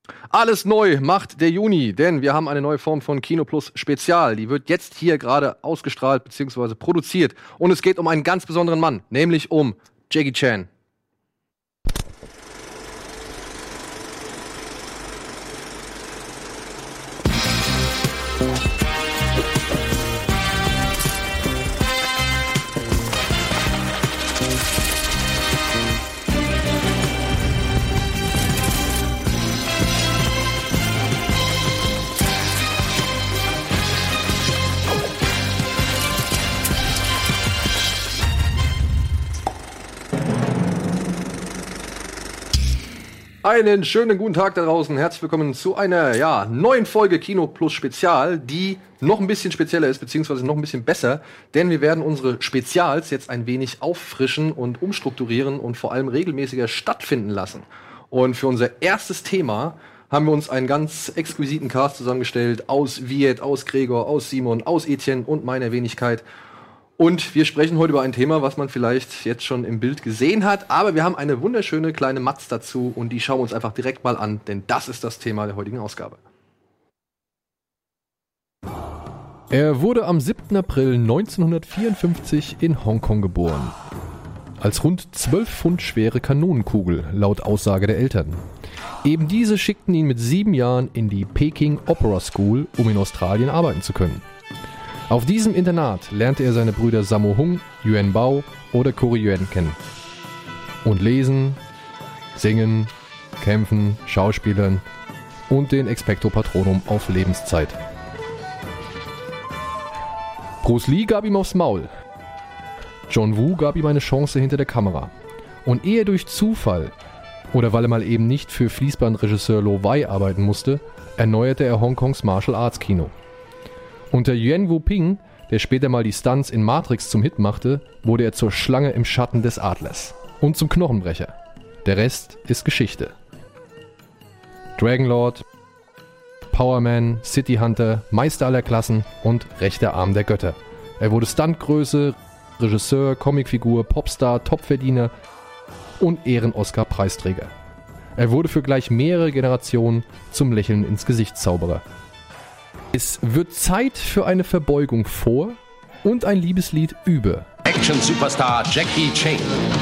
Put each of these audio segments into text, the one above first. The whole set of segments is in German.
Alles neu macht der Juni, denn wir haben eine neue Form von Kino Plus Spezial. Die wird jetzt hier gerade ausgestrahlt bzw. produziert. Und es geht um einen ganz besonderen Mann, nämlich um Jackie Chan. Einen schönen guten Tag da draußen. Herzlich willkommen zu einer neuen Folge Kino Plus Spezial, die noch ein bisschen spezieller ist, beziehungsweise noch ein bisschen besser. Denn wir werden unsere Spezials jetzt ein wenig auffrischen und umstrukturieren und vor allem regelmäßiger stattfinden lassen. Und für unser erstes Thema haben wir uns einen ganz exquisiten Cast zusammengestellt aus Viet, aus Gregor, aus Simon, aus Etienne und meiner Wenigkeit. Und wir sprechen heute über ein Thema, was man vielleicht jetzt schon im Bild gesehen hat. Aber wir haben eine wunderschöne kleine Matz dazu und die schauen wir uns einfach direkt mal an, denn das ist das Thema der heutigen Ausgabe. Er wurde am 7. April 1954 in Hongkong geboren. Als rund 12 Pfund schwere Kanonenkugel, laut Aussage der Eltern. Eben diese schickten ihn mit 7 Jahren in die Peking Opera School, um in Australien arbeiten zu können. Auf diesem Internat lernte er seine Brüder Sammo Hung, Yuan Bao oder Corey Yuan kennen. Und lesen, singen, kämpfen, schauspielern und den Expecto Patronum auf Lebenszeit. Bruce Lee gab ihm aufs Maul. John Woo gab ihm eine Chance hinter der Kamera. Und ehe durch Zufall oder weil er mal eben nicht für Fließbandregisseur Lo Wei arbeiten musste, erneuerte er Hongkongs Martial Arts Kino. Unter Yuen Woo-ping, der später mal die Stunts in Matrix zum Hit machte, wurde er zur Schlange im Schatten des Adlers und zum Knochenbrecher. Der Rest ist Geschichte. Dragonlord, Powerman, City Hunter, Meister aller Klassen und rechter Arm der Götter. Er wurde Stuntgröße, Regisseur, Comicfigur, Popstar, Topverdiener und Ehren-Oscar-Preisträger. Er wurde für gleich mehrere Generationen zum Lächeln ins Gesicht Zauberer. Es wird Zeit für eine Verbeugung vor und ein Liebeslied über Action-Superstar Jackie Chan.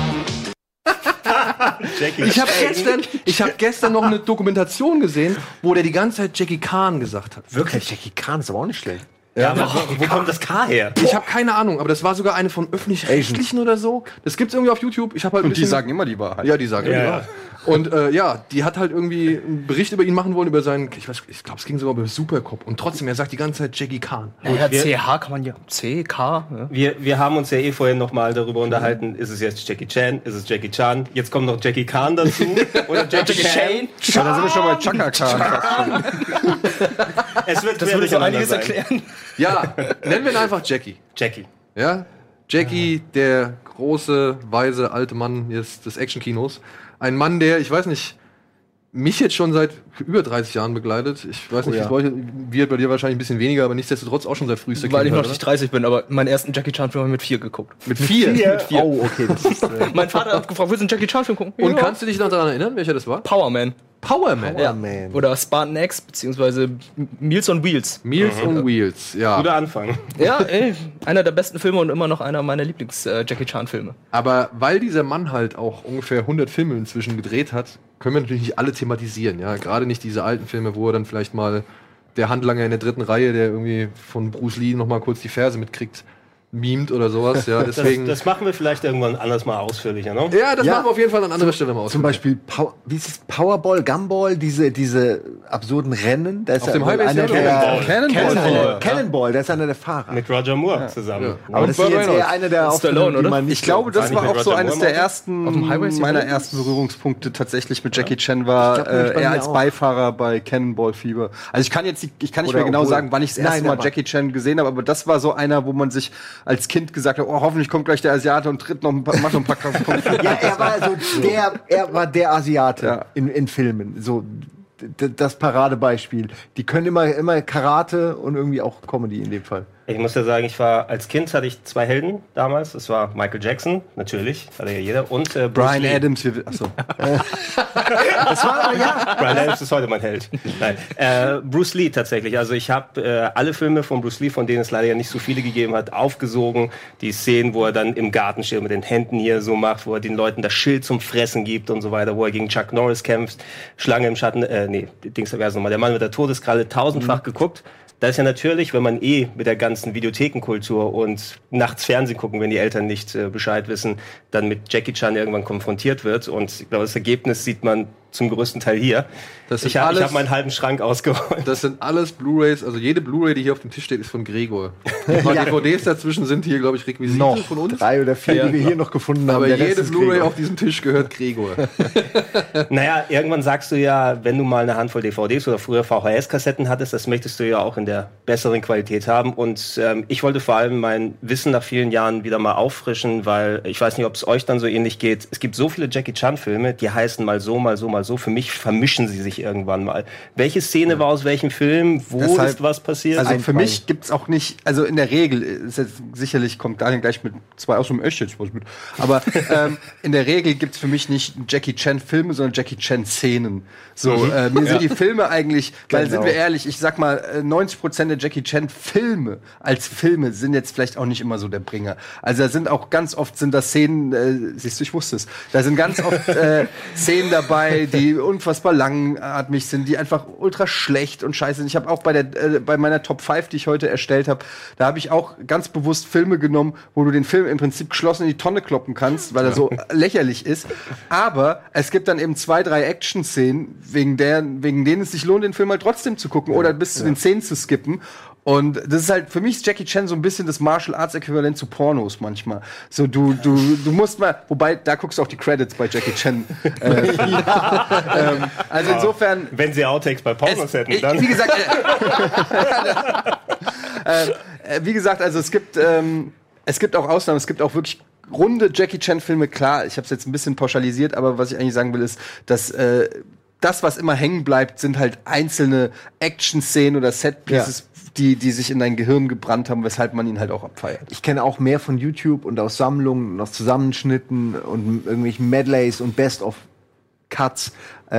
Ich hab gestern noch eine Dokumentation gesehen, wo der die ganze Zeit Jackie Chan gesagt hat. Wirklich? Jackie Chan ist aber auch nicht schlecht. Ja, aber wo kommt das K her? Ich habe keine Ahnung, aber das war sogar eine von Öffentlich-Rechtlichen oder so. Das gibt's irgendwie auf YouTube. Ich hab halt und die sagen immer die Wahrheit. Ja, die sagen immer die Wahrheit. Und die hat halt irgendwie einen Bericht über ihn machen wollen, über seinen, ich glaube, es ging sogar über Supercop. Und trotzdem, er sagt die ganze Zeit Jackie Chan. Ja, CH kann man ja. C, K. Ja. Wir haben uns ja vorhin noch mal darüber unterhalten, ist es jetzt Jackie Chan, ist es Jackie Chan, jetzt kommt noch Jackie Khan dazu. Oder Jackie Chan. Ja, da sind wir schon bei Chaka Khan. Es wird das würde so einiges erklären. Ja, nennen wir ihn einfach Jackie. Jackie. Ja, Jackie, der große, weise, alte Mann des Actionkinos. Ein Mann, der, ich weiß nicht, mich jetzt schon seit über 30 Jahren begleitet. Ich weiß nicht, wie bei dir wahrscheinlich ein bisschen weniger, aber nichtsdestotrotz auch schon seit frühester Kindheit. Weil ich noch nicht 30 bin, aber meinen ersten Jackie Chan-Film habe ich mit 4 geguckt. Mit 4? Mit 4. Oh, okay. Das ist, mein Vater hat gefragt, willst du einen Jackie Chan-Film gucken? Und kannst du dich noch daran erinnern, welcher das war? Powerman. Powerman? Ja. Oder Spartan X, beziehungsweise Meals on Wheels. Meals on Wheels, ja. Guter Anfang. Ja, einer der besten Filme und immer noch einer meiner Lieblings-Jackie Chan-Filme. Aber weil dieser Mann halt auch ungefähr 100 Filme inzwischen gedreht hat, können wir natürlich nicht alle thematisieren. Ja, gerade nicht diese alten Filme, wo er dann vielleicht mal der Handlanger in der 3. Reihe, der irgendwie von Bruce Lee noch mal kurz die Ferse mitkriegt, mimt oder sowas. Ja, deswegen das machen wir vielleicht irgendwann anders mal ausführlicher, ne? Ja, das machen wir auf jeden Fall an anderer Stelle mal aus. Zum Beispiel, wie ist es, Powerball, Gumball, diese absurden Rennen. Da ist auf dem Highway Cannonball, der ist einer der Fahrer. Mit Roger Moore zusammen. Ja. Aber das ist jetzt eher einer der Stallone, oder? Ich glaube, das war auch so eines der ersten meiner ersten Berührungspunkte tatsächlich mit Jackie Chan war er als Beifahrer bei Cannonball Fever. Also ich kann nicht mehr genau sagen, wann ich das erste Mal Jackie Chan gesehen habe, aber das war so einer, wo man sich als Kind gesagt hat, oh, hoffentlich kommt gleich der Asiate und macht noch ein paar krasse Konflikte. Ja, er war der Asiate in Filmen. So das Paradebeispiel. Die können immer Karate und irgendwie auch Comedy in dem Fall. Ich muss ja sagen, als Kind hatte ich 2 Helden damals. Das war Michael Jackson, natürlich, hatte ja jeder, und Bryan Adams. Achso. Das war aber, ja. Bryan Adams ist heute mein Held. Nein. Bruce Lee tatsächlich. Also ich habe alle Filme von Bruce Lee, von denen es leider ja nicht so viele gegeben hat, aufgesogen. Die Szenen, wo er dann im Garten steht, mit den Händen hier so macht, wo er den Leuten das Schild zum Fressen gibt und so weiter, wo er gegen Chuck Norris kämpft, Schlange im Schatten, der Mann mit der Todeskralle, tausendfach geguckt. Da ist ja natürlich, wenn man mit der ganzen Videothekenkultur und nachts Fernsehen gucken, wenn die Eltern nicht Bescheid wissen, dann mit Jackie Chan irgendwann konfrontiert wird. Und ich glaube, das Ergebnis sieht man zum größten Teil hier. Ich habe meinen halben Schrank ausgeräumt. Das sind alles Blu-rays, also jede Blu-ray, die hier auf dem Tisch steht, ist von Gregor. Ein paar DVDs dazwischen sind hier, glaube ich, Requisite noch von uns. 3 oder 4, die wir hier noch gefunden haben. Aber jede Blu-ray auf diesem Tisch gehört Gregor. Naja, irgendwann sagst du ja, wenn du mal eine Handvoll DVDs oder früher VHS-Kassetten hattest, das möchtest du ja auch in der besseren Qualität haben. Und ich wollte vor allem mein Wissen nach vielen Jahren wieder mal auffrischen, weil ich weiß nicht, ob es euch dann so ähnlich geht. Es gibt so viele Jackie Chan-Filme, die heißen mal so, mal so, mal so. Für mich vermischen sie sich irgendwann mal. Welche Szene war aus welchem Film? Wo ist was passiert? Also für mich gibt's auch nicht, also in der Regel, ist jetzt, sicherlich kommt Daniel gleich mit 2 aus dem Echt jetzt was mit, aber in der Regel gibt's für mich nicht Jackie Chan Filme, sondern Jackie Chan Szenen. So, mir sind die Filme eigentlich, weil sind wir ehrlich, ich sag mal, 90% der Jackie Chan Filme als Filme sind jetzt vielleicht auch nicht immer so der Bringer. Also da sind auch ganz oft das Szenen, siehst du, ich wusste es, da sind ganz oft Szenen dabei, die unfassbar langatmig sind, die einfach ultra schlecht und scheiße sind. Ich habe auch bei meiner Top 5, die ich heute erstellt habe, da habe ich auch ganz bewusst Filme genommen, wo du den Film im Prinzip geschlossen in die Tonne kloppen kannst, weil er so lächerlich ist. Aber es gibt dann eben 2, 3 Action-Szenen, wegen denen es sich lohnt, den Film halt trotzdem zu gucken oder bis zu den Szenen zu skippen. Und das ist halt, für mich ist Jackie Chan so ein bisschen das Martial Arts Äquivalent zu Pornos manchmal. So, du musst mal, wobei, da guckst du auch die Credits bei Jackie Chan. Also insofern. Wenn sie Outtakes bei Pornos hätten, dann. Wie gesagt, also es gibt auch Ausnahmen, es gibt auch wirklich runde Jackie Chan Filme, klar, ich habe es jetzt ein bisschen pauschalisiert, aber was ich eigentlich sagen will, ist, dass das, was immer hängen bleibt, sind halt einzelne Action-Szenen oder Set-Pieces, die sich in dein Gehirn gebrannt haben, weshalb man ihn halt auch abfeiert. Ich kenne auch mehr von YouTube und aus Sammlungen und aus Zusammenschnitten und irgendwelchen Medleys und Best-of-Cuts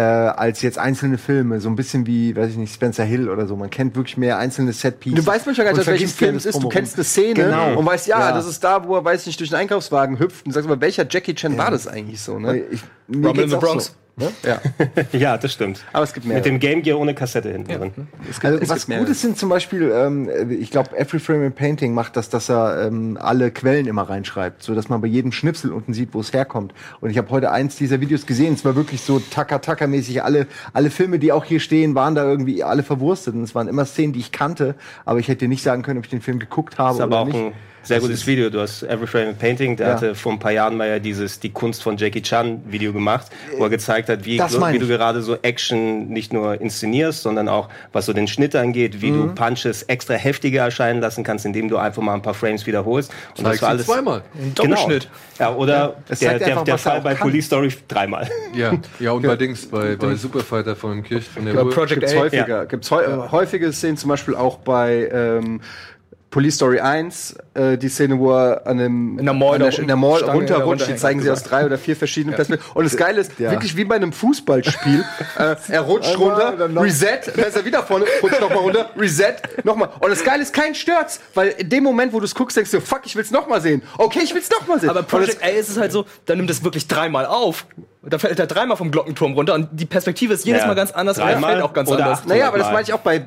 als jetzt einzelne Filme. So ein bisschen wie, weiß ich nicht, Spencer Hill oder so. Man kennt wirklich mehr einzelne Set-Pieces. Du weißt manchmal gar nicht, welchen Film es ist. Du kennst eine Szene und weißt, das ist da, wo er, weiß nicht, durch den Einkaufswagen hüpft und sagst aber, welcher Jackie Chan war das eigentlich so, ne? Rumble in the Bronx. So. Ne? Ja. Ja, das stimmt. Aber es gibt mehr. Mit dem Game Gear ohne Kassette hinten drin. Was Gutes sind zum Beispiel, ich glaube, Every Frame in Painting macht das, dass er alle Quellen immer reinschreibt, so dass man bei jedem Schnipsel unten sieht, wo es herkommt. Und ich habe heute eins dieser Videos gesehen. Es war wirklich so Taka-Taka-mäßig. Alle Filme, die auch hier stehen, waren da irgendwie alle verwurstet. Und es waren immer Szenen, die ich kannte. Aber ich hätte dir nicht sagen können, ob ich den Film geguckt habe oder nicht. Sehr gutes Video. Du hast Every Frame in Painting, der hatte vor ein paar Jahren mal ja die Kunst von Jackie Chan Video gemacht, wo er gezeigt hat, wie du gerade so Action nicht nur inszenierst, sondern auch, was so den Schnitt angeht, wie du Punches extra heftiger erscheinen lassen kannst, indem du einfach mal ein paar Frames wiederholst. Und das war alles zweimal. Doppelschnitt. Genau. Ja, oder der Fall bei Police Story 3-mal. Ja, und bei Superfighter von Kirch von der Project A. Gibt's häufige Szenen, zum Beispiel auch bei Police Story 1, die Szene, wo er in der Mall runterrutscht, die zeigen sie aus 3 oder 4 verschiedenen Perspektiven. Und das Geile ist, wirklich wie bei einem Fußballspiel, er rutscht runter, Reset, dann ist er wieder vorne, rutscht nochmal runter, Reset, nochmal. Und das Geile ist, kein stört's, weil in dem Moment, wo du es guckst, denkst du, fuck, ich will's nochmal sehen. Okay, ich will's nochmal sehen. Aber Project A ist es halt so, da nimmt es wirklich 3-mal auf. Da fällt er 3-mal vom Glockenturm runter und die Perspektive ist jedes Mal ganz anders und er fällt auch ganz anders. Naja, aber das meine ich auch bei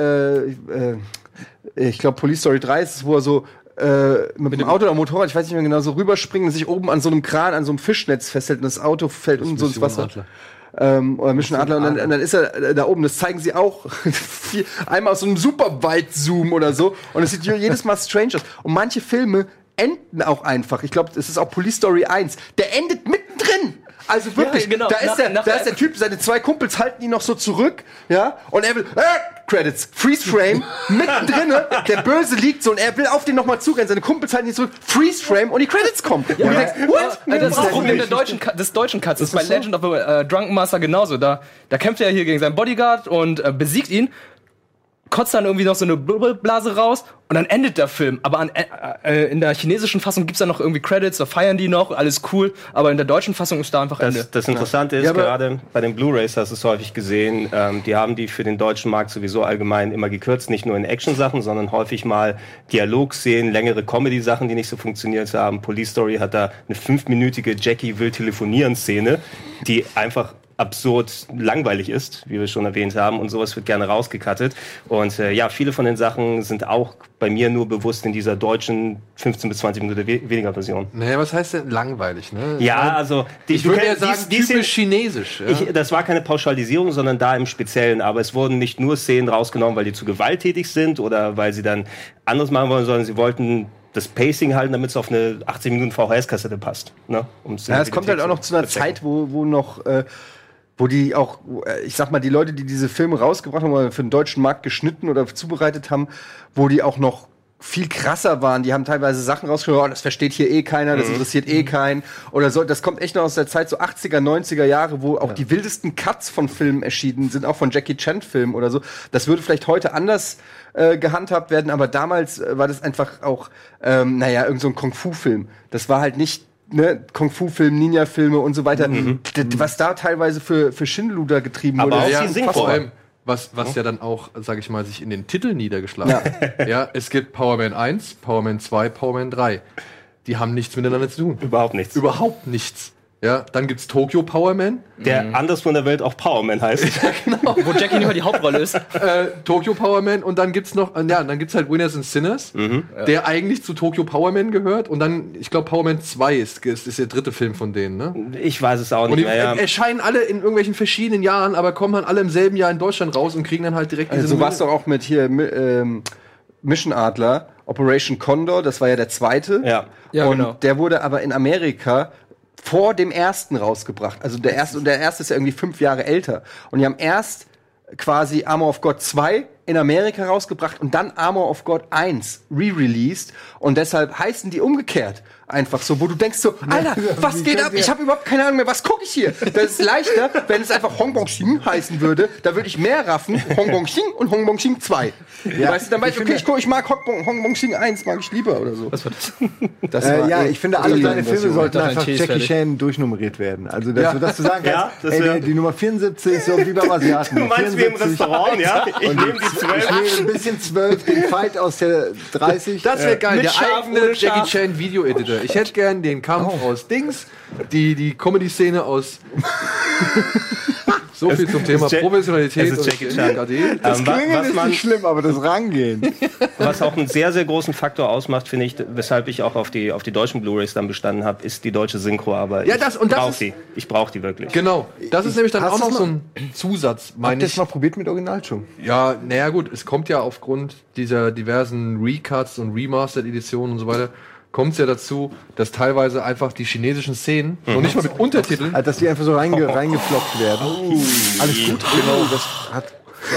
ich glaube, Police Story 3 ist es, wo er so mit dem Auto oder Motorrad, ich weiß nicht mehr genau, so rüberspringen und sich oben an so einem Kran, an so einem Fischnetz festhält und das Auto fällt unten so ins Wasser. Oder Mission Adler und dann ist er da oben. Das zeigen sie auch einmal aus so einem super Weitzoom oder so und es sieht jedes Mal strange aus. Und manche Filme enden auch einfach. Ich glaube, es ist auch Police Story 1. Der endet mittendrin. Also wirklich, genau. Da ist der Typ, seine 2 Kumpels halten ihn noch so zurück, ja, und er will, Credits, Freeze Frame, mittendrin, der Böse liegt so und er will auf den nochmal zurennen, seine Kumpels halten ihn zurück, Freeze Frame und die Credits kommen. Ja. Und du denkst, what? Das ist das Problem des deutschen Cuts. Das ist bei Legend of the Drunken Master genauso. Da kämpft er hier gegen seinen Bodyguard und besiegt ihn. kotzt dann irgendwie noch so eine Blase raus und dann endet der Film. Aber in der chinesischen Fassung gibt's dann noch irgendwie Credits, da feiern die noch, alles cool. Aber in der deutschen Fassung ist da einfach Ende. Das Interessante ist, gerade bei den Blu-Rays hast du es häufig gesehen, die haben die für den deutschen Markt sowieso allgemein immer gekürzt, nicht nur in Action-Sachen, sondern häufig mal Dialogszenen, längere Comedy-Sachen, die nicht so funktioniert haben. Police Story hat da eine 5-minütige Jackie will telefonieren Szene, die einfach absurd langweilig ist, wie wir schon erwähnt haben, und sowas wird gerne rausgekattet. Und viele von den Sachen sind auch bei mir nur bewusst in dieser deutschen 15 bis 20 Minuten weniger Version. Naja, was heißt denn langweilig, ne? Ja, also ich würde ja sagen, typisch chinesisch. Ja? Das war keine Pauschalisierung, sondern da im Speziellen. Aber es wurden nicht nur Szenen rausgenommen, weil die zu gewalttätig sind oder weil sie dann anderes machen wollen, sondern sie wollten das Pacing halten, damit es auf eine 18 Minuten VHS-Kassette passt. Ne? Es kommt halt auch noch zu einer Zeit, wo noch wo die auch, ich sag mal, die Leute, die diese Filme rausgebracht haben oder für den deutschen Markt geschnitten oder zubereitet haben, wo die auch noch viel krasser waren. Die haben teilweise Sachen rausgebracht, das versteht hier eh keiner, das interessiert eh keinen. Oder so, das kommt echt noch aus der Zeit, so 80er, 90er Jahre, wo auch die wildesten Cuts von Filmen erschienen sind, auch von Jackie Chan-Filmen oder so. Das würde vielleicht heute anders gehandhabt werden, aber damals war das einfach auch, irgend so ein Kung-Fu-Film. Das war halt nicht Kung-Fu-Film, Ninja-Filme und so weiter. Was da teilweise für Schindluder getrieben wurde. Aber auch vor allem, was ja dann auch, sag ich mal, sich in den Titeln niedergeschlagen hat. Ja, es gibt Power Man 1, Power Man 2, Power Man 3. Die haben nichts miteinander zu tun. Überhaupt nichts. Überhaupt nichts. Ja, dann gibt's Tokyo Power Man. Der anderswo in der Welt auch Power Man heißt. Ja, genau. Wo Jackie nicht mal die Hauptrolle ist. Tokyo Power Man und dann gibt's noch, dann gibt's halt Winners and Sinners, der eigentlich zu Tokyo Power Man gehört und dann, ich glaube, Power Man 2 ist der dritte Film von denen, ne? Ich weiß es auch nicht mehr. Und die erscheinen alle in irgendwelchen verschiedenen Jahren, aber kommen dann alle im selben Jahr in Deutschland raus und kriegen dann halt direkt diese. So war's doch auch mit hier Mission Adler, Operation Condor, das war ja der zweite. Ja, und genau. Der wurde aber in Amerika vor dem ersten rausgebracht. Also der erste ist ja irgendwie 5 Jahre älter. Und die haben erst quasi Armor of God 2 in Amerika rausgebracht und dann Armor of God 1 re-released. Und deshalb heißen die umgekehrt. Einfach so, wo du denkst so, Alter, was geht ab? Ich habe überhaupt keine Ahnung mehr, was gucke ich hier? Das ist leichter, wenn es einfach Hong Bong Xing heißen würde. Da würde ich mehr raffen, Hong Bong Xing und Hong Bong Xing 2. Ja, weißt du, dann weiß ich, okay, ich mag Hong Bong Xing 1, mag ich lieber oder so. Was war das? Ich finde, alle seine Filme sollten einfach Jackie Chan durchnummeriert werden. Also, dass du sagen kannst, die Nummer 74 ist so wie beim Asiaten. Du meinst wie im Restaurant, ja? Ich nehme die 12. Ich nehme ein bisschen 12, den Fight aus der 30. Das wäre geil, der eigene Jackie Chan Video-Editor. Ich hätte gern den Kampf aus Dings, die Comedy-Szene aus. So viel zum Thema Professionalität und KD. Das Klingeln ist nicht schlimm, aber das Rangehen. Was auch einen sehr, sehr großen Faktor ausmacht, finde ich, weshalb ich auch auf die deutschen Blu-Rays dann bestanden habe, ist die deutsche Synchro. Aber ich brauche die wirklich. Genau, das ist nämlich dann auch noch so ein Zusatz, meine ich. Habt ihr das mal probiert mit Original schon? Ja, naja gut, es kommt ja aufgrund dieser diversen Recuts und Remastered-Editionen und so weiter, kommt es ja dazu, dass teilweise einfach die chinesischen Szenen, noch nicht mal mit Untertiteln, also, dass die einfach so reingeflockt werden. Alles gut? Genau, das hat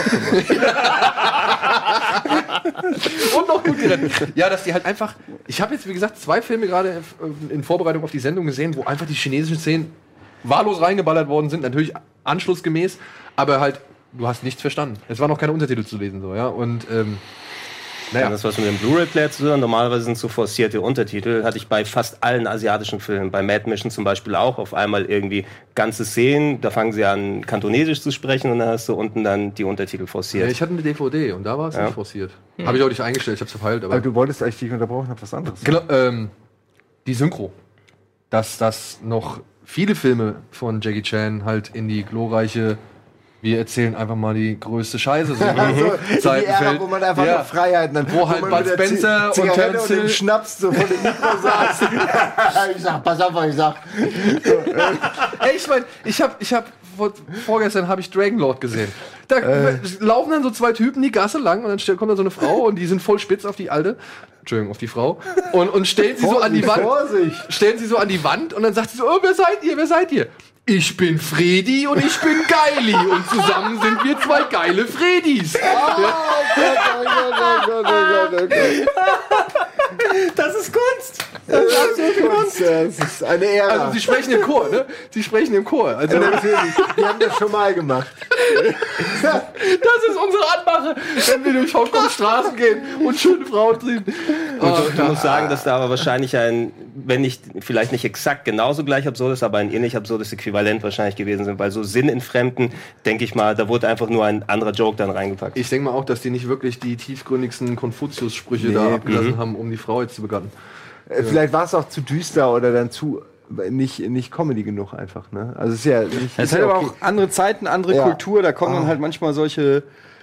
und noch gut gerettet. Ja, dass die halt einfach, ich habe jetzt, wie gesagt, 2 Filme gerade in Vorbereitung auf die Sendung gesehen, wo einfach die chinesischen Szenen wahllos reingeballert worden sind, natürlich anschlussgemäß, aber halt, du hast nichts verstanden. Es war noch keine Untertitel zu lesen, so, ja, und, naja. Das, was mit dem Blu-ray-Player zu tun, normalerweise sind so forcierte Untertitel, hatte ich bei fast allen asiatischen Filmen, bei Mad Mission zum Beispiel auch, auf einmal irgendwie ganze Szenen, da fangen sie an, Kantonesisch zu sprechen und dann hast du unten dann die Untertitel forciert. Ja, ich hatte eine DVD und da war es nicht forciert. Habe ich auch nicht eingestellt, ich habe es verfeilt. Aber du wolltest eigentlich dich unterbrochen, hab was anderes. Genau, die Synchro. Dass das noch viele Filme von Jackie Chan halt in die glorreiche, wir erzählen einfach mal die größte Scheiße. So also, die Ära, wo man einfach noch Freiheiten hat. Wo halt Bud Spencer und Terence Hill Schnaps so von dem Mikro saß. Ich sag, pass auf, was ich sag. Ey, ich meine, ich hab vorgestern habe ich Dragonlord gesehen. Da laufen dann so 2 Typen die Gasse lang und dann kommt da so eine Frau und die sind voll spitz auf die Alte. Entschuldigung, auf die Frau. Und stellen sie so an die Wand. Stellen sie so an die Wand und dann sagt sie so, oh, wer seid ihr? Ich bin Fredi und ich bin Geili und zusammen sind wir 2 geile Fredis. Das ist Kunst. Das ist eine Ehre. Also sie sprechen im Chor, ne? Sie sprechen im Chor. Also die haben das schon mal gemacht. Das ist unsere Anmache, wenn wir durch Hongkong-Straßen gehen und schöne Frauen sehen. Du musst sagen, dass da aber wahrscheinlich ein, wenn nicht, vielleicht nicht exakt genauso gleich absurd ist, aber ein ähnlich absurdes Äquivalent wahrscheinlich gewesen sind, weil so Sinn in Fremden, denke ich mal, da wurde einfach nur ein anderer Joke dann reingepackt. Ich denke mal auch, dass die nicht wirklich die tiefgründigsten Konfuzius-Sprüche da abgelassen haben, um die Frau jetzt zu begatten. Vielleicht war es auch zu düster oder dann zu nicht Comedy genug einfach, ne? Also es ist ja nicht. Es sind aber auch andere Zeiten, andere Kultur, da kommen dann halt manchmal solche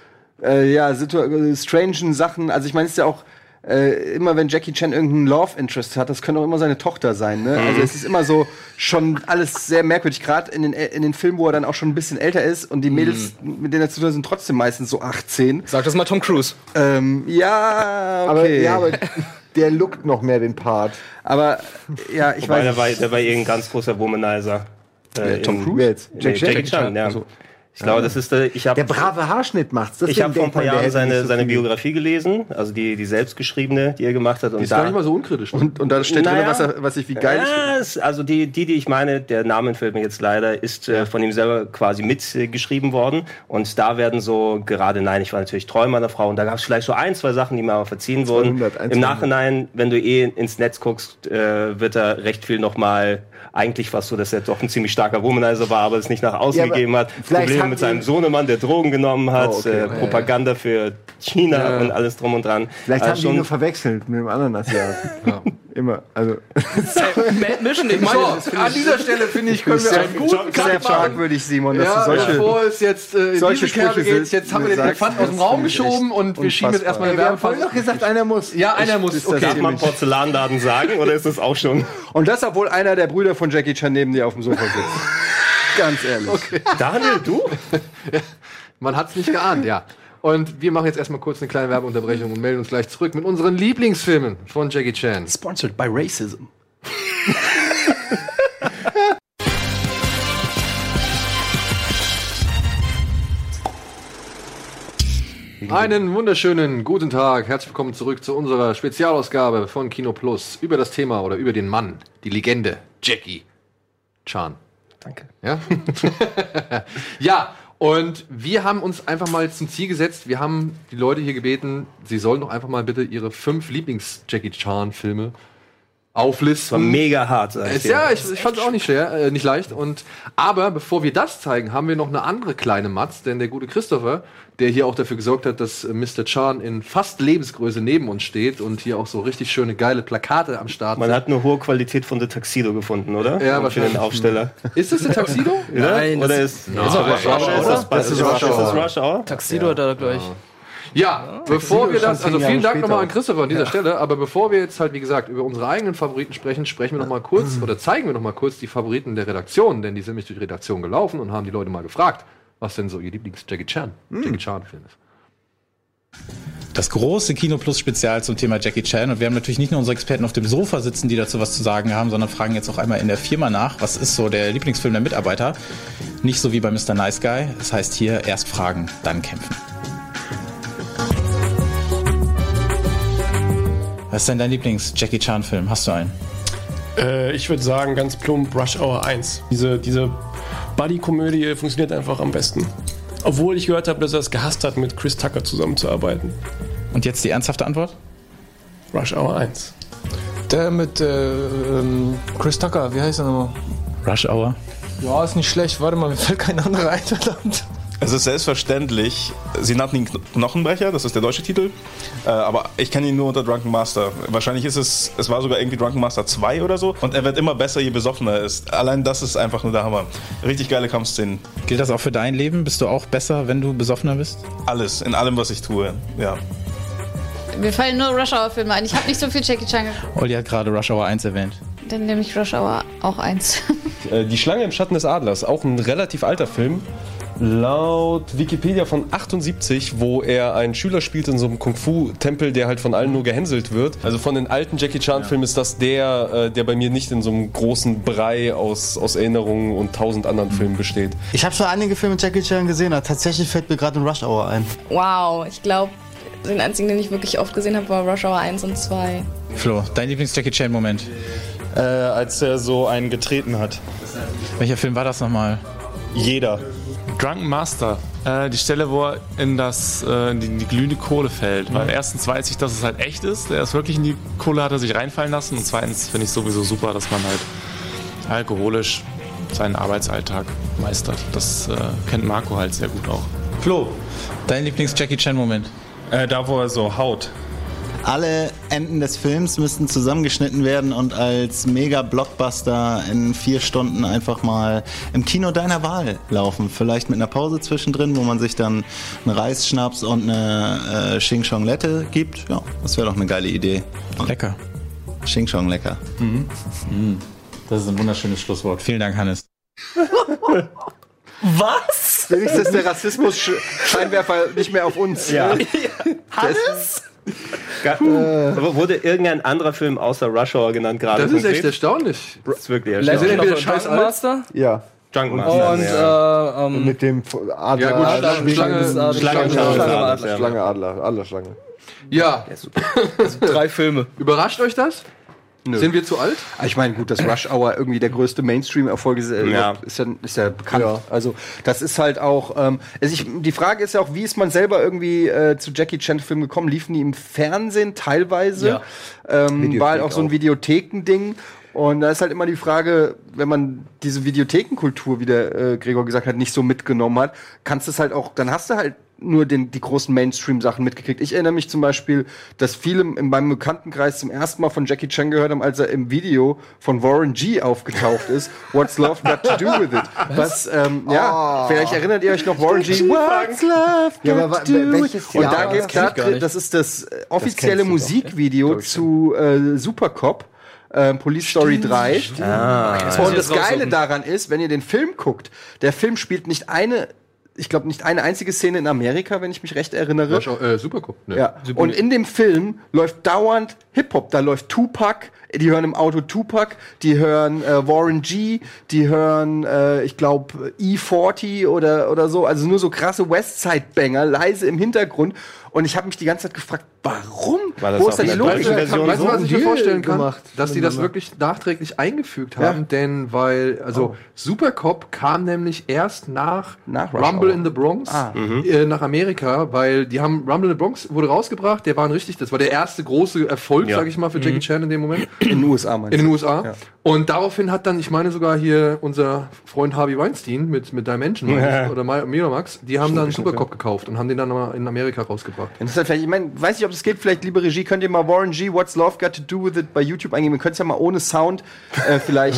strangen Sachen. Also ich meine, es ist ja auch immer, wenn Jackie Chan irgendeinen Love Interest hat, das können auch immer seine Tochter sein, ne? Also es ist immer so schon alles sehr merkwürdig, gerade in den Filmen, wo er dann auch schon ein bisschen älter ist und die Mädels, mit denen er zu tun sind, trotzdem meistens so 18. Sag das mal Tom Cruise. Ja, okay. Aber der lookt noch mehr den Part. Aber ja, ich weiß nicht. Der war ein ganz großer Womanizer. Tom Cruise jetzt? Jackie Chan, ja. Also. Ich glaube, das ist der brave Haarschnitt macht's. Ich habe vor ein paar Jahren seine Biografie gelesen, also die selbstgeschriebene, die er gemacht hat. Und die ist gar nicht mal so unkritisch. Und da steht drin, was ich wie geil ich finde. Also die ich meine, der Name entfällt mir jetzt leider, ist von ihm selber quasi mitgeschrieben worden. Und da werden so gerade, ich war natürlich treu meiner Frau. Und da gab es vielleicht so 1, 2 Sachen, die mir aber verziehen wurden. Im Nachhinein, wenn du ins Netz guckst, wird da recht viel nochmal eigentlich fast so, dass er doch ein ziemlich starker Womanizer war, aber es nicht nach außen gegeben hat. Probleme mit seinem Sohnemann, der Drogen genommen hat, Propaganda für China und alles drum und dran. Vielleicht haben die ihn nur verwechselt mit dem anderen Asiaten. Immer. Also. Mischen, ich meine, an dieser Stelle finde ich, können wir einen guten Cut sehr fragwürdig, Simon, dass du bevor es jetzt in solche diese Kerbe geht, jetzt haben wir den Elefant aus dem Raum geschoben und wir schieben jetzt erstmal eine Werbepause. Wir haben doch gesagt, einer muss. Ja, einer muss. Okay. Darf man Porzellanladen sagen oder ist das auch schon? Und das, obwohl einer der Brüder von Jackie Chan neben dir auf dem Sofa sitzt. Ganz ehrlich. Okay. Daniel, du? Man hat's nicht geahnt, ja. Und wir machen jetzt erstmal kurz eine kleine Werbeunterbrechung und melden uns gleich zurück mit unseren Lieblingsfilmen von Jackie Chan. Sponsored by Racism. Einen wunderschönen guten Tag. Herzlich willkommen zurück zu unserer Spezialausgabe von Kino Plus über das Thema oder über den Mann, die Legende, Jackie Chan. Danke. Ja? Ja. Und wir haben uns einfach mal zum Ziel gesetzt, wir haben die Leute hier gebeten, sie sollen doch einfach mal bitte ihre 5 Lieblings-Jackie Chan-Filme auflisten. War mega hart. Ja, ich fand es auch nicht schwer, nicht leicht. Aber bevor wir das zeigen, haben wir noch eine andere kleine Matz, denn der gute Christopher, der hier auch dafür gesorgt hat, dass Mr. Chan in fast Lebensgröße neben uns steht und hier auch so richtig schöne, geile Plakate am Start Man hat eine hohe Qualität von The Tuxedo gefunden, oder? Ja, wahrscheinlich. Für den Aufsteller. Ist das der Tuxedo? Nein. Oder ist das Rush Hour? Tuxedo hat er gleich. Ja, bevor wir das, also vielen Dank nochmal an Christopher an dieser Stelle, aber bevor wir jetzt halt, wie gesagt, über unsere eigenen Favoriten sprechen, sprechen wir nochmal kurz oder zeigen wir nochmal kurz die Favoriten der Redaktion, denn die sind nämlich durch die Redaktion gelaufen und haben die Leute mal gefragt, was denn so ihr Lieblings-Jackie Chan-Film ist. Das große Kino Plus Spezial zum Thema Jackie Chan. Und wir haben natürlich nicht nur unsere Experten auf dem Sofa sitzen, die dazu was zu sagen haben, sondern fragen jetzt auch einmal in der Firma nach, was ist so der Lieblingsfilm der Mitarbeiter. Nicht so wie bei Mr. Nice Guy. Das heißt hier erst fragen, dann kämpfen. Was ist denn dein Lieblings-Jackie Chan-Film? Hast du einen? Ich würde sagen, ganz plump, Rush Hour 1. Diese Buddy-Komödie funktioniert einfach am besten. Obwohl ich gehört habe, dass er es gehasst hat, mit Chris Tucker zusammenzuarbeiten. Und jetzt die ernsthafte Antwort? Rush Hour 1. Der mit Chris Tucker, wie heißt er nochmal? Rush Hour? Ja, ist nicht schlecht. Warte mal, mir fällt kein anderer ein, verdammt. Es ist selbstverständlich, sie nannten ihn Knochenbrecher, das ist der deutsche Titel, aber ich kenne ihn nur unter Drunken Master. Wahrscheinlich ist es war sogar irgendwie Drunken Master 2 oder so und er wird immer besser, je besoffener er ist. Allein das ist einfach nur der Hammer. Richtig geile Kampfszenen. Gilt das auch für dein Leben? Bist du auch besser, wenn du besoffener bist? Alles, in allem, was ich tue, ja. Mir fallen nur Rush Hour Filme ein. Ich habe nicht so viel Jackie Chan geguckt. Olli hat gerade Rush Hour 1 erwähnt. Dann nehme ich Rush Hour auch 1. Die Schlange im Schatten des Adlers, auch ein relativ alter Film. Laut Wikipedia von 78, wo er einen Schüler spielt in so einem Kung-Fu-Tempel, der halt von allen nur gehänselt wird. Also von den alten Jackie Chan-Filmen ist das der bei mir nicht in so einem großen Brei aus Erinnerungen und 1000 anderen Filmen besteht. Ich habe schon einige Filme mit Jackie Chan gesehen, aber tatsächlich fällt mir gerade ein Rush Hour ein. Wow, ich glaube, Den einzigen, den ich wirklich oft gesehen habe, war Rush Hour 1 und 2. Flo, dein Lieblings-Jackie-Chan-Moment? Als er so einen getreten hat. Welcher Film war das nochmal? Jeder. Drunken Master. Die Stelle, wo er in die glühende Kohle fällt. Weil erstens weiß ich, dass es halt echt ist. Er ist wirklich in die Kohle, hat er sich reinfallen lassen. Und zweitens finde ich sowieso super, dass man halt alkoholisch seinen Arbeitsalltag meistert. Das kennt Marco halt sehr gut auch. Flo, dein Lieblings-Jackie-Chan-Moment? Da, wo er so haut. Alle Enden des Films müssten zusammengeschnitten werden und als Mega-Blockbuster in 4 Stunden einfach mal im Kino deiner Wahl laufen. Vielleicht mit einer Pause zwischendrin, wo man sich dann einen Reisschnaps und eine Xing-Chong-Lette gibt. Ja, das wäre doch eine geile Idee. Und lecker. Xing-Chong lecker. Das ist ein wunderschönes Schlusswort. Vielen Dank, Hannes. Was? Wenigstens der Rassismus-Scheinwerfer nicht mehr auf uns. Ja. Hannes? Wurde irgendein anderer Film außer Rush Hour genannt gerade? Das ist echt erstaunlich. Das ist wirklich erstaunlich. Sind wir Scheiß Master? Ja. Drunken Master. Und mit dem Adler. Schlange, Adlerschlange. Ja. Also 3 Filme. Überrascht euch das? Nö. Sind wir zu alt? Ich meine, gut, dass Rush Hour irgendwie der größte Mainstream-Erfolg ist ja bekannt. Ja. Also das ist halt auch, die Frage ist ja auch, wie ist man selber irgendwie zu Jackie Chan-Filmen gekommen? Liefen die im Fernsehen teilweise? Ja. War halt auch so ein Videothekending. Und da ist halt immer die Frage, wenn man diese Videothekenkultur, wie der Gregor gesagt hat, nicht so mitgenommen hat, kannst du es halt auch, dann hast du halt nur die großen Mainstream-Sachen mitgekriegt. Ich erinnere mich zum Beispiel, dass viele in meinem Bekanntenkreis zum ersten Mal von Jackie Chan gehört haben, als er im Video von Warren G. aufgetaucht ist. What's Love Got to Do With It? Was, vielleicht erinnert ihr euch noch Warren G. What's Love Got to Do With It? Und da gibt's das ist das offizielle Musikvideo zu Supercop. Police Story 3. Und das Geile daran ist, wenn ihr den Film guckt, der Film spielt nicht eine einzige Szene in Amerika, wenn ich mich recht erinnere. Supercop. Ne? Ja. Und in dem Film läuft dauernd Hip-Hop. Da läuft Tupac, die hören im Auto Tupac, die hören Warren G, die hören, ich glaube, E40 oder so. Also nur so krasse Westside-Banger, leise im Hintergrund. Und ich habe mich die ganze Zeit gefragt, warum? Wo ist da die Logik? Weißt du, was ich mir vorstellen kann? Dass die das wirklich nachträglich eingefügt haben. Denn Supercop kam nämlich erst nach Rumble in the Bronx nach Amerika, weil die haben Rumble in the Bronx wurde rausgebracht, das war der erste große Erfolg, sag ich mal, für Jackie Chan in dem Moment. In den USA, meinst du? In den USA. Ja. Und daraufhin hat dann, ich meine sogar hier unser Freund Harvey Weinstein mit Dimension oder Miramax, die haben dann Supercop gekauft und haben den dann mal in Amerika rausgebracht. Interessant, ich meine, weiß nicht, ob das geht, vielleicht, liebe Regie, könnt ihr mal Warren G. What's Love Got to Do With It bei YouTube eingeben. Ihr könnt es ja mal ohne Sound vielleicht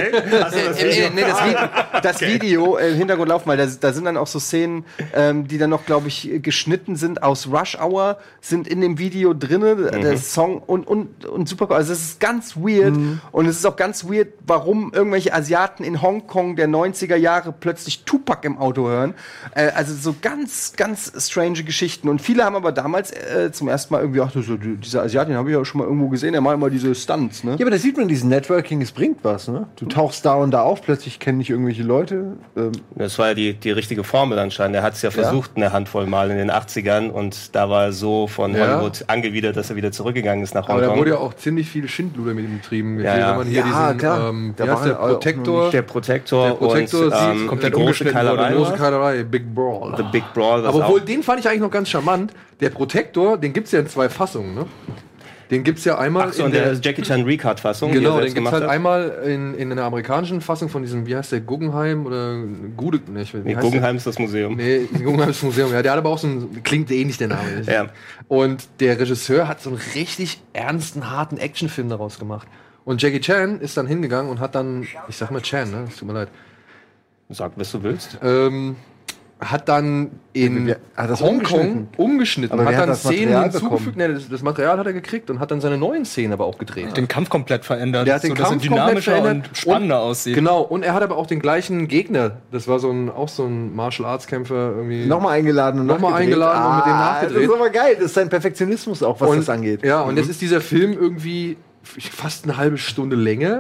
das Video im Hintergrund laufen, weil da sind dann auch so Szenen, die dann noch, glaube ich, geschnitten sind aus Rush Hour, sind in dem Video drinne, der Song und Supercop. Also es ist ganz weird und es ist auch ganz weird, warum irgendwelche Asiaten in Hongkong der 90er Jahre plötzlich Tupac im Auto hören. Also so ganz, ganz strange Geschichten. Und viele haben aber damals zum ersten Mal irgendwie, dieser Asiatin habe ich ja schon mal irgendwo gesehen, der macht immer diese Stunts, ne? Ja, aber da sieht man diesen Networking, es bringt was, ne? Du tauchst da und da auf, plötzlich kennen dich irgendwelche Leute. Das war ja die richtige Formel anscheinend. Er hat es ja versucht, eine Handvoll Mal in den 80ern und da war er so von Hollywood angewidert, dass er wieder zurückgegangen ist nach Hongkong. Aber da wurde ja auch ziemlich viel Schindluder mit ihm betrieben. Wenn man hier diesen, der Protektor und komplett umgeschnitten wurde. Große Keilerei, Big Brawl. The Big Brawl. Aber obwohl, den fand ich eigentlich noch ganz charmant. Der Protektor, den gibt's ja in 2 Fassungen, ne? Den gibt's ja einmal in der Jackie Chan Recut-Fassung. Genau, den gibt's halt einmal in der amerikanischen Fassung von diesem, wie heißt der, Guggenheim oder Guggenheim ist das Museum. Nee, Guggenheim ist das Museum. Ja, der hat aber auch so klingt ähnlich der Name. Ja. Und der Regisseur hat so einen richtig ernsten, harten Actionfilm daraus gemacht. Und Jackie Chan ist dann hingegangen und hat dann, ich sag mal Chan, ne? Es tut mir leid. Sag, was du willst. Hat dann in Hongkong umgeschnitten, hat dann Szenen hinzugefügt. Nee, das Material hat er gekriegt und hat dann seine neuen Szenen aber auch gedreht. Den Kampf komplett verändert. Der hat den Kampf dynamischer und spannender aussieht. Genau, und er hat aber auch den gleichen Gegner. Das war so ein Martial Arts Kämpfer irgendwie. Nochmal eingeladen und mit dem nachgedreht. Das ist aber geil, das ist sein Perfektionismus auch, was das angeht. Ja, und jetzt ist dieser Film irgendwie fast eine halbe Stunde länger.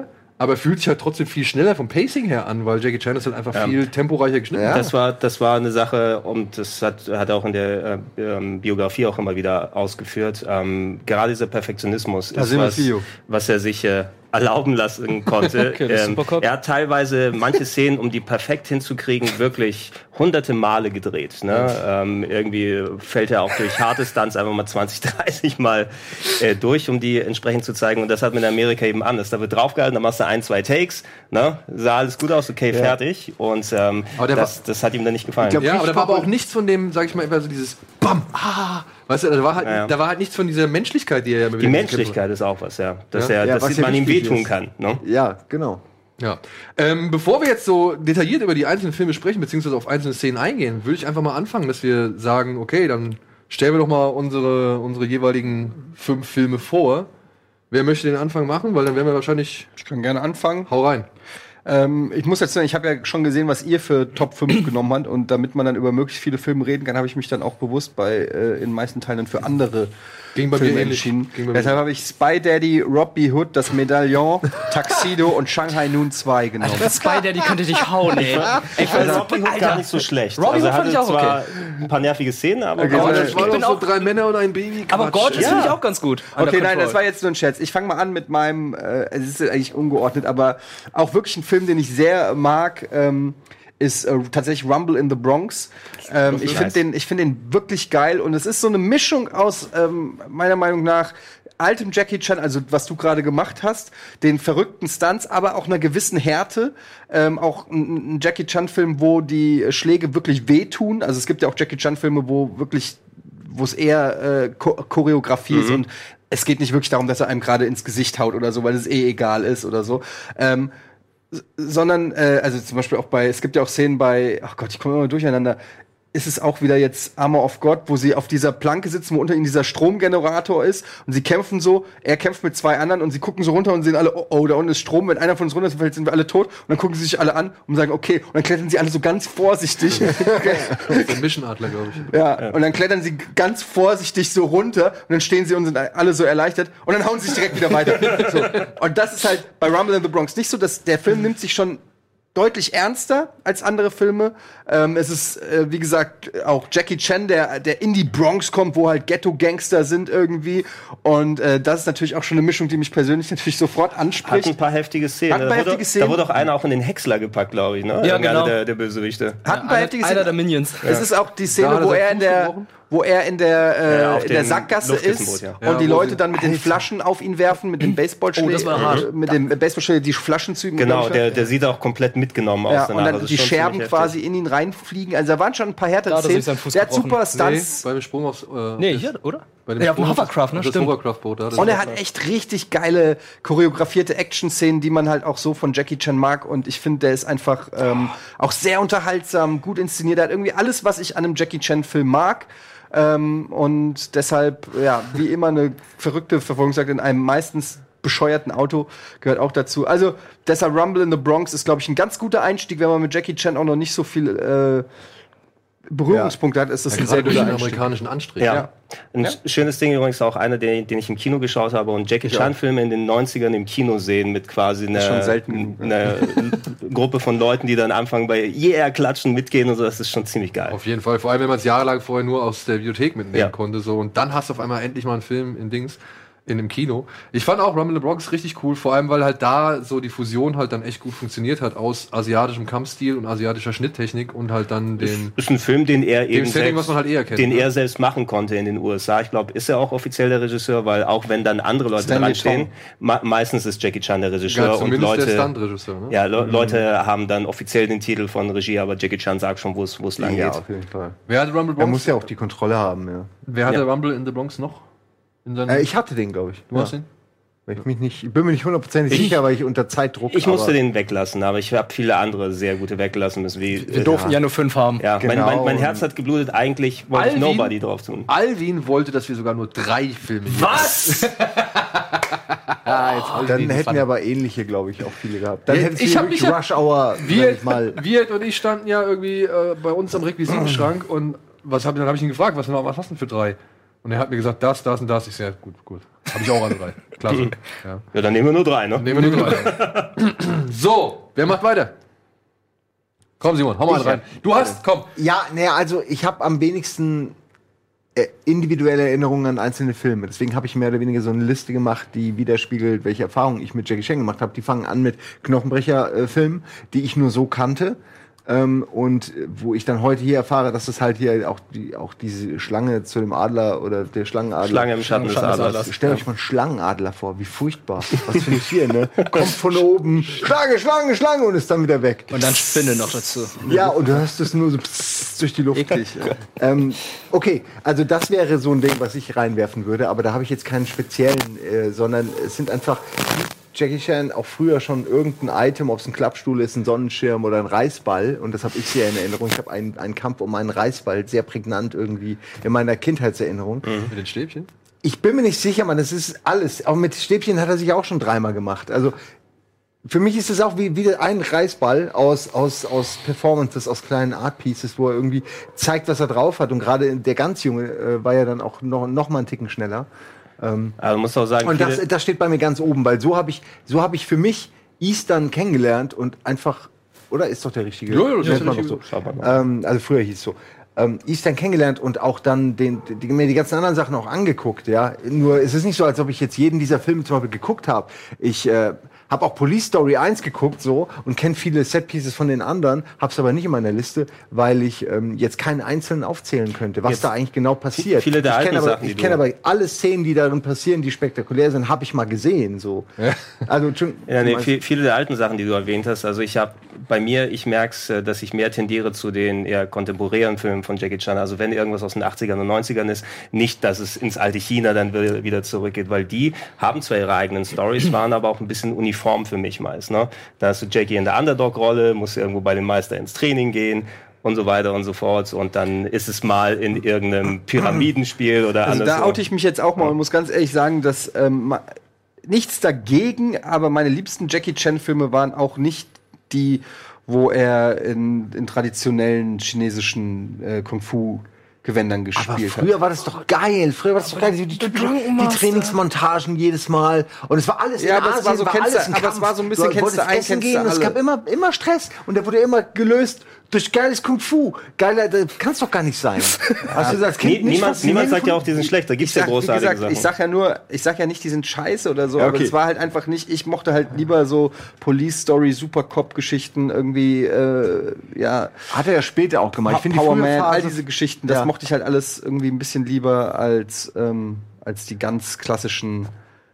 aber fühlt sich halt trotzdem viel schneller vom Pacing her an, weil Jackie Chan ist halt einfach viel temporeicher geschnitten. Ja. Das war eine Sache, und das hat er auch in der Biografie auch immer wieder ausgeführt. Gerade dieser Perfektionismus ist was er sich erlauben lassen konnte. Er hat teilweise manche Szenen, um die perfekt hinzukriegen, wirklich hunderte Male gedreht. Ne? Irgendwie fällt er auch durch harte Stunts einfach mal 20, 30 Mal durch, um die entsprechend zu zeigen. Und das hat man in Amerika eben anders. Da wird draufgehalten, dann machst du 1, 2 Takes, ne? Sah alles gut aus, okay, fertig. Und das hat ihm dann nicht gefallen. Aber da war aber auch nichts von dem, sag ich mal, so dieses BAM! Weißt du, da war halt nichts von dieser Menschlichkeit, die er Die Menschlichkeit ist auch was, dass man ihm wehtun kann. Ne? Ja, genau. Ja. Bevor wir jetzt so detailliert über die einzelnen Filme sprechen, beziehungsweise auf einzelne Szenen eingehen, würde ich einfach mal anfangen, dass wir sagen, okay, dann stellen wir doch mal unsere jeweiligen 5 Filme vor. Wer möchte den Anfang machen? Weil dann werden wir wahrscheinlich... Ich kann gerne anfangen. Hau rein. Ich muss jetzt sagen, ich habe ja schon gesehen, was ihr für Top 5 genommen habt, und damit man dann über möglichst viele Filme reden kann, habe ich mich dann auch bewusst in den meisten Teilen für andere Filme entschieden. Deshalb habe ich Spy Daddy, Robbie Hood, Das Medaillon, Tuxedo und Shanghai Noon 2 genommen. Alter, Spy Daddy könnte dich hauen, ey. Ich fand Robbie Hood gar nicht so schlecht. Robbie Hood fand ich auch zwar ein paar nervige Szenen, aber das waren auch so 3 Männer und ein Baby. Aber Gorgeous finde ich auch ganz gut. Okay, nein, das war jetzt nur ein Scherz. Ich fange mal an mit meinem, es ist eigentlich ungeordnet, aber auch wirklich ein Film, den ich sehr mag, ist tatsächlich Rumble in the Bronx. Ich finde den wirklich geil, und es ist so eine Mischung aus, meiner Meinung nach, altem Jackie Chan, also was du gerade gemacht hast, den verrückten Stunts, aber auch einer gewissen Härte. Auch ein Jackie Chan-Film, wo die Schläge wirklich wehtun. Also es gibt ja auch Jackie Chan-Filme, wo es eher Choreografie ist, und es geht nicht wirklich darum, dass er einem gerade ins Gesicht haut oder so, weil es egal ist oder so. Sondern, also zum Beispiel auch es gibt ja auch Szenen ach Gott, ich komme immer durcheinander. Ist es auch wieder jetzt Armor of God, wo sie auf dieser Planke sitzen, wo unter ihnen dieser Stromgenerator ist, und sie kämpfen so, er kämpft mit 2 anderen, und sie gucken so runter und sehen alle, oh, da unten ist Strom, wenn einer von uns runterfällt, sind wir alle tot, und dann gucken sie sich alle an und sagen, okay, und dann klettern sie alle so ganz vorsichtig. Der Mission-Adler, glaube ich. Ja, und dann klettern sie ganz vorsichtig so runter, und dann stehen sie und sind alle so erleichtert, und dann hauen sie sich direkt wieder weiter. So. Und das ist halt bei Rumble in the Bronx nicht so, dass der Film nimmt sich schon deutlich ernster als andere Filme. Es ist, wie gesagt, auch Jackie Chan, der in die Bronx kommt, wo halt Ghetto-Gangster sind irgendwie. Und das ist natürlich auch schon eine Mischung, die mich persönlich natürlich sofort anspricht. Hat ein paar heftige Szenen. Da wurde auch einer auch in den Häcksler gepackt, glaube ich, ne? Ja, genau. Der Bösewichte. Hat ein paar heftige Szenen. Einer der Minions. Es ist auch die Szene, wo er in der Sackgasse ist, und die Leute dann mit den Flaschen auf ihn werfen, mit dem Baseballschläger. Das war hart. Mit dem Baseballschläger die Flaschen zu ihm. Genau, der sieht auch komplett mitgenommen aus. Und dann die Scherben quasi in ihn reinfliegen. Also da waren schon ein paar härtere Szenen. Der hat super Stunts. Beim Sprung aufs... hier, oder? Ja, auf dem Hovercraft, ne? Das Hovercraft-Boot. Und er hat echt richtig geile, choreografierte Action-Szenen, die man halt auch so von Jackie Chan mag. Und ich finde, der ist einfach auch sehr unterhaltsam, gut inszeniert. Er hat irgendwie alles, was ich an einem Jackie Chan-Film mag. Und deshalb, ja, wie immer eine verrückte Verfolgungsjagd in einem meistens bescheuerten Auto gehört auch dazu. Also deshalb Rumble in the Bronx ist, glaube ich, ein ganz guter Einstieg, wenn man mit Jackie Chan auch noch nicht so viel Berührungspunkte hat, ist das ein sehr guter amerikanischen Anstrich. Ja. Ein schönes Ding übrigens auch einer, den ich im Kino geschaut habe, und Jackie Chan-Filme in den 90ern im Kino sehen mit quasi einer Gruppe von Leuten, die dann anfangen bei klatschen, mitgehen und so, das ist schon ziemlich geil. Auf jeden Fall, vor allem wenn man es jahrelang vorher nur aus der Bibliothek mitnehmen konnte, so, und dann hast du auf einmal endlich mal einen Film in dem Kino. Ich fand auch Rumble in the Bronx richtig cool, vor allem, weil halt da so die Fusion halt dann echt gut funktioniert hat aus asiatischem Kampfstil und asiatischer Schnitttechnik und halt dann den... Ist ein Film, den er eben Setting, was man halt eher kennt, er selbst machen konnte in den USA. Ich glaube, ist er auch offiziell der Regisseur, weil auch wenn dann andere Leute dran stehen, meistens ist Jackie Chan der Regisseur, ja, und Leute... der Stunt-Regisseur, ne? Ja, Leute haben dann offiziell den Titel von Regie, aber Jackie Chan sagt schon, wo es lang geht. Ja, auf jeden Fall. Wer hat Rumble Bronx? Er muss ja auch die Kontrolle haben, ja. Wer hatte Rumble in the Bronx noch? Ich hatte den, glaube ich. Du hast den? Ich bin mir nicht hundertprozentig sicher, weil ich unter Zeitdruck... Ich musste den weglassen, aber ich habe viele andere sehr gute weggelassen müssen. Wir durften ja nur 5 haben. Ja, genau. mein Herz hat geblutet. Eigentlich wollte ich Nobody drauf tun. Alvin wollte, dass wir sogar nur 3 Filme... Was? Dann hätten wir aber ähnliche, glaube ich, auch viele gehabt. Dann hätten wir Rush Hour... Wirt und ich standen ja irgendwie bei uns am Requisitenschrank, und dann habe ich ihn gefragt, was hast du denn für 3? Und er hat mir gesagt, das und das. Ich sage, gut. Habe ich auch alle 3. Klasse. Ja, dann nehmen wir nur 3, ne? Nehmen wir nur 3. So, wer macht weiter? Komm, Simon, hau mal rein. Du hast, komm. Ja, naja, also ich habe am wenigsten individuelle Erinnerungen an einzelne Filme. Deswegen habe ich mehr oder weniger so eine Liste gemacht, die widerspiegelt, welche Erfahrungen ich mit Jackie Chan gemacht habe. Die fangen an mit Knochenbrecher-Filmen, die ich nur so kannte. Und wo ich dann heute hier erfahre, dass es halt hier auch diese Schlange zu dem Adler oder der Schlangenadler. Schlange im Schatten des Adlers. Stellt euch mal einen Schlangenadler vor, wie furchtbar. Was für ein Tier, ne? Kommt von oben, Schlange und ist dann wieder weg. Und dann Spinne noch dazu. Ja, und du hörst es nur so durch die Luft. Eklig, okay, also das wäre so ein Ding, was ich reinwerfen würde, aber da habe ich jetzt keinen speziellen, sondern es sind einfach Jackie Chan auch früher schon irgendein Item, ob es ein Klappstuhl ist, ein Sonnenschirm oder ein Reißball. Und das habe ich sehr in Erinnerung. Ich habe einen Kampf um einen Reißball sehr prägnant irgendwie in meiner Kindheitserinnerung. Mit den Stäbchen? Ich bin mir nicht sicher, man, das ist alles. Aber mit Stäbchen hat er sich auch schon 3-mal gemacht. Also für mich ist es auch wie ein Reißball aus Performances, aus kleinen Art Pieces, wo er irgendwie zeigt, was er drauf hat. Und gerade der ganz Junge war ja dann auch noch mal einen Ticken schneller. Also muss auch sagen, und das steht bei mir ganz oben, weil so hab ich für mich Eastern kennengelernt und einfach, oder ist doch der richtige? Ja, das ist richtig so. Also früher hieß es so. Eastern kennengelernt und auch dann mir die ganzen anderen Sachen auch angeguckt, ja. Nur es ist nicht so, als ob ich jetzt jeden dieser Filme zum Beispiel geguckt habe. Ich habe auch Police Story 1 geguckt so und kenne viele Setpieces von den anderen, hab's aber nicht in meiner Liste, weil ich jetzt keinen einzelnen aufzählen könnte, was jetzt da eigentlich genau passiert. Viele der alten Sachen, ich kenne aber alle Szenen, die darin passieren, die spektakulär sind, habe ich mal gesehen. So. Ja. Also, viele der alten Sachen, die du erwähnt hast, also ich merk's, dass ich mehr tendiere zu den eher kontemporären Filmen von Jackie Chan. Also wenn irgendwas aus den 80ern und 90ern ist, nicht, dass es ins alte China dann wieder zurückgeht, weil die haben zwar ihre eigenen Stories, waren aber auch ein bisschen uniform für mich meist. Ne? Da hast du Jackie in der Underdog-Rolle, muss irgendwo bei dem Meister ins Training gehen und so weiter und so fort. Und dann ist es mal in irgendeinem Pyramidenspiel oder also da oute ich mich jetzt auch mal und muss ganz ehrlich sagen, dass nichts dagegen, aber meine liebsten Jackie Chan-Filme waren auch nicht die, wo er in traditionellen chinesischen Kung-Fu Gewändern gespielt hat. Früher war das doch geil. Die Trainingsmontagen jedes Mal. Und es war alles in Asien, aber es war so ein bisschen kennst du ein, kennst du alle. Es gab immer Stress. Und der wurde immer gelöst durch geiles Kung Fu. Geiler, das kann es doch gar nicht sein. Hast du als Kind niemand sagt ja auch, die sind schlecht. Da gibt's ja großartige Sachen. Ich sag ja nicht, die sind scheiße oder so. Ja, okay. Aber es war halt einfach nicht, ich mochte halt lieber so Police Story, Supercop-Geschichten irgendwie, Hat er ja später auch gemacht. Ich finde Power Man, all diese Geschichten, das mochte ich halt alles irgendwie ein bisschen lieber als die ganz klassischen.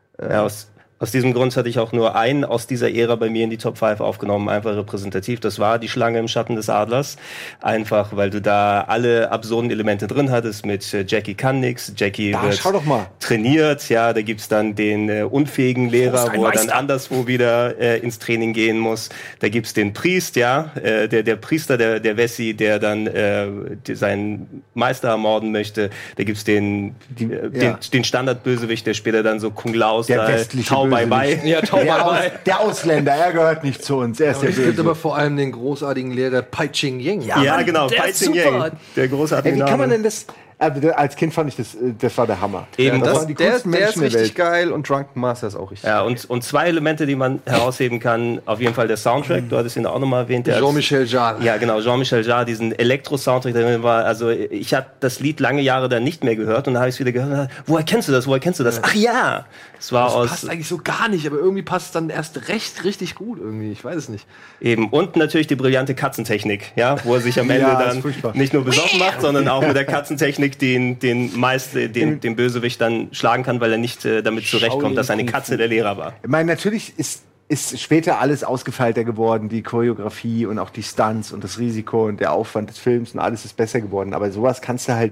Aus diesem Grund hatte ich auch nur einen aus dieser Ära bei mir in die Top 5 aufgenommen, einfach repräsentativ. Das war die Schlange im Schatten des Adlers. Einfach, weil du da alle absurden Elemente drin hattest mit Jackie kann nix, Jackie wird trainiert. Ja, da gibt's dann den unfähigen Lehrer, wo er dann anderswo wieder ins Training gehen muss. Da gibt's den Priest, der Priester, der Wessi, der dann seinen Meister ermorden möchte. Da gibt's den Standardbösewicht, der später dann so Kung Lao Style Bye. Ja, der Ausländer, er gehört nicht zu uns. Er ist es gibt aber vor allem den großartigen Lehrer Pai Ching-Yeng. Ja, genau, Pai Ching-Yeng. Der großartige Wie kann man denn das... als Kind fand ich das war der Hammer. Eben, der ist richtig geil und Drunken Master ist auch richtig geil. Und zwei Elemente, die man herausheben kann, auf jeden Fall der Soundtrack, du hattest ihn auch nochmal erwähnt. Jean-Michel Jarre. Ja, genau, Jean-Michel Jarre, diesen Elektro-Soundtrack, der drin war. Also ich habe das Lied lange Jahre dann nicht mehr gehört und dann habe ich es wieder gehört und dachte, woher kennst du das? Ach ja! Das passt eigentlich so gar nicht, aber irgendwie passt es dann erst richtig gut irgendwie. Ich weiß es nicht. Eben, und natürlich die brillante Katzentechnik, wo er sich am Ende dann nicht nur besoffen macht, sondern auch mit der Katzentechnik den Bösewicht dann schlagen kann, weil er nicht damit zurechtkommt, dass seine Katze der Lehrer war. Ich meine, natürlich ist später alles ausgefeilter geworden, die Choreografie und auch die Stunts und das Risiko und der Aufwand des Films und alles ist besser geworden, aber sowas kannst du halt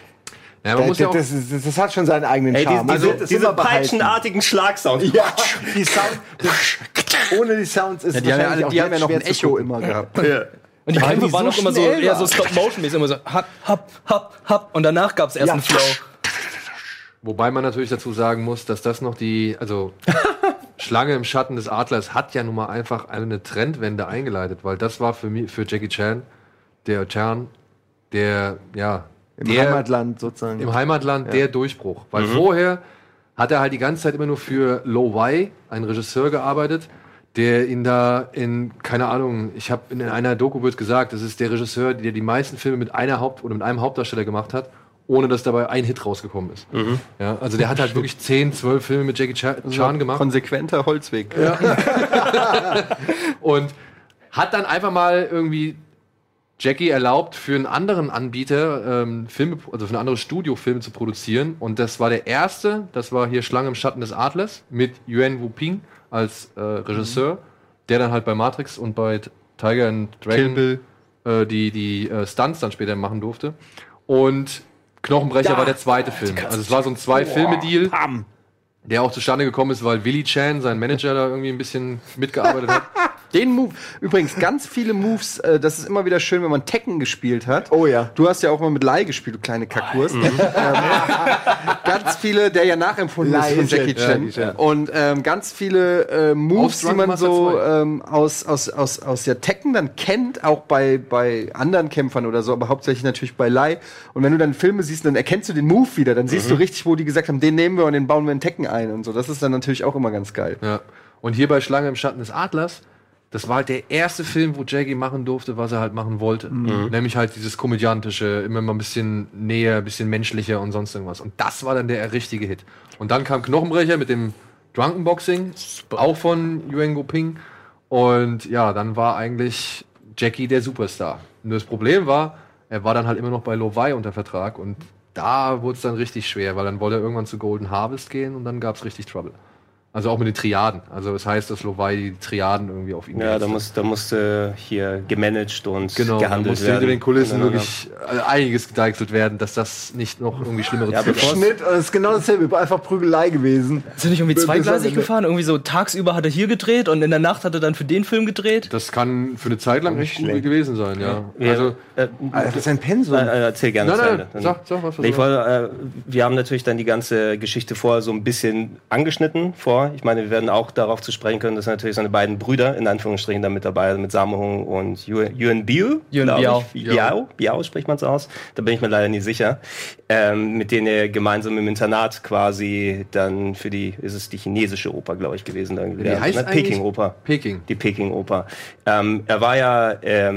das hat schon seinen eigenen Charme. Diese peitschenartigen Schlagsounds. Ja, die Sound, ohne die Sounds ist die haben ja noch ein Echo immer gehabt. Ja. Und die Kämpfe waren auch immer so eher so Stop-Motion-mäßig, immer so hap, und danach gab es erst einen Flow. Wobei man natürlich dazu sagen muss, dass das noch Schlange im Schatten des Adlers hat ja nun mal einfach eine Trendwende eingeleitet, weil das war für Jackie Chan, Im Heimatland sozusagen. Im Heimatland der Durchbruch. Weil vorher hat er halt die ganze Zeit immer nur für Lo Wei, einen Regisseur, gearbeitet, der ihn da keine Ahnung, ich habe in einer Doku wird gesagt, das ist der Regisseur, der die meisten Filme mit einem Hauptdarsteller gemacht hat, ohne dass dabei ein Hit rausgekommen ist. Ja, also der hat halt wirklich 10, 12 Filme mit Jackie Chan gemacht. Konsequenter Holzweg. Ja. Und hat dann einfach mal irgendwie Jackie erlaubt, für einen anderen Anbieter Filme, also für ein anderes Studio Filme zu produzieren. Und das war der erste, das war hier Schlange im Schatten des Adlers mit Yuan Wu-Ping als Regisseur, der dann halt bei Matrix und bei Tiger and Dragon die Stunts dann später machen durfte. Und Knochenbrecher war der zweite Film. Also es war so ein 2-Filme-Deal, der auch zustande gekommen ist, weil Willie Chan, sein Manager, da irgendwie ein bisschen mitgearbeitet hat. Den Move. Übrigens, ganz viele Moves, das ist immer wieder schön, wenn man Tekken gespielt hat. Oh ja. Du hast ja auch mal mit Lai gespielt, du kleine Kackwurst. Ganz viele, der ja nachempfunden ist von Jackie Chan. Ja. Und ganz viele Moves, die man so aus der Tekken dann kennt, auch bei anderen Kämpfern oder so, aber hauptsächlich natürlich bei Lai. Und wenn du dann Filme siehst, dann erkennst du den Move wieder. Dann siehst du richtig, wo die gesagt haben, den nehmen wir und den bauen wir in Tekken ein und so. Das ist dann natürlich auch immer ganz geil. Ja. Und hier bei Schlange im Schatten des Adlers, das war halt der erste Film, wo Jackie machen durfte, was er halt machen wollte. Nämlich halt dieses Komödiantische, immer mal ein bisschen näher, ein bisschen menschlicher und sonst irgendwas. Und das war dann der richtige Hit. Und dann kam Knochenbrecher mit dem Drunkenboxing, auch von Yuan Wu-Ping. Und ja, dann war eigentlich Jackie der Superstar. Nur das Problem war, er war dann halt immer noch bei Lo Wei unter Vertrag. Und da wurde es dann richtig schwer, weil dann wollte er irgendwann zu Golden Harvest gehen und dann gab es richtig Trouble. Also auch mit den Triaden. Also das heißt, dass Lo Wei die Triaden irgendwie auf ihn da musste hier gemanagt und gehandelt werden. Da musste hinter den Kulissen wirklich einiges gedeichselt werden, dass das nicht noch irgendwie schlimmere Schnitt, das ist genau dasselbe, einfach Prügelei gewesen. Ist er nicht irgendwie zweigleisig gefahren? Irgendwie so tagsüber hat er hier gedreht und in der Nacht hat er dann für den Film gedreht? Das kann für eine Zeit lang echt gut gewesen sein, ja. Also, das ist ein Pensum. Erzähl gerne zu Ende. Sag was. Wir haben natürlich dann die ganze Geschichte vorher so ein bisschen angeschnitten Ich meine, wir werden auch darauf zu sprechen können, dass natürlich seine beiden Brüder in Anführungsstrichen da mit dabei sind, mit Sammo Hung und Yuan Biao. Biao spricht man es aus. Da bin ich mir leider nicht sicher. Mit denen er gemeinsam im Internat quasi dann ist es die chinesische Oper, glaube ich, gewesen. Die heißt Peking-Oper. Die Peking-Oper. Er war ja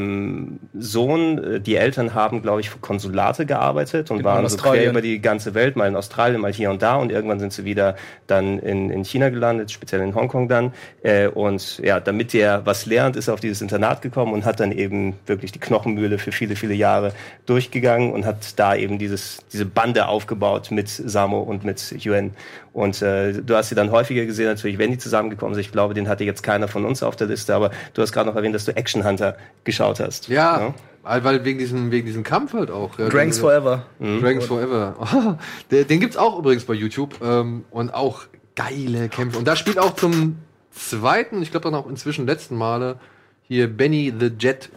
Sohn, die Eltern haben, glaube ich, für Konsulate gearbeitet und waren so quer über die ganze Welt, mal in Australien, mal hier und da und irgendwann sind sie wieder dann in China gelandet, speziell in Hongkong dann. Und ja, damit er was lernt, ist er auf dieses Internat gekommen und hat dann eben wirklich die Knochenmühle für viele, viele Jahre durchgegangen und hat da eben diese Bande aufgebaut mit Sammo und mit Yuan. Und du hast sie dann häufiger gesehen, natürlich, wenn die zusammengekommen sind. Ich glaube, den hatte jetzt keiner von uns auf der Liste, aber du hast gerade noch erwähnt, dass du Action Hunter geschaut hast. Ja. Weil wegen diesem Kampf halt auch. Ja, Dragons Forever. Dragons Forever. Oh, den gibt's auch übrigens bei YouTube. Und auch geile Kämpfe. Und da spielt auch zum zweiten, ich glaube dann auch inzwischen letzten Male, hier Benny the Jet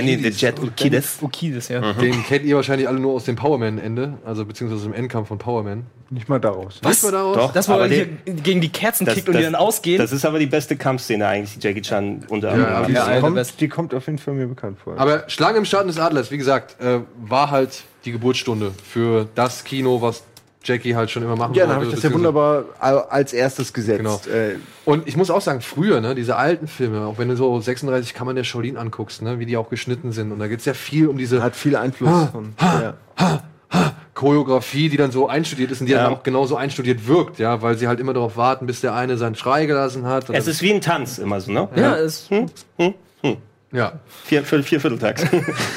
Urquidez, ja. Den kennt ihr wahrscheinlich alle nur aus dem Powerman-Ende, also beziehungsweise im Endkampf von Powerman. Nicht mal daraus. Was? Nicht mal daraus? Doch, das, wo er hier gegen die Kerzen kickt und die dann ausgehen? Das ist aber die beste Kampfszene eigentlich, die Jackie Chan unter anderem. Die kommt auf jeden Fall mir bekannt vor. Aber Schlange im Schatten des Adlers, wie gesagt, war halt die Geburtsstunde für das Kino, was Jackie halt schon immer machen wollte. Ja, dann habe ich das ja wunderbar als erstes gesetzt. Genau. Und ich muss auch sagen, früher, ne, diese alten Filme, auch wenn du so 36 Kammern der Shaolin anguckst, ne, wie die auch geschnitten sind. Und da geht's ja viel um diese... Hat viel Einfluss von... Choreografie, die dann so einstudiert ist und die dann auch genauso einstudiert wirkt, ja, weil sie halt immer darauf warten, bis der eine seinen Schrei gelassen hat. Es ist wie ein Tanz immer so, ne? Ja, es... Ja. Viervierteltags.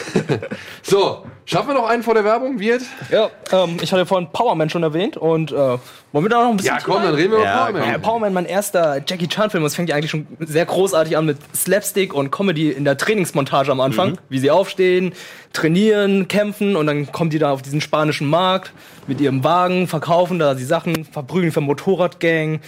So, schaffen wir noch einen vor der Werbung, Wirt? Ja, ich hatte vorhin Powerman schon erwähnt und wollen wir da noch ein bisschen... Ja, komm, dann reden wir über Powerman. Ja, Powerman, mein erster Jackie Chan-Film, das fängt ja eigentlich schon sehr großartig an mit Slapstick und Comedy in der Trainingsmontage am Anfang, wie sie aufstehen, trainieren, kämpfen und dann kommen die da auf diesen spanischen Markt mit ihrem Wagen, verkaufen da die Sachen, verprügeln für Motorradgang.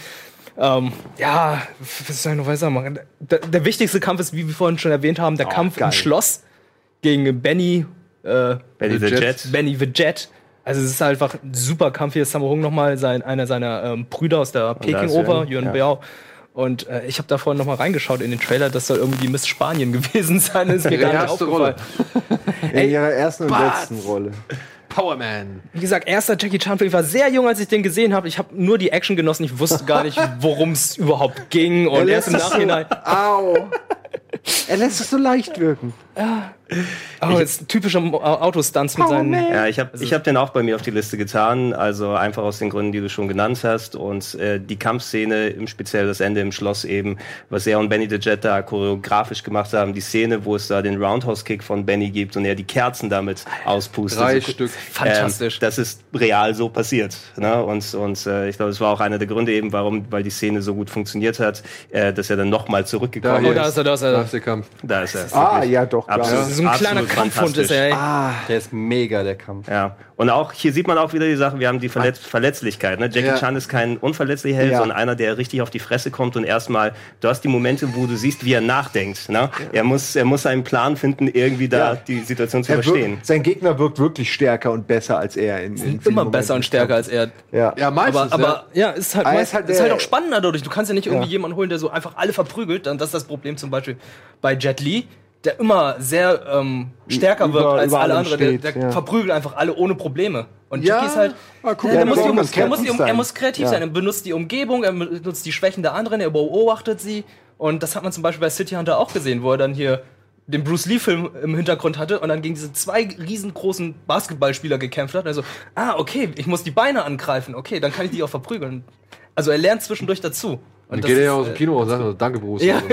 Was soll ich noch weiter machen? Der wichtigste Kampf ist, wie wir vorhin schon erwähnt haben, der Kampf im Schloss gegen Benny the Jet. Also es ist einfach ein super Kampf. Hier ist Sammo Hung nochmal, einer seiner Brüder aus der Peking-Oper, Yuan Biao. Und ich habe da vorhin noch mal reingeschaut in den Trailer, das soll irgendwie Miss Spanien gewesen sein. Das ist mir gar nicht aufgefallen. In ihrer ersten und letzten Rolle. Power Man. Wie gesagt, erster Jackie Chan-Film. Ich war sehr jung, als ich den gesehen habe. Ich habe nur die Action genossen. Ich wusste gar nicht, worum es überhaupt ging. Und erst im Nachhinein. Au. Er lässt es so leicht wirken. Oh, jetzt typische Autostunts mit seinen... Ja, ich hab den auch bei mir auf die Liste getan, also einfach aus den Gründen, die du schon genannt hast. Und die Kampfszene, im speziell das Ende im Schloss eben, was er und Benny the Jet da choreografisch gemacht haben, die Szene, wo es da den Roundhouse-Kick von Benny gibt und er die Kerzen damit auspustet. 3 Stück. Fantastisch. Das ist real so passiert. Ne? Und ich glaube, es war auch einer der Gründe eben, weil die Szene so gut funktioniert hat, dass er dann nochmal zurückgekommen ist. Da ist er. Der Kampf. Da ist er. Ja, doch. Absolut. So ein kleiner Kampfhund ist er, ey. Der ist mega, der Kampf. Ja. Und auch hier sieht man auch wieder die Sachen, wir haben die Verletzlichkeit. Ne? Jackie Chan ist kein unverletzlicher Held, sondern einer, der richtig auf die Fresse kommt und erstmal, du hast die Momente, wo du siehst, wie er nachdenkt. Ne? Er muss einen Plan finden, irgendwie da die Situation zu überstehen. Sein Gegner wirkt wirklich stärker und besser als er. Immer besser und stärker als er. Ja, meistens. Aber ist halt auch spannender dadurch. Du kannst ja nicht irgendwie jemanden holen, der so einfach alle verprügelt. Und das ist das Problem zum Beispiel bei Jet Li, der immer sehr stärker wirkt als alle anderen. Der verprügelt einfach alle ohne Probleme. Und Jackie ist halt, er muss kreativ sein. Er benutzt die Umgebung, er benutzt die Schwächen der anderen, er beobachtet sie. Und das hat man zum Beispiel bei City Hunter auch gesehen, wo er dann hier den Bruce Lee-Film im Hintergrund hatte und dann gegen diese 2 riesengroßen Basketballspieler gekämpft hat. Also, okay, ich muss die Beine angreifen. Okay, dann kann ich die auch verprügeln. Also er lernt zwischendurch dazu. Und dann geht er ja aus dem Kino und sagt, danke Bruce. Ja,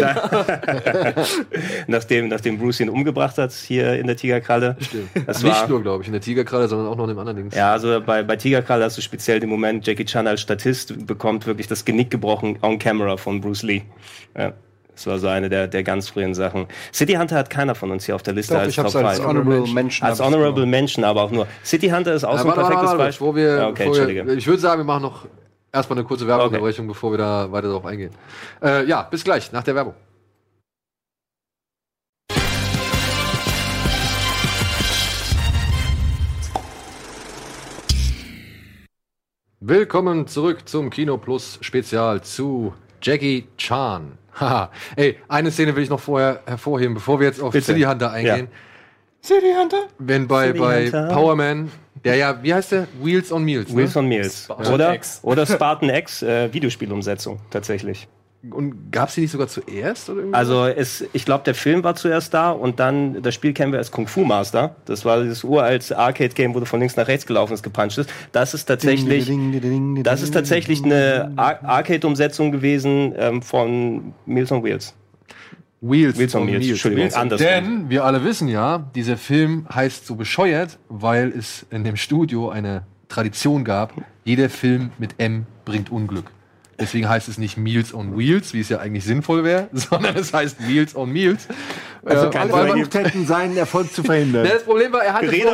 nachdem Bruce ihn umgebracht hat, hier in der Tigerkralle. Stimmt. Nicht nur, glaube ich, in der Tigerkralle, sondern auch noch in dem anderen Ding. Ja, also bei Tigerkralle hast du speziell den Moment, Jackie Chan als Statist bekommt wirklich das Genick gebrochen on camera von Bruce Lee. Ja. Das war so eine der ganz frühen Sachen. City Hunter hat keiner von uns hier auf der Liste als Top 5. Als Honorable Mention. Als Honorable Mention, aber auch nur. City Hunter ist auch so ein perfektes Beispiel. Ich würde sagen, wir machen noch erstmal eine kurze Werbeunterbrechung, bevor wir da weiter drauf eingehen. Bis gleich, nach der Werbung. Willkommen zurück zum Kino Plus Spezial zu Jackie Chan. Haha. Ey, eine Szene will ich noch vorher hervorheben, bevor wir jetzt auf City Hunter eingehen. City Hunter? Wenn bei Power Man, wie heißt der? Wheels on Meals. Wheels on Meals. Oder Spartan X, Videospielumsetzung, tatsächlich. Und gab's die nicht sogar zuerst? Oder also ich glaube, der Film war zuerst da und dann das Spiel kennen wir als Kung Fu Master. Das war dieses uralte Arcade-Game, wo du von links nach rechts gelaufen ist, gepuncht ist. Das ist tatsächlich eine Arcade-Umsetzung gewesen von Meals on Wheels. Wheels on Meals. Entschuldigung, anders. Denn wir alle wissen ja, dieser Film heißt so bescheuert, weil es in dem Studio eine Tradition gab, jeder Film mit M bringt Unglück. Deswegen heißt es nicht Meals on Wheels, wie es ja eigentlich sinnvoll wäre, sondern es heißt Wheels on Meals. Also alle versucht hätten, seinen Erfolg zu verhindern. Das Problem war, er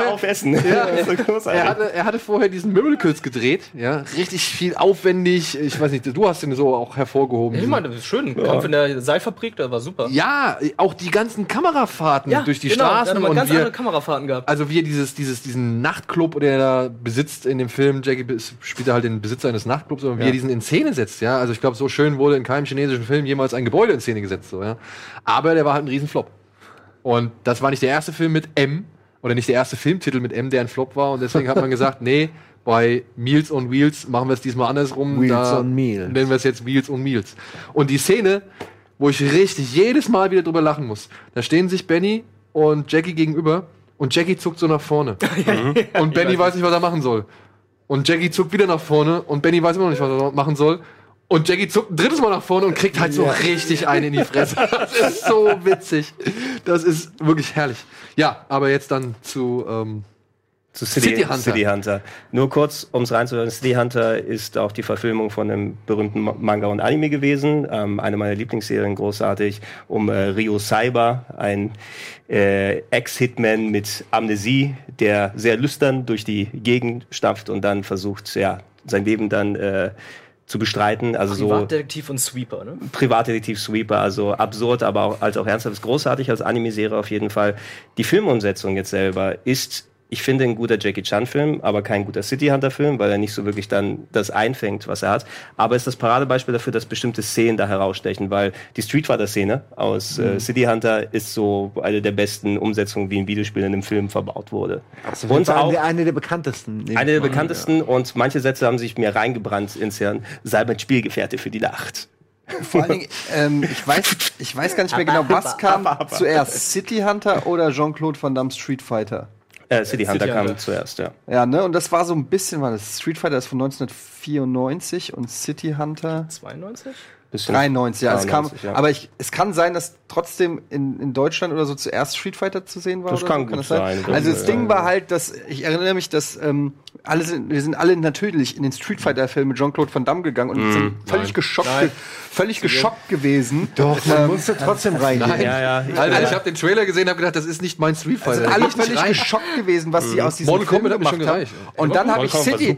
hatte vorher diesen Miracles gedreht, richtig viel aufwendig. Ich weiß nicht, du hast den so auch hervorgehoben. Ich meine, das ist schön. Kampf in der Seilfabrik, das war super. Ja, auch die ganzen Kamerafahrten durch die Straßen. Ja, ganz andere Kamerafahrten gehabt. Also wie er diesen Nachtclub, den er da besitzt in dem Film, Jackie spielt halt den Besitzer eines Nachtclubs, aber wie er diesen in Szene setzt. Ja, also ich glaube, so schön wurde in keinem chinesischen Film jemals ein Gebäude in Szene gesetzt. So, ja. Aber der war halt ein Riesenflop. Und das war nicht der erste Film mit M, oder nicht der erste Filmtitel mit M, der ein Flop war. Und deswegen hat man gesagt, nee, bei Meals on Wheels machen wir es diesmal andersrum. Wheels on Meals. Nennen wir es jetzt Wheels on Meals. Und die Szene, wo ich richtig jedes Mal wieder drüber lachen muss, da stehen sich Benny und Jackie gegenüber und Jackie zuckt so nach vorne. Und Benny weiß nicht, was er machen soll. Und Jackie zuckt wieder nach vorne und Benny weiß immer noch nicht, was er machen soll. Und Jackie zuckt ein drittes Mal nach vorne und kriegt halt so richtig einen in die Fresse. Das ist so witzig. Das ist wirklich herrlich. Ja, aber jetzt dann zu City Hunter. Nur kurz, um es reinzuhören, City Hunter ist auch die Verfilmung von einem berühmten Manga und Anime gewesen. Eine meiner Lieblingsserien, großartig, um Ryo Saiba, ein Ex-Hitman mit Amnesie, der sehr lüstern durch die Gegend stapft und dann versucht, sein Leben dann zu bestreiten. Also Privatdetektiv und Sweeper, ne? Privatdetektiv, Sweeper, also absurd, aber auch ernsthaft, ist großartig als Anime-Serie auf jeden Fall. Die Filmumsetzung jetzt selber ist ich finde ein guter Jackie Chan-Film, aber kein guter City Hunter-Film, weil er nicht so wirklich dann das einfängt, was er hat. Aber es ist das Paradebeispiel dafür, dass bestimmte Szenen da herausstechen, weil die Street Fighter-Szene aus City Hunter ist so eine der besten Umsetzungen, wie ein Videospiel in einem Film verbaut wurde. Also und auch eine der bekanntesten. Eine der bekanntesten und manche Sätze haben sich mir reingebrannt ins Hirn. Sei mein Spielgefährte für die Nacht. Vor allen Dingen, ich weiß gar nicht mehr genau, was kam zuerst, City Hunter oder Jean-Claude Van Damme Street Fighter? City Hunter kam zuerst, ja. Ja, ne? Und das war so ein bisschen, war das Street Fighter ist von 1994 und City Hunter 92? 93, ja. 93, ja. Aber es kann sein, dass trotzdem in Deutschland oder so zuerst Street Fighter zu sehen war. Das kann gut sein. Also das Ding war halt, dass ich erinnere mich, dass wir sind alle natürlich in den Street Fighter-Film mit Jean-Claude Van Damme gegangen und sind völlig geschockt gewesen. Doch, man musste trotzdem rein. Ja. Alter, ich habe den Trailer gesehen und habe gedacht, das ist nicht mein Street Fighter. Alle völlig geschockt gewesen, was sie aus diesem Mortal Film Kombat hat mir schon gemacht gereicht. haben. Und dann habe ich City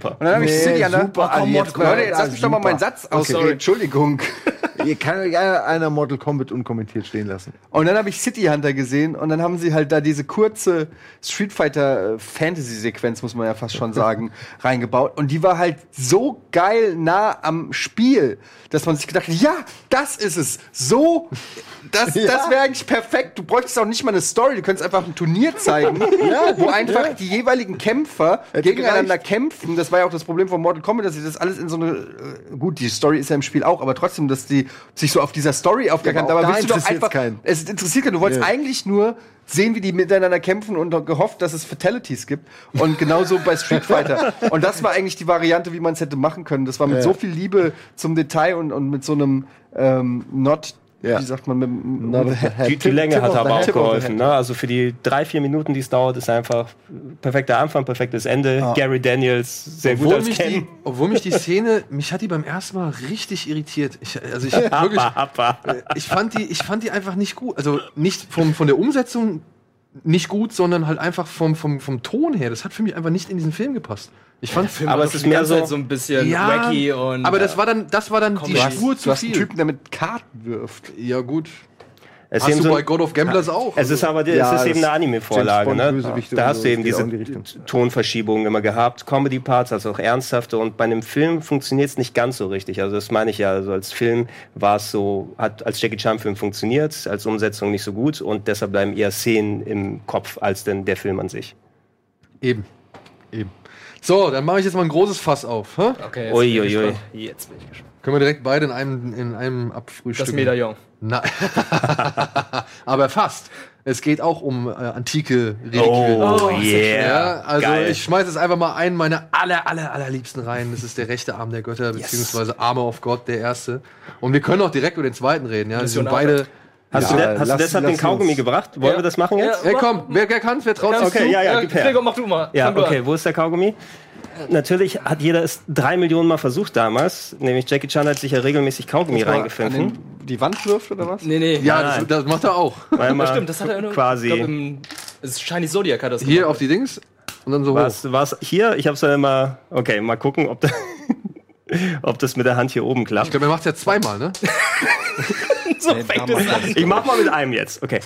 jetzt lass mich doch mal meinen Satz ausreden. Entschuldigung. Ihr kann ja einer Mortal Kombat unkommentiert stehen lassen. Und dann habe ich City Hunter gesehen und dann haben sie halt da diese kurze Street Fighter Fantasy-Sequenz, muss man ja fast schon sagen, reingebaut. Und die war halt so geil nah am Spiel, dass man sich gedacht hat, ja, das ist es. So, das wäre eigentlich perfekt. Du bräuchtest auch nicht mal eine Story, du könntest einfach ein Turnier zeigen, wo einfach die jeweiligen Kämpfer gegeneinander kämpfen. Das war ja auch das Problem von Mortal Kombat, dass sie das alles in so eine, gut, die Story ist ja im Spiel auch, aber trotzdem, dass die sich so auf dieser Story aufgehalten haben. Aber willst du doch einfach, es interessiert keinen. Du wolltest eigentlich nur sehen, wie die miteinander kämpfen und gehofft, dass es Fatalities gibt. Und genauso bei Street Fighter. Und das war eigentlich die Variante, wie man es hätte machen können. Das war mit so viel Liebe zum Detail und mit so einem wie sagt man, die Länge hat aber auch geholfen. Ne? Also für die 3-4 Minuten, die es dauert, ist einfach perfekter Anfang, perfektes Ende. Ja. Gary Daniels, sehr gut als Ken. Obwohl mich die Szene, mich hat die beim ersten Mal richtig irritiert. Ich fand die einfach nicht gut. Also nicht von der Umsetzung nicht gut, sondern halt einfach vom Ton her. Das hat für mich einfach nicht in diesen Film gepasst. Ich fand aber es ist mehr so ein bisschen wacky und. Aber das war dann die Spur zu viel. Du hast einen Typen, der mit Karten wirft. Ja, gut. Hast du bei God of Gamblers auch. Es ist aber es ist eben eine Anime-Vorlage. Ne? Da hast du eben diese Tonverschiebungen immer gehabt. Comedy-Parts, also auch ernsthafte. Und bei einem Film funktioniert es nicht ganz so richtig. Also das meine ich ja. Also als Film war es so, hat als Jackie Chan-Film funktioniert, als Umsetzung nicht so gut. Und deshalb bleiben eher Szenen im Kopf als denn der Film an sich. Eben. So, dann mache ich jetzt mal ein großes Fass auf. Hä? Okay, jetzt bin ich gespannt. Können wir direkt beide in einem abfrühstücken? Das Medaillon. Nein. Aber fast. Es geht auch um antike Reliquien. Oh, yeah. Ja, also geil. Ich schmeiße jetzt einfach mal einen meiner allerliebsten rein. Das ist der rechte Arm der Götter, beziehungsweise Armor of God, der erste. Und wir können auch direkt über den zweiten reden. Ja, das sind beide. Hast du deshalb den Kaugummi gebracht? Wollen wir das machen jetzt? Ja, komm, wer kann, wer traut sich zu? Okay, gib her. Gregor, mach du mal. Ja, okay, wo ist der Kaugummi? Natürlich hat jeder es 3 Millionen Mal versucht damals. Nämlich Jackie Chan hat sich ja regelmäßig Kaugummi reingepfiffen. Die Wand wirft oder was? Nee. Ja, das macht er auch. Das stimmt, das hat er quasi. Das ist Shiny Zodiac hat das hier gemacht. Auf die Dings und dann so hoch. Was hier? Ich hab's dann immer. Okay, mal gucken, ob das mit der Hand hier oben klappt. Ich glaube, er macht's ja zweimal, ne? So fängt es an. Ich mach mal mit einem jetzt. Okay.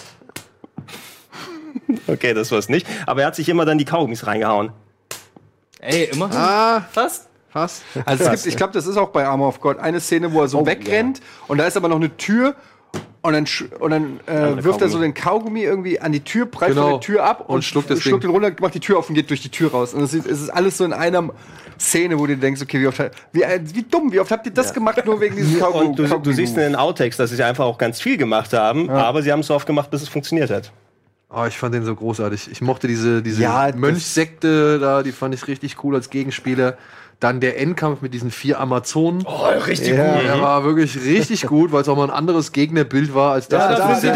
Okay, das war's nicht. Aber er hat sich immer dann die Kaugummis reingehauen. Ey, immerhin. Fast. Also ich glaube, das ist auch bei Armor of God eine Szene, wo er so wegrennt und da ist aber noch eine Tür und dann wirft er so den Kaugummi irgendwie an die Tür, prallt von der Tür ab und schluckt den runter, macht die Tür auf und geht durch die Tür raus. Und es ist alles so in einer Szene, wo du denkst, okay, wie oft habt ihr das gemacht, nur wegen diesem Kaugummi? Und du siehst in den Outtakes, dass sie einfach auch ganz viel gemacht haben, aber sie haben es so oft gemacht, bis es funktioniert hat. Oh, ich fand den so großartig. Ich mochte diese Mönchsekte da, die fand ich richtig cool als Gegenspieler. Dann der Endkampf mit diesen 4 Amazonen. Oh, richtig gut. Der war wirklich richtig gut, weil es auch mal ein anderes Gegnerbild war als das.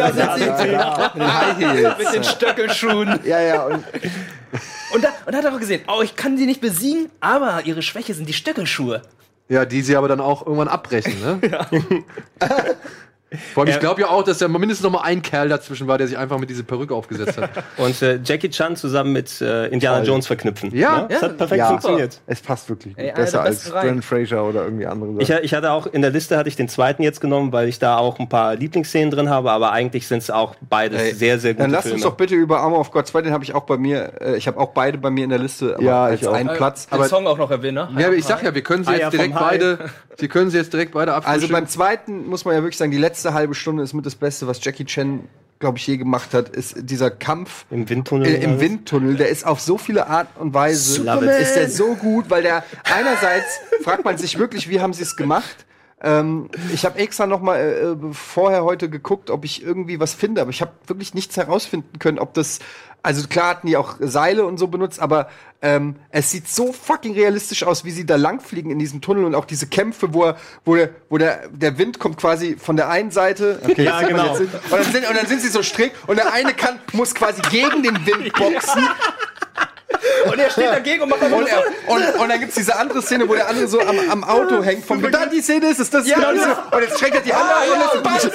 Mit den Stöckelschuhen. Ja. Und da hat er auch gesehen, ich kann sie nicht besiegen, aber ihre Schwäche sind die Stöckelschuhe. Ja, die sie aber dann auch irgendwann abbrechen, ne? Vor allem, ich glaube ja auch, dass da mindestens noch mal ein Kerl dazwischen war, der sich einfach mit dieser Perücke aufgesetzt hat. Und Jackie Chan zusammen mit Indiana Jones verknüpfen. Ja, das hat perfekt funktioniert. Es passt wirklich gut. Besser als Brendan Fraser oder irgendwie andere Sachen. Ich hatte auch, in der Liste hatte ich den zweiten jetzt genommen, weil ich da auch ein paar Lieblingsszenen drin habe, aber eigentlich sind es auch beides sehr, sehr gute Dann lass Filme. uns doch bitte über Armor of God 2, den habe ich auch bei mir, ich habe auch beide bei mir in der Liste, aber als einen Platz. Den Song auch noch erwähnen, ne? Ja, ich sag ja, wir können sie jetzt direkt beide abfrühstücken. Also beim zweiten muss man ja wirklich sagen, die letzte halbe Stunde ist mit das Beste, was Jackie Chan, glaube ich, je gemacht hat, ist dieser Kampf im Windtunnel. Im Windtunnel, der ist auf so viele Art und Weise ist der so gut, weil der einerseits fragt man sich wirklich, wie haben sie es gemacht? Ich habe extra noch mal vorher heute geguckt, ob ich irgendwie was finde, aber ich habe wirklich nichts herausfinden können, ob das, also klar hatten die auch Seile und so benutzt, aber es sieht so fucking realistisch aus, wie sie da langfliegen in diesem Tunnel und auch diese Kämpfe, wo der Wind kommt quasi von der einen Seite. Okay, ja, genau. Und dann sind sie so schräg und der eine muss quasi gegen den Wind boxen. Und er steht dagegen und macht und dann gibt's diese andere Szene, wo der andere so am Auto hängt. Da, die Szene ist es, das ist genau diese. Und jetzt streckt er die Hand aus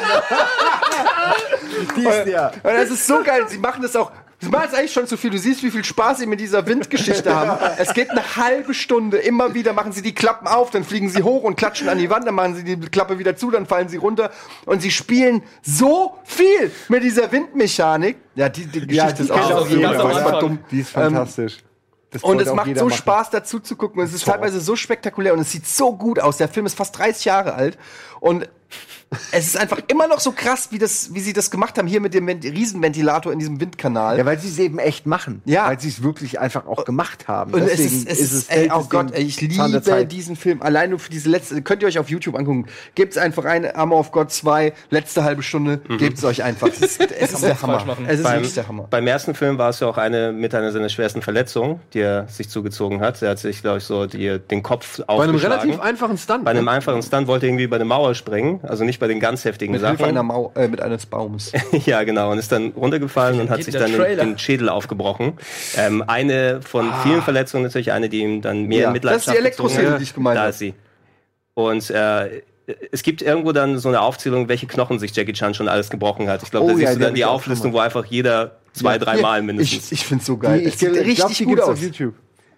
und das ist so geil. Sie machen das auch. Das war jetzt eigentlich schon zu viel. Du siehst, wie viel Spaß sie mit dieser Windgeschichte haben. Es geht eine halbe Stunde. Immer wieder machen sie die Klappen auf, dann fliegen sie hoch und klatschen an die Wand, dann machen sie die Klappe wieder zu, dann fallen sie runter. Und sie spielen so viel mit dieser Windmechanik. Ja, die Geschichte ist auch so dumm. Die ist fantastisch. Und es macht so Spaß, dazu zu gucken. Es ist teilweise so spektakulär und es sieht so gut aus. Der Film ist fast 30 Jahre alt. Und es ist einfach immer noch so krass, wie sie das gemacht haben, hier mit dem Riesenventilator in diesem Windkanal. Ja, weil sie es eben echt machen. Ja. Weil sie es wirklich einfach auch gemacht haben. Und deswegen ist es oh Gott, ich liebe diesen Film. Allein nur für diese letzte, könnt ihr euch auf YouTube angucken. Gebt einfach rein, Armor of God 2, letzte halbe Stunde, gebt es euch einfach. Es ist der Hammer. Es ist wirklich der Hammer. Beim ersten Film war es ja auch einer seiner schwersten Verletzungen, die er sich zugezogen hat. Er hat sich, glaube ich, so den Kopf aufgeschlagen. Bei einem relativ einfachen Stunt. Bei einem einfachen Stunt wollte er irgendwie bei einer Mauer springen, also nicht bei den ganz heftigen Sachen. Mit eines Baumes. Ja, genau. Und ist dann runtergefallen und hat sich dann den Schädel aufgebrochen. Eine von vielen Verletzungen natürlich, eine, die ihm dann mehr Mitleidenschaft. Das ist die Elektroszene, die ich gemeint habe. Da ist sie. Und es gibt irgendwo dann so eine Aufzählung, welche Knochen sich Jackie Chan schon alles gebrochen hat. Ich glaube, da siehst du dann die Auflistung, wo einfach jeder 2-3 Mal mindestens. Ich find's so geil. Es sieht richtig gut aus. Auf YouTube.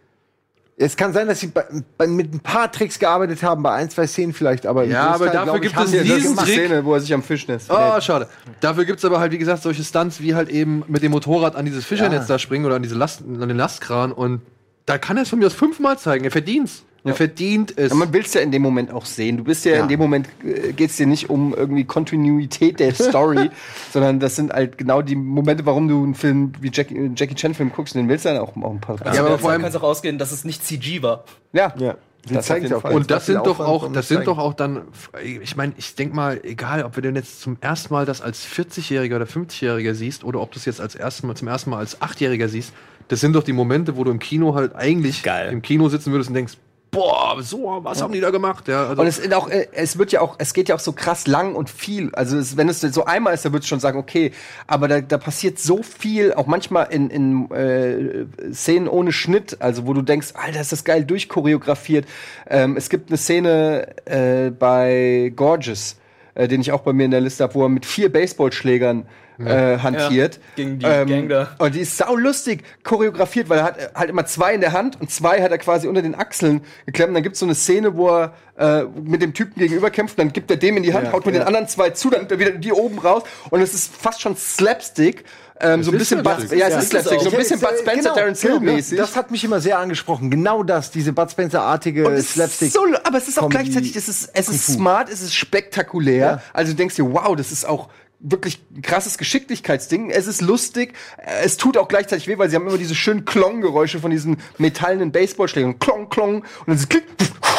Es kann sein, dass sie mit ein paar Tricks gearbeitet haben, bei 1, 2 Szenen vielleicht, aber aber dafür gibt es diesen Trick, Szene, wo er sich am Fischnetz schade. Dafür gibt es aber halt, wie gesagt, solche Stunts, wie halt eben mit dem Motorrad an dieses Fischernetz da springen oder an den Lastkran und da kann er es von mir aus 5-mal zeigen. Er verdient es. Ja, man will es ja in dem Moment auch sehen. Du bist ja in dem Moment, geht es dir nicht um irgendwie Kontinuität der Story, sondern das sind halt genau die Momente, warum du einen Film wie Jackie Chan Film guckst, den willst du dann auch ein paar. Ja, aber vor allem kannst du auch ausgehen, dass es nicht CG war. Ja. Die zeigen es auch. Und das sind doch auch dann, ich meine, ich denke mal, egal, ob du denn jetzt zum ersten Mal das als 40-Jähriger oder 50-Jähriger siehst oder ob du es jetzt zum ersten Mal als 8-Jähriger siehst, das sind doch die Momente, wo du im Kino halt eigentlich im Kino sitzen würdest und denkst, boah, was haben die da gemacht? Ja, also und es geht ja auch so krass lang und viel. Also wenn es so einmal ist, dann würdest du schon sagen, okay, aber da passiert so viel, auch manchmal in Szenen ohne Schnitt, also wo du denkst, Alter, ist das geil durchchoreografiert. Es gibt eine Szene bei Gorgeous, den ich auch bei mir in der Liste habe, wo er mit 4 Baseballschlägern hantiert. Gegen die Gang da. Und die ist saulustig choreografiert, weil er hat halt immer 2 in der Hand und 2 hat er quasi unter den Achseln geklemmt. Und dann gibt's so eine Szene, wo er mit dem Typen gegenüber kämpft, dann gibt er dem in die Hand, haut mit den anderen 2 zu, dann wieder die oben raus. Und es ist fast schon Slapstick. So ein bisschen Bud Spencer, Terence Hill mäßig. Das hat mich immer sehr angesprochen. Genau das, diese Bud Spencer-artige Slapstick. Aber es ist auch gleichzeitig, es ist smart, es ist spektakulär. Ja. Also du denkst dir, wow, das ist auch wirklich ein krasses Geschicklichkeitsding. Es ist lustig, es tut auch gleichzeitig weh, weil sie haben immer diese schönen Klong-Geräusche von diesen metallenen Baseballschlägen. Klong, Klong. Und dann ist Klick.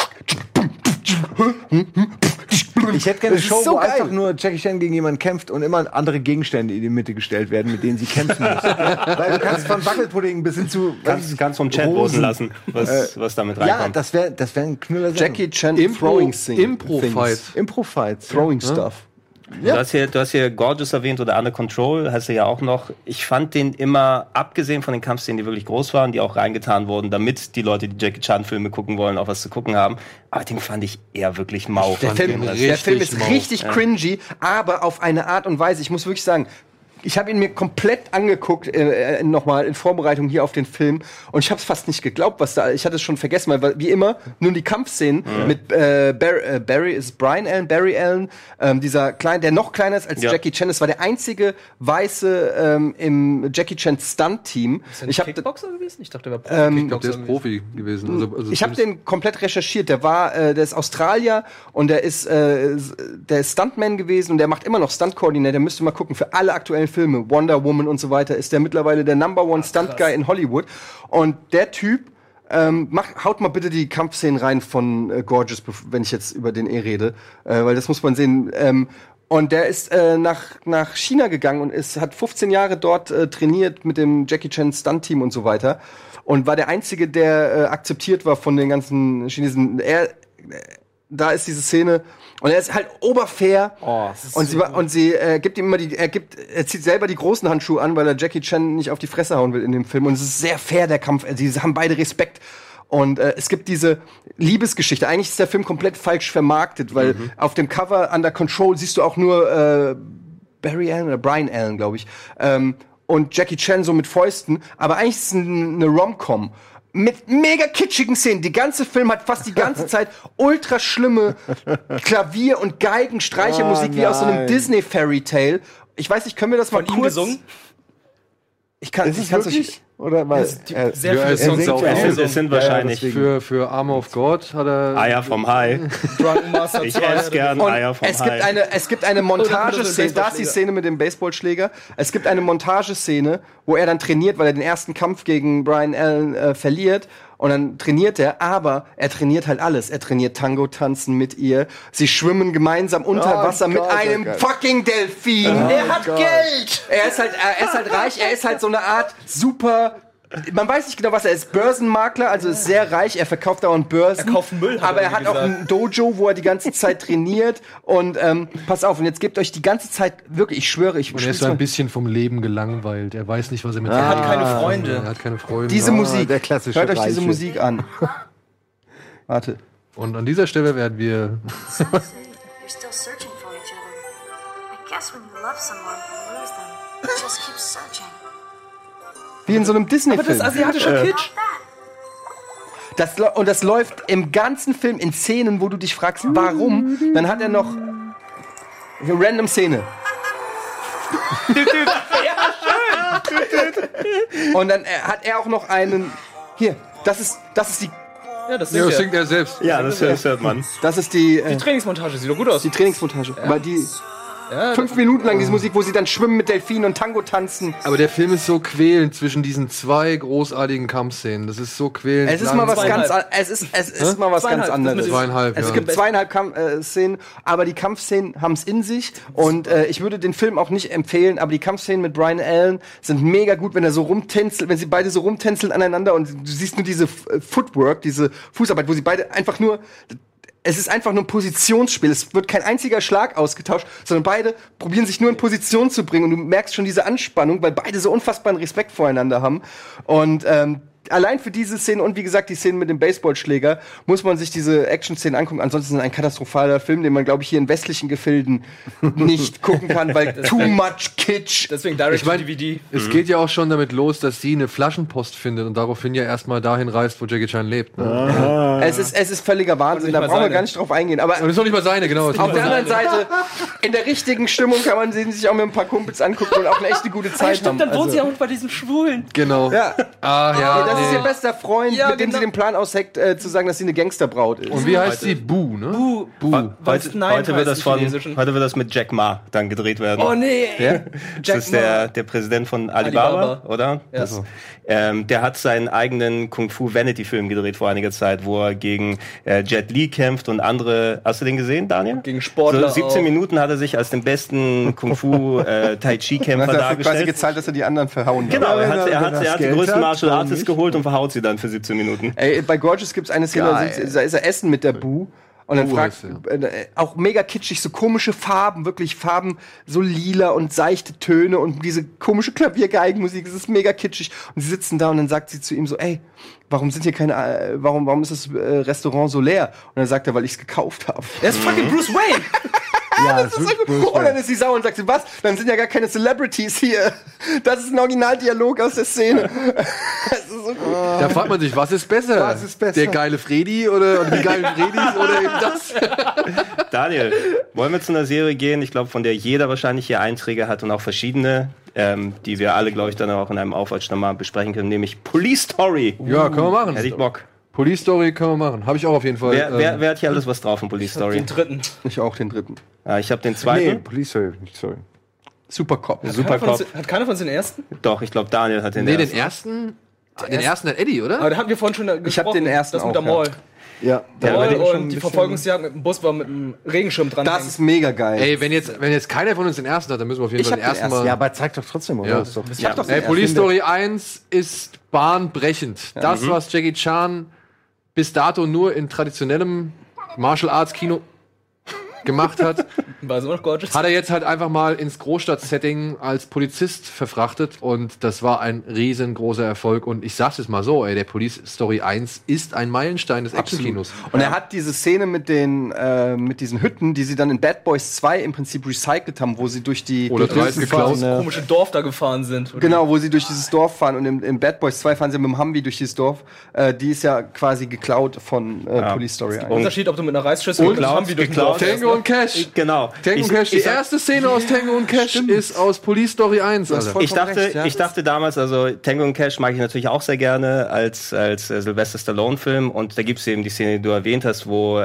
Ich hätte gerne eine Show, wo einfach nur Jackie Chan gegen jemanden kämpft und immer andere Gegenstände in die Mitte gestellt werden, mit denen sie kämpfen müssen. Weil du kannst von Wackelpudding bis hin zu kannst vom Chat losen lassen, was damit reinkommt. Ja, das wär ein Knüller. Jackie Chan Impro-Fights. Throwing Stuff. Du hast hier Gorgeous erwähnt oder Under Control, hast du ja auch noch. Ich fand den immer, abgesehen von den Kampfszenen, die wirklich groß waren, die auch reingetan wurden, damit die Leute, die Jackie Chan Filme gucken wollen, auch was zu gucken haben. Aber den fand ich eher wirklich mau. Der Film ist richtig cringy, aber auf eine Art und Weise. Ich muss wirklich sagen, ich habe ihn mir komplett angeguckt, nochmal in Vorbereitung hier auf den Film. Und ich habe es fast nicht geglaubt, ich hatte es schon vergessen, weil wie immer, nur die Kampfszenen mit Barry Allen, dieser Kleine, der noch kleiner ist als Jackie Chan. Das war der einzige Weiße im Jackie Chan Stunt-Team. Ist der Kickboxer gewesen? Ich dachte, der war Profi. Ich glaube, der ist Profi gewesen. Also ich habe den komplett recherchiert. Der ist Australier und der ist Stuntman gewesen und der macht immer noch Stunt-Coordinator. Der müsste mal gucken, für alle aktuellen Filme, Wonder Woman und so weiter, ist der mittlerweile der Number One Stunt Guy in Hollywood. Und der Typ haut mal bitte die Kampfszenen rein von Gorgeous, wenn ich jetzt über den rede, weil das muss man sehen. Und der ist nach China gegangen und hat 15 Jahre dort trainiert mit dem Jackie Chan Stunt-Team und so weiter. Und war der Einzige, der akzeptiert war von den ganzen Chinesen. Da ist diese Szene und er ist halt oberfair sie gibt ihm immer er zieht selber die großen Handschuhe an, weil er Jackie Chan nicht auf die Fresse hauen will in dem Film und es ist sehr fair, der Kampf, sie haben beide Respekt und es gibt diese Liebesgeschichte. Eigentlich ist der Film komplett falsch vermarktet, weil auf dem Cover Under Control siehst du auch nur Barry Allen oder Brian Allen, glaube ich, und Jackie Chan so mit Fäusten, aber eigentlich ist es eine Rom-Com mit mega kitschigen Szenen. Die ganze Film hat fast die ganze Zeit ultra schlimme Klavier- und Geigenstreichermusik wie aus so einem Disney-Fairy-Tale. Ich weiß nicht, können wir das mal kurz... gesungen? Ich kann es nicht... Oder weil sehr viele Songs auf es sind wahrscheinlich für Armor of God hat er Eier vom Hai. Ich esse gern Eier vom Hai. Es gibt eine Montageszene, da ist die Szene mit dem Baseballschläger. Es gibt eine Montageszene, wo er dann trainiert, weil er den ersten Kampf gegen Brian Allen verliert. Und dann trainiert er, aber er trainiert halt alles. Er trainiert Tango-Tanzen mit ihr. Sie schwimmen gemeinsam unter Wasser mit einem fucking Delfin. Er hat Geld! Er ist halt reich. Er ist halt so eine Art super... Man weiß nicht genau, was er ist. Börsenmakler, also ist sehr reich. Er verkauft dauernd Börsen. Er kauft Müll. Aber er hat auch ein Dojo, wo er die ganze Zeit trainiert. Und pass auf, und jetzt gebt euch die ganze Zeit wirklich, ich schwöre, und er ist so ein bisschen vom Leben gelangweilt. Er weiß nicht, was er mit Er hat keine Freunde. Er hat keine Freunde. Diese Musik. Der klassische Hört euch Reiche. diese Musik an. Warte. Und an dieser Stelle werden wir wie in so einem Disney-Film. Aber das ist asiatischer Kitsch. Das läuft im ganzen Film in Szenen, wo du dich fragst, warum. Dann hat er noch eine random Szene. Und dann hat er auch noch einen. Hier, das ist die. Ja, das singt er selbst. Ja, das hört man. Das ist die Trainingsmontage, sieht doch gut aus. Die Trainingsmontage. Ja. Aber die 5 Minuten lang diese Musik, wo sie dann schwimmen mit Delfinen und Tango tanzen. Aber der Film ist so quälend zwischen diesen zwei großartigen Kampfszenen. Das ist so quälend. Es ist mal was ganz anderes. Es gibt 2,5 Szenen, aber die Kampfszenen haben es in sich. Und ich würde den Film auch nicht empfehlen, aber die Kampfszenen mit Brian Allen sind mega gut, wenn er so rumtänzelt, wenn sie beide so rumtänzeln aneinander und du siehst nur diese Footwork, diese Fußarbeit, wo sie beide einfach nur... Es ist einfach nur ein Positionsspiel. Es wird kein einziger Schlag ausgetauscht, sondern beide probieren sich nur in Position zu bringen. Und du merkst schon diese Anspannung, weil beide so unfassbaren Respekt voreinander haben. Und allein für diese Szene und wie gesagt die Szene mit dem Baseballschläger muss man sich diese Action-Szenen angucken. Ansonsten ist es ein katastrophaler Film, den man, glaube ich, hier in westlichen Gefilden nicht gucken kann, weil too much kitsch. Deswegen Direct-to-DVD. Es geht ja auch schon damit los, dass sie eine Flaschenpost findet und daraufhin ja erstmal dahin reist, wo Jackie Chan lebt. Ne? Es ist völliger Wahnsinn, da brauchen wir gar nicht drauf eingehen. Aber und das ist doch nicht mal seine, genau. Auf der anderen Seite, in der richtigen Stimmung kann man sich auch mit ein paar Kumpels angucken und auch eine echte gute Zeit haben. Dann wohnt sie auch bei diesem Schwulen. Genau. Ja. Das ist ihr bester Freund, mit dem sie den Plan ausheckt, zu sagen, dass sie eine Gangsterbraut ist. Und wie heißt sie? Bu, ne? Bu. Heute wird das mit Jack Ma dann gedreht werden. Oh nee. Das ist der Präsident von Alibaba. Oder? Ja. Der hat seinen eigenen Kung-Fu-Vanity-Film gedreht vor einiger Zeit, wo er gegen Jet Li kämpft und andere. Hast du den gesehen, Daniel? Gegen Sportler. So 17 Minuten hat er sich als den besten Kung-Fu-Tai-Chi-Kämpfer dargestellt. Er hat quasi gezahlt, dass er die anderen verhauen kann. Genau, er hat die größten Martial Artists geholt und verhaut sie dann für 17 Minuten. Ey, bei Gorgeous gibt's eine Szene, da ist er essen mit der Bu. Und dann auch mega kitschig, so komische Farben, wirklich Farben, so lila und seichte Töne und diese komische Klaviergeigenmusik, das ist mega kitschig. Und sie sitzen da und dann sagt sie zu ihm so, ey, warum sind hier warum ist das Restaurant so leer? Und dann sagt er, weil ich es gekauft habe. Er ist fucking Bruce Wayne! Ja, das ist so gut. Und dann ist sie sauer und sagt sie, was? Dann sind ja gar keine Celebrities hier. Das ist ein Originaldialog aus der Szene. Das ist so gut. Da fragt man sich, was ist besser? Was ist besser? Der geile Freddy oder die geilen Fredis oder eben das? Daniel, wollen wir zu einer Serie gehen, ich glaube, von der jeder wahrscheinlich hier Einträge hat und auch verschiedene, die wir alle, glaube ich, dann auch in einem Aufwatch nochmal besprechen können, nämlich Police Story. Ja, können wir machen. Hätte ich Bock. Police Story können wir machen. Habe ich auch auf jeden Fall. Wer hat hier alles was drauf in Police Story? Den dritten. Ich auch den dritten. Ja, ich habe den zweiten. Nee, Police Story, sorry. Supercop. Hat keiner von uns den ersten? Doch, ich glaube, Daniel hat den ersten. Nee, den ersten. Den ersten hat Eddie, oder? Aber da hatten wir vorhin schon gesprochen. Ich habe den ersten das mit der Mall. Ja, und die Verfolgungsjagd mit dem Bus war mit einem Regenschirm dran. Das ist mega geil. Ey, wenn jetzt keiner von uns den ersten hat, dann müssen wir auf jeden Fall den ersten mal. Ja, aber zeig doch trotzdem, oder? Ja. Ey, Police Story 1 ist bahnbrechend. Das, was Jackie Chan bis dato nur in traditionellem Martial Arts Kino gemacht hat, war so noch gorgeous. Hat er jetzt halt einfach mal ins Großstadt-Setting als Polizist verfrachtet und das war ein riesengroßer Erfolg und ich sag's jetzt mal so, ey, der Police Story 1 ist ein Meilenstein des Action-Kinos. Und er hat diese Szene mit diesen Hütten, die sie dann in Bad Boys 2 im Prinzip recycelt haben, wo sie durch die komische Dorf da gefahren sind. Oder? Genau, wo sie durch dieses Dorf fahren und im Bad Boys 2 fahren sie mit dem Humvee durch dieses Dorf. Die ist ja quasi geklaut von Police Story 1. Unterschied, ob du mit einer Reisschüssel oder einem Humvee durch Tango und Cash. Genau. Tango und Cash. Die erste Szene aus Tango und Cash ist aus Police Story 1. Ich dachte damals, also Tango und Cash mag ich natürlich auch sehr gerne als Sylvester Stallone-Film. Und da gibt es eben die Szene, die du erwähnt hast, wo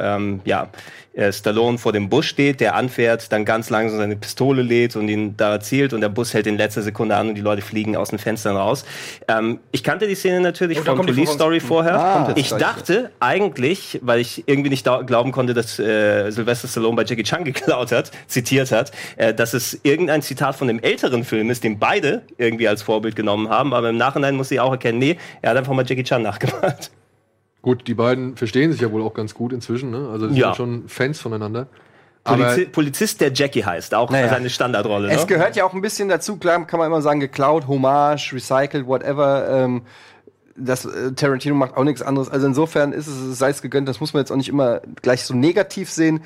Stallone vor dem Bus steht, der anfährt, dann ganz langsam seine Pistole lädt und ihn da zielt und der Bus hält in letzter Sekunde an und die Leute fliegen aus den Fenstern raus. Ich kannte die Szene natürlich von Police Story vorher. Ich dachte eigentlich, weil ich irgendwie nicht glauben konnte, dass Sylvester Stallone bei Jackie Chan zitiert hat, dass es irgendein Zitat von dem älteren Film ist, den beide irgendwie als Vorbild genommen haben, aber im Nachhinein muss ich auch erkennen, nee, er hat einfach mal Jackie Chan nachgemacht. Gut, die beiden verstehen sich ja wohl auch ganz gut inzwischen, ne? Also sie sind schon Fans voneinander. Polizist, der Jackie heißt, auch seine Standardrolle. Es gehört ja auch ein bisschen dazu, klar kann man immer sagen, geklaut, Hommage, recycelt, whatever. Das Tarantino macht auch nichts anderes. Also insofern sei es gegönnt, das muss man jetzt auch nicht immer gleich so negativ sehen.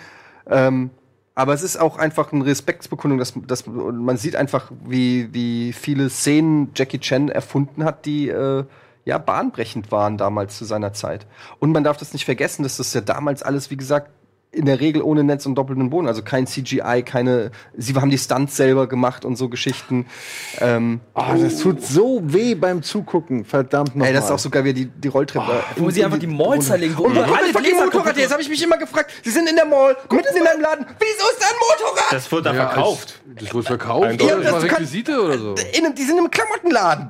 Aber es ist auch einfach eine Respektsbekundung, dass man sieht einfach, wie viele Szenen Jackie Chan erfunden hat, die bahnbrechend waren damals zu seiner Zeit. Und man darf das nicht vergessen, dass das ja damals alles, wie gesagt, in der Regel ohne Netz und doppelten Boden, also kein CGI, sie haben die Stunts selber gemacht und so Geschichten. Das tut so weh beim Zugucken, verdammt nochmal. Ey, das ist auch so geil, wie die Rolltreppe. Wo sie einfach die Mall zerlegen. Und alle fucking Motorrad, jetzt habe ich mich immer gefragt, sie sind in der Mall, mitten in einem Laden, wieso ist da ein Motorrad? Das wurde da verkauft. Das wurde verkauft? Oder das war Requisite oder so? Die sind im Klamottenladen.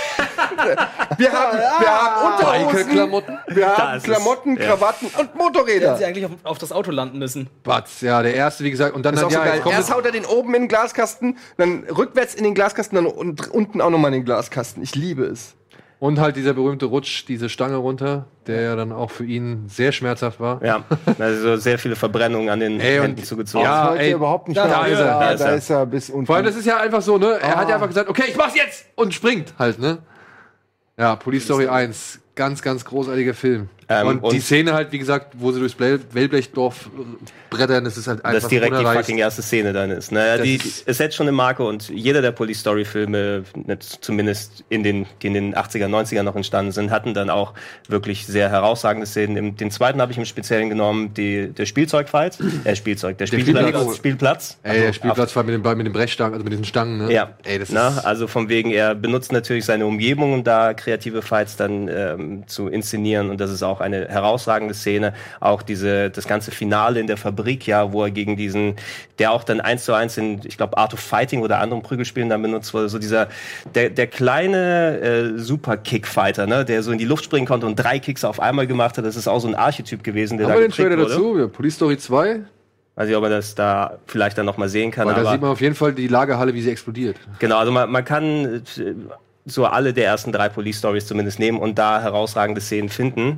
Wir haben Unterhosen, wir haben Klamotten, Krawatten und Motorräder. Hätten sie eigentlich auf das Auto landen müssen. Batz, ja, der erste, wie gesagt, und dann das ist auch so geil. Erst haut er den oben in den Glaskasten, dann rückwärts in den Glaskasten, dann unten auch nochmal in den Glaskasten. Ich liebe es. Und halt dieser berühmte Rutsch, diese Stange runter, der ja dann auch für ihn sehr schmerzhaft war. Ja, also sehr viele Verbrennungen an den Händen zugezogen. Ja, überhaupt nicht. Da ist er bis unten. Vor allem, das ist ja einfach so, ne? Er hat ja einfach gesagt, okay, ich mach's jetzt! Und springt halt, ne? Ja, Police Story 1. Ganz, ganz großartiger Film. Und die Szene halt, wie gesagt, wo sie durchs Wellblechdorf brettern, das ist halt einfach das direkt die fucking erste Szene dann ist. Ne? Es setzt schon eine Marke und jeder der Police Story Filme, zumindest die in den 80er, 90er noch entstanden sind, hatten dann auch wirklich sehr herausragende Szenen. Den zweiten habe ich im Speziellen genommen, der Spielzeugfight. Der Spielplatz. Ey, der Spielplatzfight mit den Brechstangen, also mit diesen Stangen, ne? Ja. Ey, das ist also von wegen, er benutzt natürlich seine Umgebung, um da kreative Fights dann zu inszenieren und das ist auch eine herausragende Szene. Auch das ganze Finale in der Fabrik, ja, wo er gegen der auch dann 1:1 in, ich glaube, Art of Fighting oder anderen Prügelspielen dann benutzt wurde, so der kleine Super-Kick-Fighter, ne, der so in die Luft springen konnte und 3 Kicks auf einmal gemacht hat. Das ist auch so ein Archetyp gewesen, der da geprägt wurde. Haben wir den Trailer dazu? Police Story 2? Weiß ich, ob man das da vielleicht dann noch mal sehen kann. Weil da sieht man auf jeden Fall die Lagerhalle, wie sie explodiert. Genau, also man kann so alle der ersten 3 Police Stories zumindest nehmen und da herausragende Szenen finden.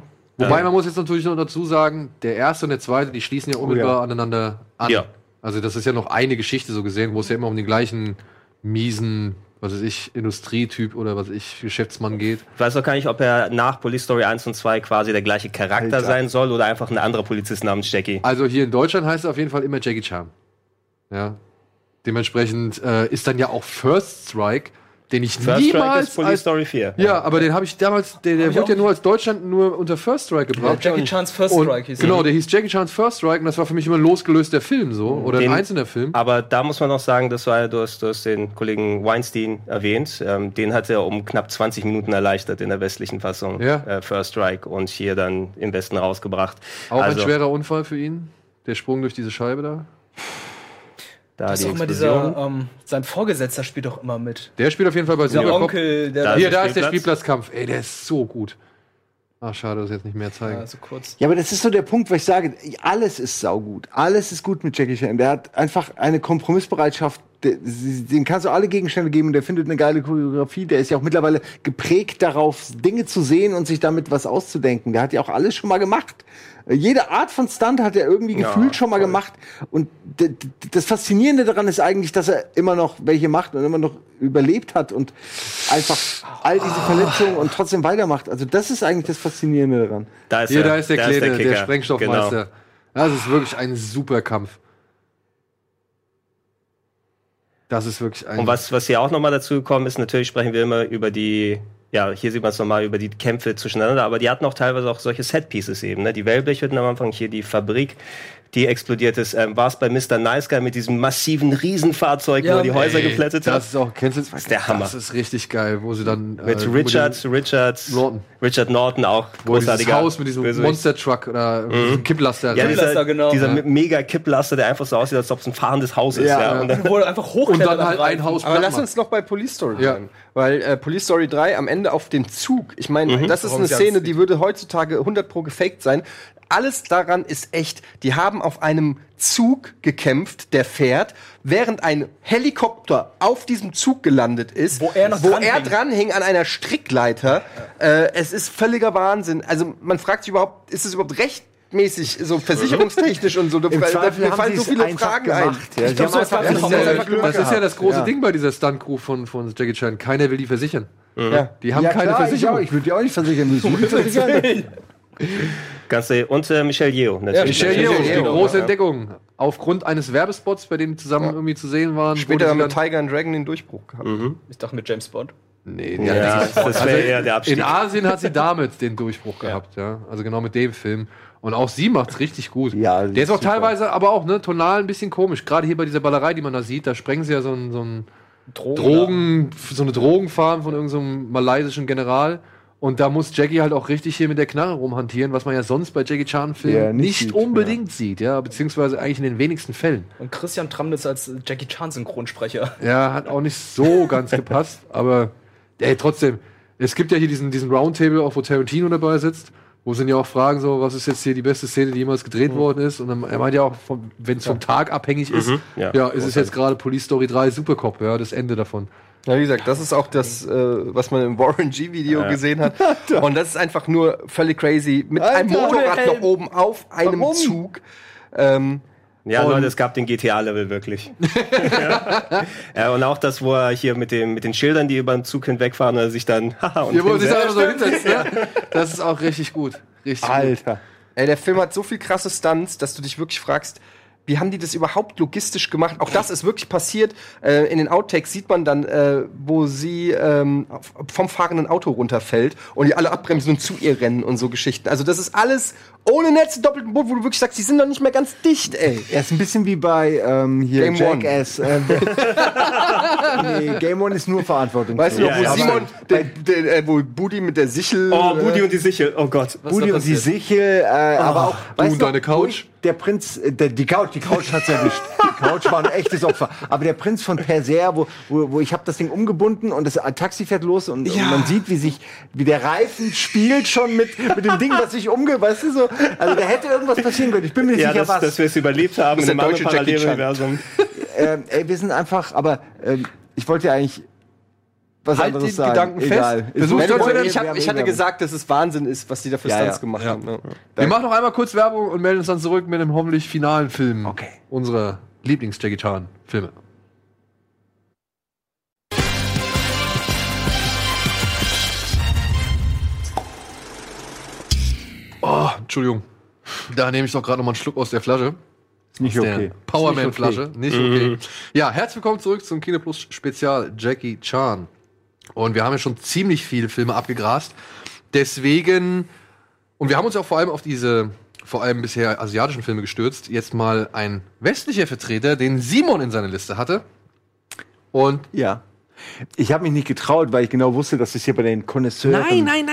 Wobei man muss jetzt natürlich noch dazu sagen, der erste und der zweite, die schließen ja unmittelbar aneinander an. Ja. Also das ist ja noch eine Geschichte so gesehen, wo es ja immer um den gleichen miesen, was weiß ich, Industrietyp oder was weiß ich, Geschäftsmann geht. Ich weiß auch gar nicht, ob er nach Police Story 1 und 2 quasi der gleiche Charakter sein soll oder einfach ein anderer Polizist namens Jackie. Also hier in Deutschland heißt es auf jeden Fall immer Jackie Chan. Ja. Dementsprechend ist dann ja auch First Strike, den ich First niemals Strike ist Police Story 4. Ja, aber den habe ich damals, der wurde ja nur als Deutschland nur unter First Strike gebracht. Ja, Jackie Chan's First Strike hieß Genau, der hieß Jackie Chan's First Strike und das war für mich immer ein losgelöster Film so oder ein einzelner Film. Aber da muss man noch sagen, du hast den Kollegen Weinstein erwähnt, den hat er um knapp 20 Minuten erleichtert in der westlichen Fassung, First Strike, und hier dann im Westen rausgebracht. Auch ein schwerer Unfall für ihn, der Sprung durch diese Scheibe da. Das ist auch immer dieser, sein Vorgesetzter spielt doch immer mit. Der spielt auf jeden Fall bei Silberkopf. Onkel, da ist der Spielplatzkampf. Ey, der ist so gut. Ach, schade, dass ich jetzt nicht mehr zeigen. Ja, so kurz. Ja, aber das ist so der Punkt, wo ich sage, alles ist saugut. Alles ist gut mit Jackie Chan. Der hat einfach eine Kompromissbereitschaft. Den kannst du alle Gegenstände geben und der findet eine geile Choreografie. Der ist ja auch mittlerweile geprägt darauf, Dinge zu sehen und sich damit was auszudenken. Der hat ja auch alles schon mal gemacht. Jede Art von Stunt hat er irgendwie gefühlt schon mal gemacht. Und das Faszinierende daran ist eigentlich, dass er immer noch welche macht und immer noch überlebt hat und einfach all diese Verletzungen und trotzdem weitermacht. Also das ist eigentlich das Faszinierende daran. Da ist der Kleine, der Sprengstoffmeister. Genau. Das ist wirklich ein super Kampf. Das ist wirklich ein... Und was hier auch nochmal dazu gekommen ist, natürlich sprechen wir immer über die... Ja, hier sieht man es nochmal über die Kämpfe zwischeneinander, aber die hatten auch teilweise auch solche Set-Pieces eben, ne? Die Wellblechhütten am Anfang, hier die Fabrik, die explodiert ist. War es bei Mr. Nice Guy mit diesem massiven Riesenfahrzeug, wo er die Häuser geplättet hat? Das ist auch, kennst du das? ist der Hammer. Das ist richtig geil, wo sie dann... mit Richard Norton auch, großartiger. Haus mit diesem Monster-Truck oder Kipplaster. Ja, dieser mega Kipplaster, der einfach so aussieht, als ob es ein fahrendes Haus ist. Ja. Und dann wurde einfach hochklettert. Und dann halt ein Haus. Aber lass uns noch bei Police Story bleiben. Weil Police Story 3 am Ende auf dem Zug, ich meine, das ist eine Szene, die würde heutzutage 100% gefaked sein. Alles daran ist echt. Die haben auf einem Zug gekämpft, der fährt, während ein Helikopter auf diesem Zug gelandet ist, wo er dranhing an einer Strickleiter. Es ist völliger Wahnsinn. Also man fragt sich überhaupt, ist es überhaupt rechtmäßig, so versicherungstechnisch und so? Mir fallen so viele Fragen ein. Das ist ja das große Ding bei dieser Stunt-Crew von Jackie Chan. Keiner will die versichern. Die haben keine Versicherung. Ich würde die auch nicht versichern. Und Michelle Yeoh natürlich. Ja, Michelle Yeoh, die große Entdeckung. Aufgrund eines Werbespots, bei dem zusammen irgendwie zu sehen waren. Später mit Tiger and Dragon den Durchbruch gehabt. Ich dachte mit James Bond. Nee, das wäre eher der Abstieg. In Asien hat sie damit den Durchbruch gehabt, also genau mit dem Film. Und auch sie macht's richtig gut. Ja, der ist auch teilweise, aber auch tonal ein bisschen komisch. Gerade hier bei dieser Ballerei, die man da sieht, da sprengen sie ja so eine Drogenfarm von irgendeinem malaysischen General. Und da muss Jackie halt auch richtig hier mit der Knarre rumhantieren, was man ja sonst bei Jackie Chan-Filmen nicht unbedingt sieht, beziehungsweise eigentlich in den wenigsten Fällen. Und Christian Tramnitz als Jackie Chan-Synchronsprecher. Ja, hat auch nicht so ganz gepasst, aber trotzdem, es gibt ja hier diesen Roundtable, auch wo Tarantino dabei sitzt, wo sind ja auch Fragen so, was ist jetzt hier die beste Szene, die jemals gedreht worden ist? Und dann, er meint ja auch, wenn es vom Tag abhängig ist, ist es jetzt gerade Police Story 3 Supercop, das Ende davon. Ja, wie gesagt, das ist auch das, was man im Warren G-Video gesehen hat. Und das ist einfach nur völlig crazy. Mit einem Motorrad noch oben auf einem Zug. Leute, es gab den GTA-Level wirklich. Und auch das, wo er hier mit den Schildern, die über den Zug hinwegfahren, oder sich dann wo sich einfach so hinsetzt, das ist auch richtig gut. Alter. Ey, der Film hat so viel krasse Stunts, dass du dich wirklich fragst, wie haben die das überhaupt logistisch gemacht? Auch das ist wirklich passiert. In den Outtakes sieht man dann, wo sie vom fahrenden Auto runterfällt und die alle abbremsen und zu ihr rennen und so Geschichten. Also das ist alles ohne Netz, doppelten Boot, wo du wirklich sagst, die sind doch nicht mehr ganz dicht, ey. Er ist ein bisschen wie bei hier Game Jackass. Nee, Game One ist nur Verantwortung. Weißt du noch, wo Simon, wo Budi mit der Sichel... Oh, Budi und die Sichel, oh Gott. Budi und die Sichel, aber auch... Du und deine Couch? Der Prinz, die Couch hat's erwischt. Die Couch war ein echtes Opfer. Aber der Prinz von Perser, wo ich habe das Ding umgebunden und das Taxi fährt los und man sieht, wie der Reifen spielt schon mit dem Ding, was sich weißt du so. Also da hätte irgendwas passieren können. Ich bin mir nicht sicher, was. Dass wir es überlebt haben in einem anderen Paralleluniversum. Wir sind einfach, aber ich wollte ja eigentlich was halt anderes den Gedanken Egal. fest. Ich hatte gesagt, dass es Wahnsinn ist, was die da für Stunts gemacht haben. Ne? Wir machen noch einmal kurz Werbung und melden uns dann zurück mit dem hoffentlich finalen Film unserer Lieblings-Jackie Chan-Filme. Oh, Entschuldigung. Da nehme ich doch gerade noch mal einen Schluck aus der Flasche. Ist nicht okay. Powerman-Flasche. Nicht okay. Ja, herzlich willkommen zurück zum Kino Plus Spezial Jackie Chan. Und wir haben ja schon ziemlich viele Filme abgegrast. Deswegen, und wir haben uns auch vor allem auf diese, vor allem bisher asiatischen Filme gestürzt. Jetzt mal ein westlicher Vertreter, den Simon in seiner Liste hatte. Und ja. Ich habe mich nicht getraut, weil ich genau wusste, dass es hier bei den Konnoisseuren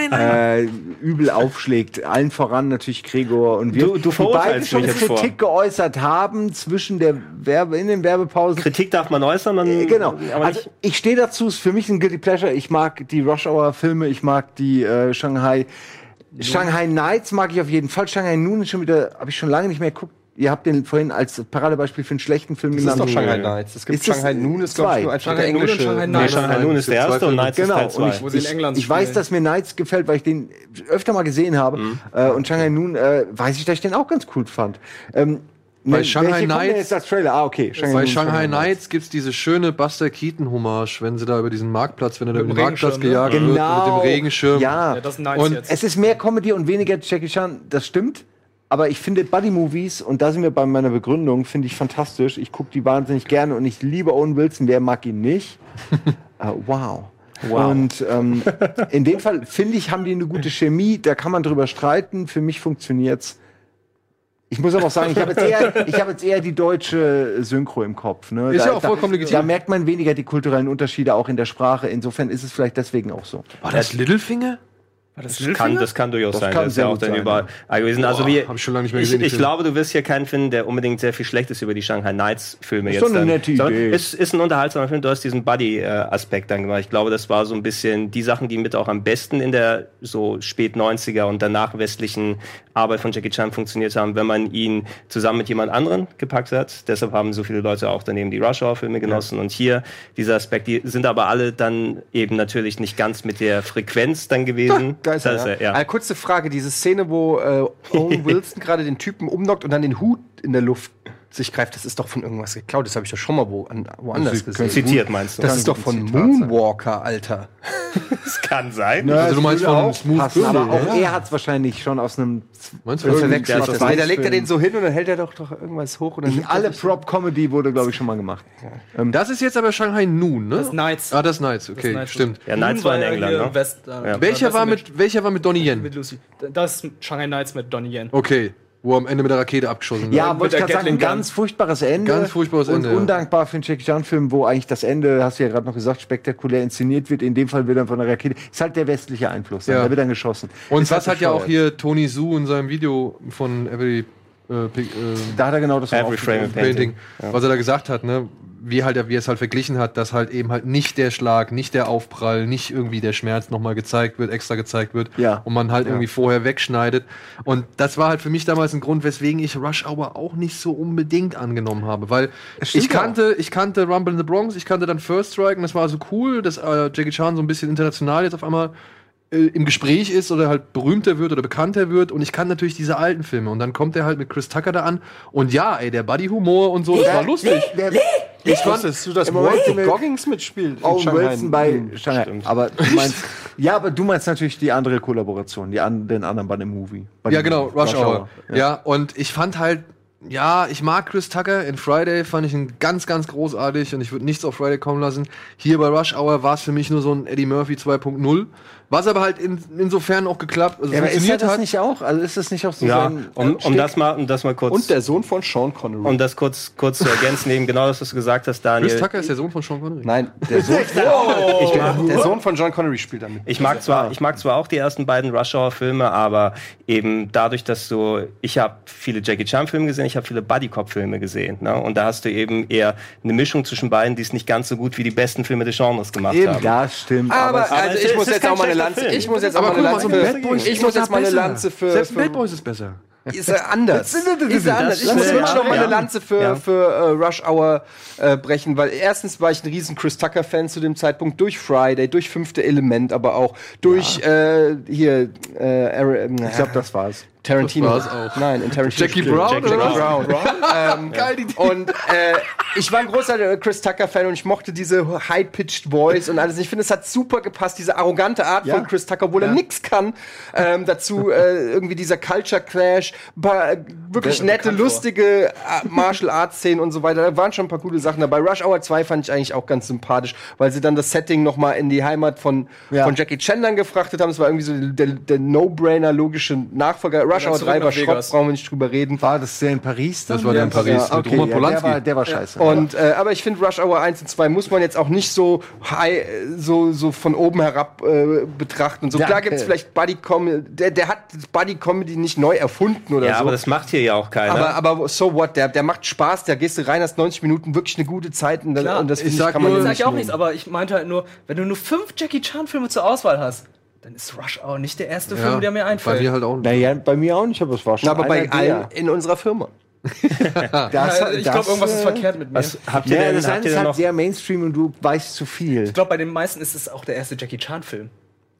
übel aufschlägt. Allen voran natürlich Gregor und wir, die beide schon Kritik geäußert haben zwischen in den Werbepausen. Kritik darf man äußern, genau. Also ich stehe dazu, ist für mich ein Guilty Pleasure. Ich mag die Rush Hour Filme, ich mag die Shanghai Nights mag ich auf jeden Fall. Shanghai Noon ist schon wieder, habe ich schon lange nicht mehr geguckt. Ihr habt den vorhin als Paradebeispiel für einen schlechten Film genannt. Das ist doch Shanghai Nights. Es gibt Shanghai Noon, ist glaube ich nur einfach der englische. Shanghai Noon ist der erste und Nights ist Teil 2. Ich weiß, dass mir Nights gefällt, weil ich den öfter mal gesehen habe. Und Shanghai Noon weiß ich, dass ich den auch ganz cool fand. Bei Shanghai Nights, bei Shanghai Nights gibt's diese schöne Buster Keaton-Hommage, wenn sie da über diesen Marktplatz, wenn er da über den Marktplatz gejagt wird, mit dem Regenschirm. Ja, das ist Nights und jetzt. Es ist mehr Comedy und weniger Jackie Chan, das stimmt. Aber ich finde Buddy-Movies, und da sind wir bei meiner Begründung, finde ich fantastisch. Ich gucke die wahnsinnig gerne und ich liebe Owen Wilson. Wer mag ihn nicht? Wow. Und in dem Fall, finde ich, haben die eine gute Chemie. Da kann man drüber streiten. Für mich funktioniert's. Ich muss aber auch sagen, ich habe jetzt eher die deutsche Synchro im Kopf. Ne? Ist ja auch vollkommen legitim. Da merkt man weniger die kulturellen Unterschiede auch in der Sprache. Insofern ist es vielleicht deswegen auch so. War das Littlefinger? Das kann durchaus sein. Das ist ja auch dann überall gewesen. Also hab ich schon lange nicht mehr gesehen. Ich glaube, du wirst hier keinen finden, der unbedingt sehr viel Schlechtes über die Shanghai Nights Filme jetzt. Ist doch eine nette Idee. Ist ein unterhaltsamer Film. Du hast diesen Buddy-Aspekt dann gemacht. Ich glaube, das war so ein bisschen die Sachen, die mit auch am besten in der so spät 90er und danach westlichen Arbeit von Jackie Chan funktioniert haben, wenn man ihn zusammen mit jemand anderen gepackt hat. Deshalb haben so viele Leute auch daneben die Rush Hour Filme genossen. Ja. Und hier dieser Aspekt, die sind aber alle dann eben natürlich nicht ganz mit der Frequenz dann gewesen. Eine kurze Frage, diese Szene, wo Owen Wilson gerade den Typen umknockt und dann den Hut in der Luft sich greift, das ist doch von irgendwas geklaut. Das habe ich doch schon mal woanders gesehen. Zitiert, meinst du? Das ist doch von Moonwalker, Alter. Das kann sein. Na, also du meinst von Smooth Billy, aber auch er hat es wahrscheinlich schon aus einem da legt er den so hin und dann hält er doch irgendwas hoch. Und alle Prop-Comedy wurde, glaube ich, schon mal gemacht. Ja. Das ist jetzt aber Shanghai Noon, ne? Das ist Nights. Ah, das ist Nights, okay, Nights. Stimmt. Ja, Nights war in England, ne? Welcher war mit Donnie Yen? Mit Lucy. Das ist Shanghai Nights mit Donnie Yen. Okay. Wo am Ende mit der Rakete abgeschossen wird. Ja, wollte ich gerade sagen, ein ganz furchtbares Ende. Ganz furchtbares Ende. Und undankbar für einen Jackie Chan-Film, wo eigentlich das Ende, hast du ja gerade noch gesagt, spektakulär inszeniert wird. In dem Fall wird dann von der Rakete. Ist halt der westliche Einfluss. Ja. Da wird dann geschossen. Und was hat ja auch hier Tony Su in seinem Video von Every da hat er genau das Every Frame Painting, was er da gesagt hat, ne? Wie es halt verglichen hat, dass halt eben halt nicht der Schlag, nicht der Aufprall, nicht irgendwie der Schmerz nochmal extra gezeigt wird und man halt irgendwie vorher wegschneidet. Und das war halt für mich damals ein Grund, weswegen ich Rush Hour auch nicht so unbedingt angenommen habe, weil ich kannte Rumble in the Bronx, ich kannte dann First Strike und das war so cool, dass Jackie Chan so ein bisschen international jetzt auf einmal im Gespräch ist oder halt berühmter wird oder bekannter wird und ich kann natürlich diese alten Filme und dann kommt er halt mit Chris Tucker da an und der Buddy-Humor und so, das war lustig. Ich fand, dass Walton Goggins mitspielt. Owen Wilson bei Shanghai. Aber du meinst natürlich die andere Kollaboration, den anderen bei dem Movie. Ja, genau, Rush Hour. Ja, und ich fand halt, ich mag Chris Tucker. In Friday fand ich ihn ganz, ganz großartig und ich würde nichts auf Friday kommen lassen. Hier bei Rush Hour war es für mich nur so ein Eddie Murphy 2.0. Was aber halt insofern auch geklappt, also funktioniert hat. Nicht auch? Also ist das nicht auch so um das mal kurz. Und der Sohn von Sean Connery. Um das kurz zu ergänzen, eben genau das, was du gesagt hast, Daniel. Chris Tucker ist der Sohn von Sean Connery. Nein, der Sohn von John Connery spielt damit. Ich mag zwar auch die ersten beiden Rush Hour Filme, aber eben dadurch, dass ich habe viele Jackie Chan Filme gesehen, ich habe viele Buddy Cop Filme gesehen, ne? Und da hast du eben eher eine Mischung zwischen beiden, die es nicht ganz so gut wie die besten Filme des Genres gemacht haben. Das stimmt. Aber ich muss jetzt auch mal eine Lanze. Ich muss jetzt mal eine Lanze für. Bad Boys ist besser. ist er anders. Ich muss wirklich noch mal eine Lanze für Rush Hour brechen, weil erstens war ich ein riesen Chris Tucker-Fan zu dem Zeitpunkt, durch Friday, durch Fünfte Element, aber auch durch ich glaube, das war's. Tarantino. Das war's auch. Nein, in Tarantino. Jackie Brown? Jackie Brown. Geil, die Idee. Und ich war ein großer Chris Tucker-Fan und ich mochte diese high-pitched Voice und alles. Ich finde, es hat super gepasst, diese arrogante Art von Chris Tucker, obwohl er nix kann. Dazu irgendwie dieser Culture Clash, wirklich nette, lustige Martial Arts Szenen und so weiter. Da waren schon ein paar coole Sachen dabei. Rush Hour 2 fand ich eigentlich auch ganz sympathisch, weil sie dann das Setting noch mal in die Heimat von Jackie Chan dann gefrachtet haben. Es war irgendwie so der No-Brainer, logische Nachfolger. Rush Hour 3 war Schrott, brauchen wir nicht drüber reden. War das der in Paris dann? Das war der in Paris mit Roman Polanski. Der war scheiße. Und, aber ich finde, Rush Hour 1 und 2 muss man jetzt auch nicht so so von oben herab betrachten. Und so klar gibt es vielleicht Buddy-Comedy. Der hat Buddy-Comedy nicht neu erfunden oder so. Ja, aber das macht hier ja auch keiner. Aber so what? Der macht Spaß, der gehst du rein, hast 90 Minuten wirklich eine gute Zeit. Und das kann man sag ich auch nichts, aber ich meinte halt nur, wenn du nur 5 Jackie Chan-Filme zur Auswahl hast, dann ist Rush Hour nicht der erste Film, der mir einfällt. Bei mir halt auch nicht. Naja, bei mir auch nicht, aber es war schon aber bei allen in unserer Firma. Ich glaube, irgendwas ist verkehrt mit mir. Habt ihr denn, das ist halt sehr Mainstream und du weißt zu viel. Ich glaube, bei den meisten ist es auch der erste Jackie Chan-Film.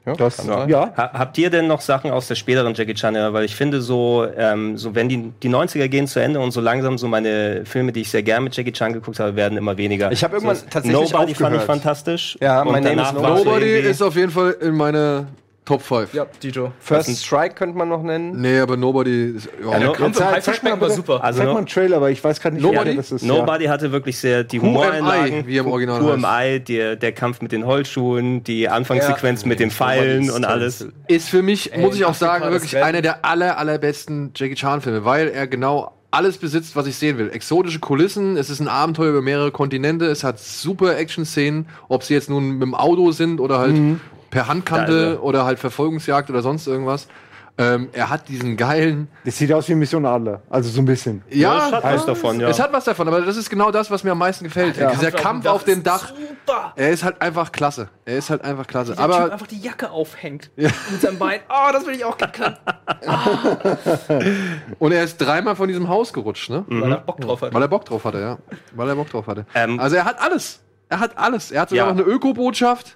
Habt ihr denn noch Sachen aus der späteren Jackie Chan? Weil ich finde so wenn die 90er gehen zu Ende und so langsam so meine Filme, die ich sehr gern mit Jackie Chan geguckt habe, werden immer weniger. Ich habe irgendwann tatsächlich Nobody fand ich fantastisch. Ja, mein Name ist Nobody ist auf jeden Fall in meiner Top 5. Ja, Dito. First Strike könnte man noch nennen. Nee, aber Nobody ist, der Kampf im Haifischbecken war super. Also zeig mal einen Trailer, aber ich weiß gerade nicht, Nobody? das ist. Nobody hatte wirklich sehr die Humoreinlagen. Wie im Original QMI, der Kampf mit den Holzschuhen, die Anfangssequenz mit den Pfeilen und alles. Ist für mich, muss ich auch sagen, wirklich einer der allerbesten Jackie Chan-Filme, weil er genau alles besitzt, was ich sehen will. Exotische Kulissen, es ist ein Abenteuer über mehrere Kontinente, es hat super Action-Szenen, ob sie jetzt nun mit dem Auto sind oder halt per Handkante oder halt Verfolgungsjagd oder sonst irgendwas. Er hat diesen geilen... Das sieht aus wie Mission Adler, also so ein bisschen. Ja, es hat was davon, Es hat was davon, aber das ist genau das, was mir am meisten gefällt. Ja. Dieser Kampf auf dem Dach, er ist halt einfach klasse. Dieser aber Typ einfach die Jacke aufhängt mit seinem Bein. Oh, das will ich auch gekannt. Und er ist 3-mal von diesem Haus gerutscht, ne? Weil er Bock drauf hatte. Weil er Bock drauf hatte. Also er hat alles. Er hat sogar noch eine Öko-Botschaft.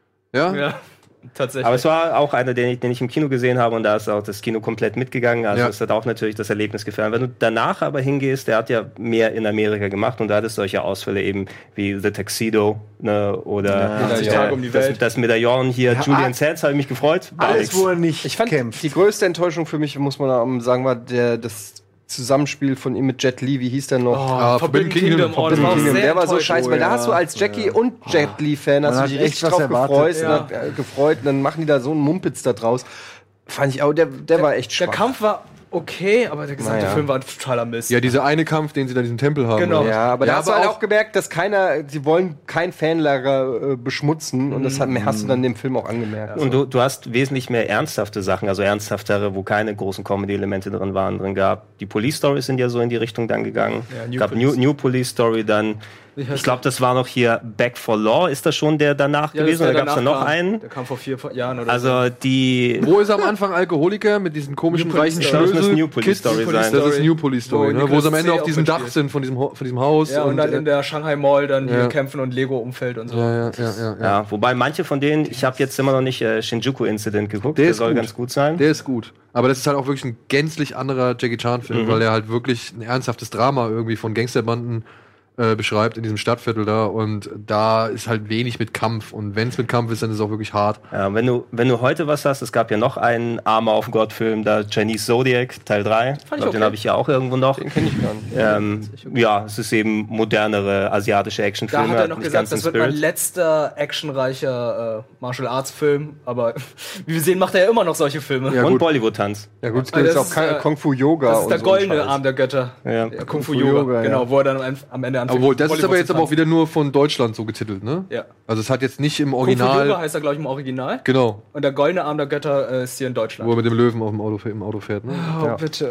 Ja. Tatsächlich. Aber es war auch einer, den ich im Kino gesehen habe und da ist auch das Kino komplett mitgegangen. Also es hat auch natürlich das Erlebnis gefallen. Wenn du danach aber hingehst, der hat ja mehr in Amerika gemacht und da hat es solche Ausfälle eben wie The Tuxedo, ne, oder das Medaillon hier, Julian Sands, habe ich mich gefreut. Alles, wo er nicht Ich fand die größte Enttäuschung für mich, muss man sagen, war das Zusammenspiel von ihm mit Jet Li, wie hieß der noch? Forbidden Kingdom. Der war so scheiße, weil da hast du als Jackie und Jet Li-Fan hast du dich richtig drauf gefreut und dann machen die da so einen Mumpitz da draus. Fand ich auch, der war echt schwach. Der Kampf war okay, aber der gesamte Film war ein totaler Mist. Ja, dieser eine Kampf, den sie da in diesem Tempel haben. Genau. Ja, aber da hast du halt auch gemerkt, dass sie wollen kein Fanlager beschmutzen und das hast du dann dem Film auch angemerkt. Und du hast wesentlich mehr ernsthafte Sachen, also ernsthaftere, wo keine großen Comedy-Elemente drin gab. Die Police-Stories sind ja so in die Richtung dann gegangen. Ja, gab New Police Story dann. Ich glaube, das war noch hier Back for Law. Ist das schon der danach gewesen? Oder gab es da noch einen? Der kam vor 4 Jahren oder so. Wo ist am Anfang Alkoholiker mit diesem komischen reichen Schlüssel? Das muss New Police Story sein. Das ist New Police Story, wo sie am Ende auf diesem Dach sind von diesem Haus. Ja, und dann in der Shanghai Mall dann hier kämpfen und Lego-Umfeld und so. Ja, wobei manche von denen, ich habe jetzt immer noch nicht Shinjuku Incident geguckt, der soll ganz gut sein. Der ist gut. Aber das ist halt auch wirklich ein gänzlich anderer Jackie Chan-Film, weil er halt wirklich ein ernsthaftes Drama irgendwie von Gangsterbanden beschreibt in diesem Stadtviertel da und da ist halt wenig mit Kampf und wenn es mit Kampf ist, dann ist es auch wirklich hart. Ja, wenn du heute was hast, es gab ja noch einen Armer auf Gott Film, da Chinese Zodiac Teil 3, den habe ich ja auch irgendwo noch. Den kenne ich gar nicht. Ja, es ist eben modernere asiatische Actionfilme. Da hat er noch gesagt, das wird mein letzter actionreicher Martial Arts Film, aber wie wir sehen, macht er ja immer noch solche Filme. Ja, und Bollywood-Tanz. Ja gut, es gibt auch Kung Fu Yoga. Das ist der goldene Arm der Götter. Ja. Kung Fu Yoga, genau, wo er dann am Ende Obwohl, das ist aber jetzt auch wieder nur von Deutschland so getitelt, ne? Ja. Also es hat jetzt nicht im Original... Kung Fu Yoga heißt er, glaube ich, im Original. Genau. Und der goldene Arm der Götter ist hier in Deutschland. Wo er mit dem Löwen auf dem Auto fährt, ne? Oh, bitte.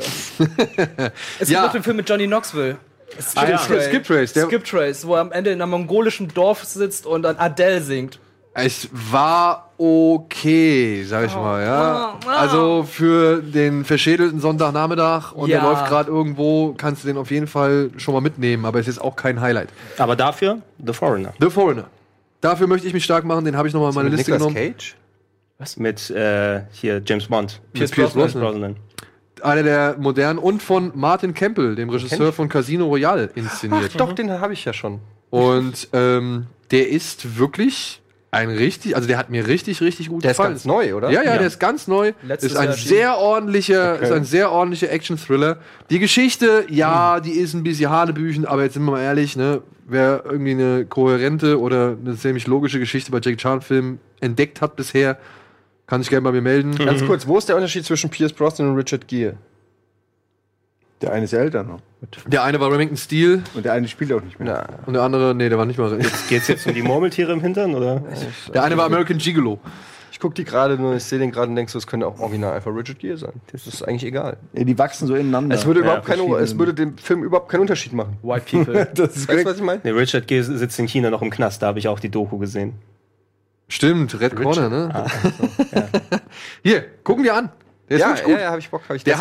Es gibt noch den Film mit Johnny Knoxville. Skip Trace, wo er am Ende in einem mongolischen Dorf sitzt und dann Adele singt. Es war okay, sag ich mal, ja. Also für den verschädelten Sonntagnachmittag und der läuft gerade irgendwo, kannst du den auf jeden Fall schon mal mitnehmen, aber es ist auch kein Highlight. Aber dafür The Foreigner. The Foreigner. Dafür möchte ich mich stark machen, den habe ich nochmal in meine Liste genommen. Cage? Was? Mit hier James Bond. Pierce Brosnan. Einer der modernen und von Martin Campbell, dem Regisseur von Casino Royale, inszeniert. Ach doch, den habe ich ja schon. Und der ist wirklich also der hat mir richtig gut gefallen. Der ist ganz neu, oder? Ja, der ist ganz neu. Ist ein sehr ordentlicher Action-Thriller. Die Geschichte, die ist ein bisschen hanebüchen, aber jetzt sind wir mal ehrlich, ne, wer irgendwie eine kohärente oder eine ziemlich logische Geschichte bei Jackie Chan-Filmen entdeckt hat bisher, kann sich gerne bei mir melden. Ganz kurz, wo ist der Unterschied zwischen Pierce Brosnan und Richard Gere? Der eine ist älter noch. Der eine war Remington Steele. Und der eine spielt auch nicht mehr. Und der andere, der war nicht mal. Geht's jetzt um die Murmeltiere im Hintern, oder? Der eine war American Gigolo. Ich guck die gerade nur, ich sehe den gerade und denkst, das könnte auch original einfach Richard Gere sein. Das ist eigentlich egal. Ja, die wachsen so ineinander. Es würde dem Film überhaupt keinen Unterschied machen. White People. Das ist weißt du, was ich meine? Nee, Richard Gere sitzt in China noch im Knast, da habe ich auch die Doku gesehen. Stimmt, Red Corner, ne? Hier, gucken wir an. Der ist wirklich gut. Ja, hab ich Bock. Der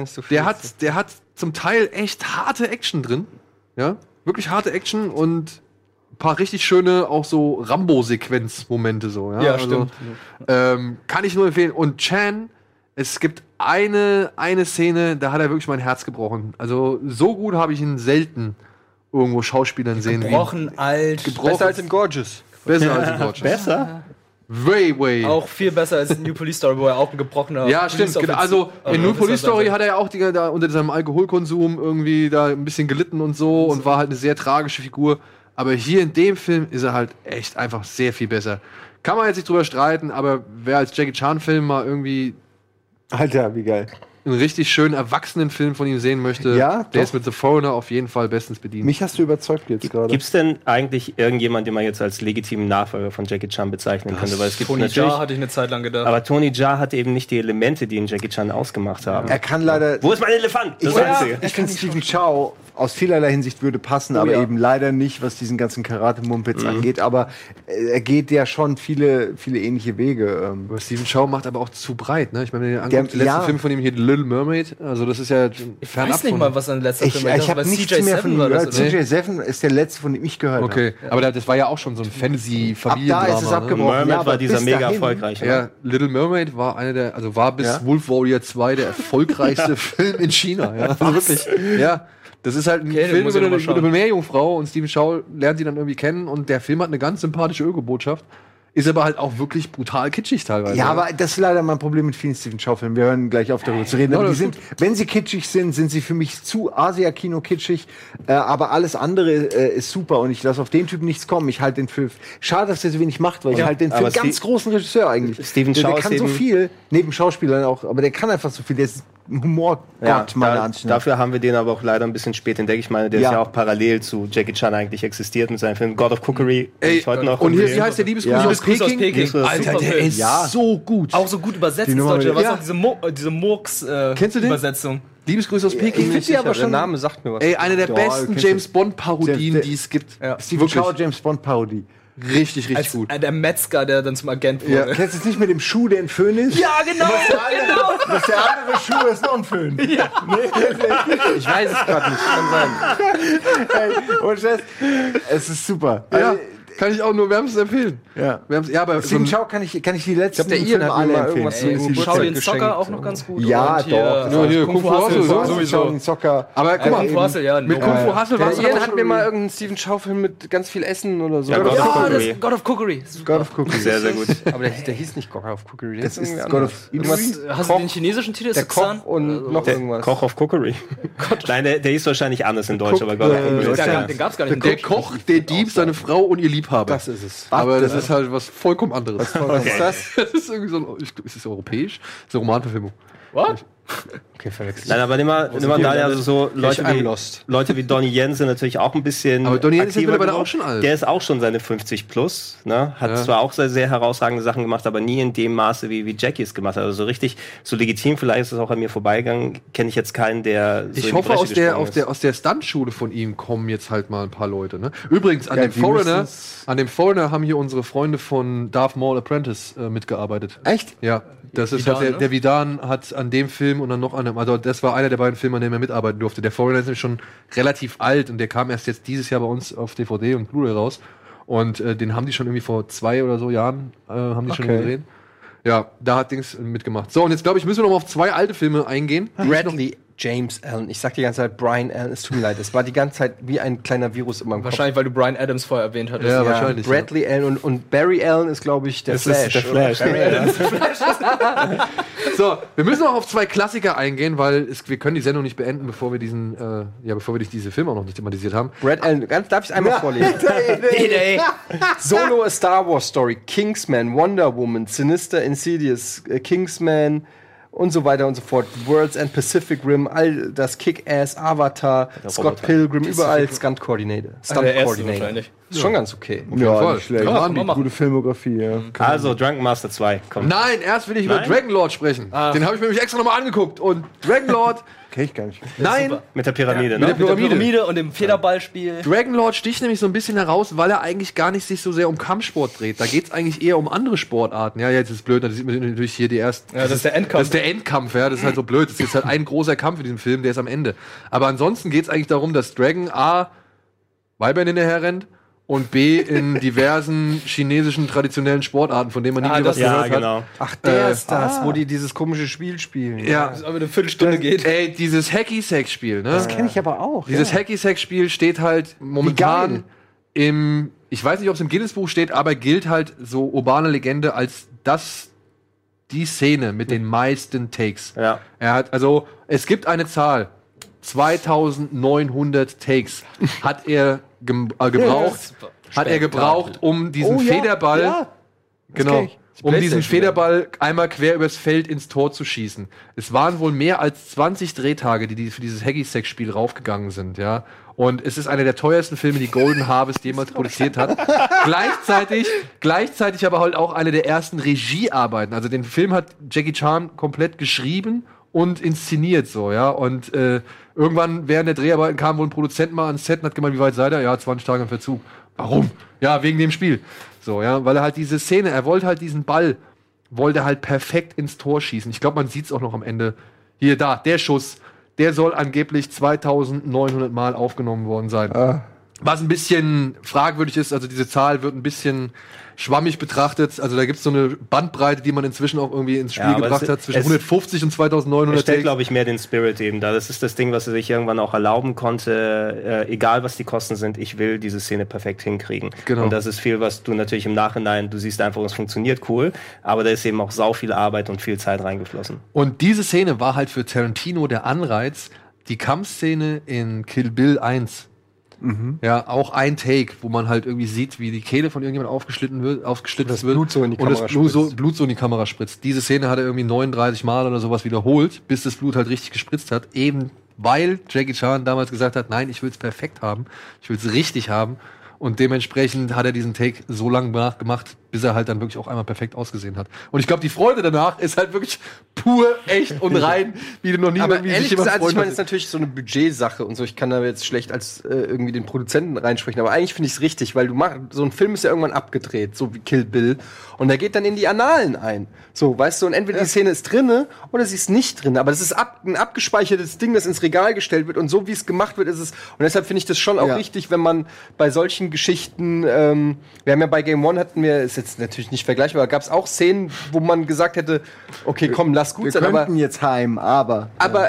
hat zum Teil echt harte Action drin. Ja, wirklich harte Action und ein paar richtig schöne, auch so Rambo-Sequenz-Momente so. Ja, stimmt. Kann ich nur empfehlen. Und Chan, es gibt eine Szene, da hat er wirklich mein Herz gebrochen. Also so gut habe ich ihn selten irgendwo Schauspielern sehen. Gebrochen. Besser als in Gorgeous. Besser als in Gorgeous. Besser? Way. Auch viel besser als in New Police Story, wo er auch ein gebrochener. Ja, stimmt. Also in New Police Story hat er ja auch da unter seinem Alkoholkonsum irgendwie da ein bisschen gelitten und so und war halt eine sehr tragische Figur. Aber hier in dem Film ist er halt echt einfach sehr viel besser. Kann man jetzt nicht drüber streiten, aber wer als Jackie Chan-Film mal irgendwie Alter, wie geil. einen richtig schönen Erwachsenen-Film von ihm sehen möchte, der ist mit The Foreigner auf jeden Fall bestens bedient. Mich hast du überzeugt jetzt gerade. Gibt es denn eigentlich irgendjemanden, den man jetzt als legitimen Nachfolger von Jackie Chan bezeichnen könnte? Weil es gibt Tony Jaa hatte ich eine Zeit lang gedacht. Aber Tony Jaa hatte eben nicht die Elemente, die ihn Jackie Chan ausgemacht haben. Er kann leider... Wo ist mein Elefant? Das ich finde, Stephen Chow aus vielerlei Hinsicht würde passen, aber eben leider nicht, was diesen ganzen Karate-Mumpitz angeht. Aber er geht ja schon viele ähnliche Wege. Stephen Chow macht aber auch zu breit, ne? Ich meine, der letzte Film von ihm hier, Little Mermaid, also das ist ja ich weiß nicht mal, was sein letzter Film war. Ich habe nichts mehr von ihm gehört. CJ7 ist der letzte, von dem ich gehört habe. Okay, aber das war ja auch schon so ein Fantasy-Familiendrama. Da ist es abgebrochen. Mermaid war dieser mega erfolgreich. Ja, Little Mermaid war war bis Wolf Warrior 2 der erfolgreichste Film in China. Ja, also wirklich. Ja. Das ist halt ein Film über eine Meerjungfrau und Stephen Chow lernt sie dann irgendwie kennen und der Film hat eine ganz sympathische Öko-Botschaft. Ist aber halt auch wirklich brutal kitschig teilweise. Ja, aber das ist leider mein Problem mit vielen Stephen Chow-Filmen. Wir hören gleich auf, darüber zu reden. Aber die sind, wenn sie kitschig sind, sind sie für mich zu Asia-Kino kitschig. Aber alles andere ist super und ich lasse auf den Typen nichts kommen. Ich halte den für... Schade, dass der so wenig macht, weil ich halte den für einen ganz großen Regisseur eigentlich. Stephen Chow der kann so viel, neben Schauspielern auch, aber der kann einfach so viel. Der ist ein Humorgott, meiner Ansicht nach. Dafür haben wir den aber auch leider ein bisschen spät entdeckt. Ich meine, der ist ja auch parallel zu Jackie Chan eigentlich existiert mit seinem Film God of Cookery. Heute noch und hier, wie heißt der Liebesgruß aus Peking? Alter, der ist so gut. Auch so gut übersetzt ins Deutsche. Was auch diese Murks-Übersetzung. Liebesgrüße aus Peking. Ich finde aber schon. Der Name sagt mir was. Eine der besten James Bond-Parodien, die es gibt. Stephen Chow James Bond-Parodie. Richtig gut. Der Metzger, der dann zum Agent wurde. Ja. Kennst du es nicht mit dem Schuh, der ein Föhn ist? Ja, genau! Was der andere Schuh ist noch ein Föhn. Ja. Ich weiß es gerade nicht. Kann sein. Hey, und es ist super. Ja. Kann ich auch nur wärmstens empfehlen. Ja. Aber Stephen Chow kann ich die letzten der Ian hat mir mal empfehlen. Shaolin Soccer auch noch ganz gut. Ja, doch. Hier Kung Fu Hustle sowieso. Soccer. Aber guck mal, mit Kung Fu Hustle war Ian hat mir mal irgendeinen Stephen Chow-Film mit ganz viel Essen oder so. Ja, God of Cookery. Sehr gut. Aber der hieß nicht God of Cookery. Das ist God of Cookery. Hast du den chinesischen Titel? Der Koch und noch irgendwas. Koch of Cookery. Nein, der hieß wahrscheinlich anders in Deutsch, aber God of Cookery. Den gab's gar nicht. Der Koch, der Dieb, seine Frau und ihr Liebhaber. Das ist es. Aber das ist halt was vollkommen anderes. Was ist das? Das ist irgendwie so ist das europäisch? Das ist eine Romanverfilmung. What? Okay, verwechselt. Nein, aber nimm mal da also so Leute wie Donnie Yen sind natürlich auch ein bisschen. Aber Donnie Yen ist mittlerweile auch schon alt. Der ist auch schon seine 50 plus, ne? Hat zwar auch sehr, sehr herausragende Sachen gemacht, aber nie in dem Maße, wie Jackie es gemacht hat. Also so richtig, so legitim, vielleicht ist es auch an mir vorbeigegangen, kenne ich jetzt keinen, der so ich hoffe, aus der Stuntschule von ihm kommen jetzt halt mal ein paar Leute, ne? Übrigens, an dem Foreigner haben hier unsere Freunde von Darth Maul Apprentice mitgearbeitet. Echt? Ja. Das ist halt der Vidan hat an dem Film und dann noch an einem, also das war einer der beiden Filme, an dem er mitarbeiten durfte. Der Foreigner ist nämlich schon relativ alt und der kam erst jetzt dieses Jahr bei uns auf DVD und Blu-ray raus. Und den haben die schon irgendwie vor 2 oder so Jahren haben die schon gesehen. Ja, da hat Dings mitgemacht. So, und jetzt glaube ich, müssen wir noch mal auf 2 alte Filme eingehen. Bradley James Allen. Ich sag die ganze Zeit Brian Allen, es tut mir leid. Es war die ganze Zeit wie ein kleiner Virus in meinem Kopf. Wahrscheinlich, weil du Brian Adams vorher erwähnt hattest. Ja, wahrscheinlich. Bradley Allen und Barry Allen ist, glaube ich, der Flash. Ist der Flash. Barry Allen ist der Flash. So, wir müssen auch auf 2 Klassiker eingehen, weil wir können die Sendung nicht beenden, bevor wir diese Filme auch noch nicht thematisiert haben. Brad Allen, darf ich es einmal vorlesen? Solo, A Star Wars Story, Kingsman, Wonder Woman, Sinister, Insidious, Kingsman und so weiter und so fort. World's End, Pacific Rim, all das Kick-Ass, Avatar, Scott Pilgrim, überall Stunt Coordinator. Ist schon ganz okay. Ja, nicht schlecht. Gute Filmografie, ja. Also, Drunken Master 2, komm. Nein, erst will ich über Dragonlord sprechen. Den habe ich mir nämlich extra nochmal angeguckt. Und Dragonlord kenn ich gar nicht. Nein. Mit der Pyramide, ne? Mit der Pyramide und dem Federballspiel. Dragonlord sticht nämlich so ein bisschen heraus, weil er eigentlich gar nicht sich so sehr um Kampfsport dreht. Da geht's eigentlich eher um andere Sportarten. Ja, jetzt ist es blöd, da sieht man natürlich hier die ersten. Ja, das ist der Endkampf. Das ist der Endkampf, ja. Das ist halt so blöd. Das ist jetzt halt ein großer Kampf in diesem Film, der ist am Ende. Aber ansonsten geht's eigentlich darum, dass Dragon A Weibern hinterher rennt und B in diversen chinesischen traditionellen Sportarten, von denen man nie was gehört hat. Ach, der ist das, wo die dieses komische Spiel spielen. Ja. Das aber eine Viertelstunde geht. Ey, dieses Hacky-Sack-Spiel, ne? Das kenne ich aber auch. Dieses Hacky-Sack-Spiel steht halt momentan ich weiß nicht, ob es im Guinness-Buch steht, aber gilt halt so urbane Legende als die Szene mit den meisten Takes. Ja. Es gibt eine Zahl. 2900 Takes hat er gebraucht, um diesen Federball, diesen Federball einmal quer übers Feld ins Tor zu schießen. Es waren wohl mehr als 20 Drehtage, die für dieses Hacky-Sack-Spiel raufgegangen sind, ja. Und es ist einer der teuersten Filme, die Golden Harvest jemals produziert hat. Gleichzeitig aber halt auch eine der ersten Regiearbeiten. Also den Film hat Jackie Chan komplett geschrieben und inszeniert so, ja. Und irgendwann während der Dreharbeiten kam wohl ein Produzent mal ans Set und hat gemeint, wie weit seid ihr? Ja, 20 Tage im Verzug. Warum? Ja, wegen dem Spiel. So, ja, weil er halt diese Szene, er wollte halt diesen Ball, wollte halt perfekt ins Tor schießen. Ich glaube, man sieht's auch noch am Ende. Hier, der Schuss, der soll angeblich 2900 Mal aufgenommen worden sein. Was ein bisschen fragwürdig ist, also diese Zahl wird ein bisschen schwammig betrachtet. Also da gibt es so eine Bandbreite, die man inzwischen auch irgendwie ins Spiel gebracht hat, zwischen 150 und 2900. Es stellt, glaube ich, mehr den Spirit eben da. Das ist das Ding, was er sich irgendwann auch erlauben konnte. Egal, was die Kosten sind, ich will diese Szene perfekt hinkriegen. Genau. Und das ist viel, was du natürlich im Nachhinein, du siehst einfach, es funktioniert cool, aber da ist eben auch sau viel Arbeit und viel Zeit reingeflossen. Und diese Szene war halt für Tarantino der Anreiz, die Kampfszene in Kill Bill 1. Ja, auch ein Take, wo man halt irgendwie sieht, wie die Kehle von irgendjemand aufgeschlitzt wird. Blut so in die Kamera spritzt. Blut so in die Kamera spritzt. Diese Szene hat er irgendwie 39 Mal oder sowas wiederholt, bis das Blut halt richtig gespritzt hat. Eben weil Jackie Chan damals gesagt hat, nein, ich will es perfekt haben. Ich will es richtig haben. Und dementsprechend hat er diesen Take so lange nachgemacht, bis er halt dann wirklich auch einmal perfekt ausgesehen hat. Und ich glaube, die Freude danach ist halt wirklich pur, echt und rein, wie du noch nie aber ehrlich gesagt, ich meine, das ist natürlich so eine Budgetsache und so. Ich kann da jetzt schlecht als irgendwie den Produzenten reinsprechen, aber eigentlich finde ich es richtig, weil so ein Film ist ja irgendwann abgedreht, so wie Kill Bill. Und der geht dann in die Annalen ein. So, weißt du, und entweder die Szene ist drinne oder sie ist nicht drin. Aber das ist ein abgespeichertes Ding, das ins Regal gestellt wird. Und so wie es gemacht wird, ist es. Und deshalb finde ich das schon auch richtig, wenn man bei solchen Geschichten, wir haben ja bei Game One ist jetzt natürlich nicht vergleichbar, gab es auch Szenen, wo man gesagt hätte, okay, komm, lass gut sein. Wir könnten jetzt heim, aber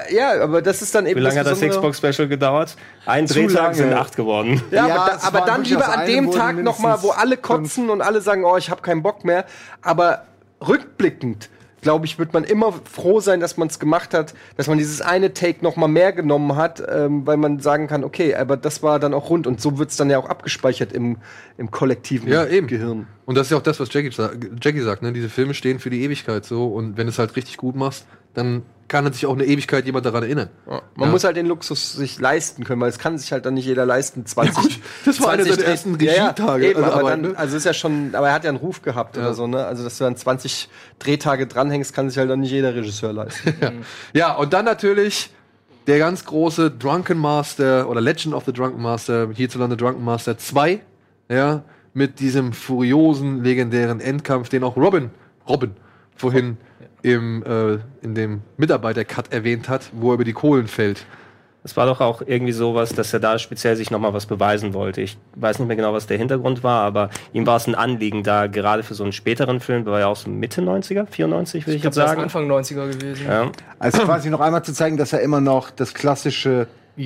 das ist dann eben. Wie lange hat das Xbox-Special gedauert? Ein Drehtag sind 8 geworden. Ja, aber dann lieber an dem Tag nochmal, wo alle kotzen und alle sagen, oh, ich habe keinen Bock mehr. Aber rückblickend, glaube ich, wird man immer froh sein, dass man es gemacht hat, dass man dieses eine Take noch mal mehr genommen hat, weil man sagen kann, okay, aber das war dann auch rund und so wird es dann ja auch abgespeichert im kollektiven Gehirn. Und das ist ja auch das, was Jackie sagt, ne? Diese Filme stehen für die Ewigkeit so und wenn du es halt richtig gut machst, dann kann sich auch eine Ewigkeit jemand daran erinnern. Ja. Man muss halt den Luxus sich leisten können, weil es kann sich halt dann nicht jeder leisten. 20, ja gut, das war einer der ersten Regietage. Eben, aber dann, also ist ja schon, aber er hat ja einen Ruf gehabt oder so, ne? Also dass du dann 20 Drehtage dranhängst, kann sich halt dann nicht jeder Regisseur leisten. Ja, und dann natürlich der ganz große Drunken Master oder Legend of the Drunken Master, hierzulande Drunken Master 2, ja, mit diesem furiosen, legendären Endkampf, den auch Robin vorhin in dem Mitarbeiter-Cut erwähnt hat, wo er über die Kohlen fällt. Es war doch auch irgendwie sowas, dass er da speziell sich nochmal was beweisen wollte. Ich weiß nicht mehr genau, was der Hintergrund war, aber ihm war es ein Anliegen, da gerade für so einen späteren Film, der war ja auch so Mitte 90er, 94 würde ich jetzt sagen. Anfang 90er gewesen. Ja. Also quasi noch einmal zu zeigen, dass er immer noch das klassische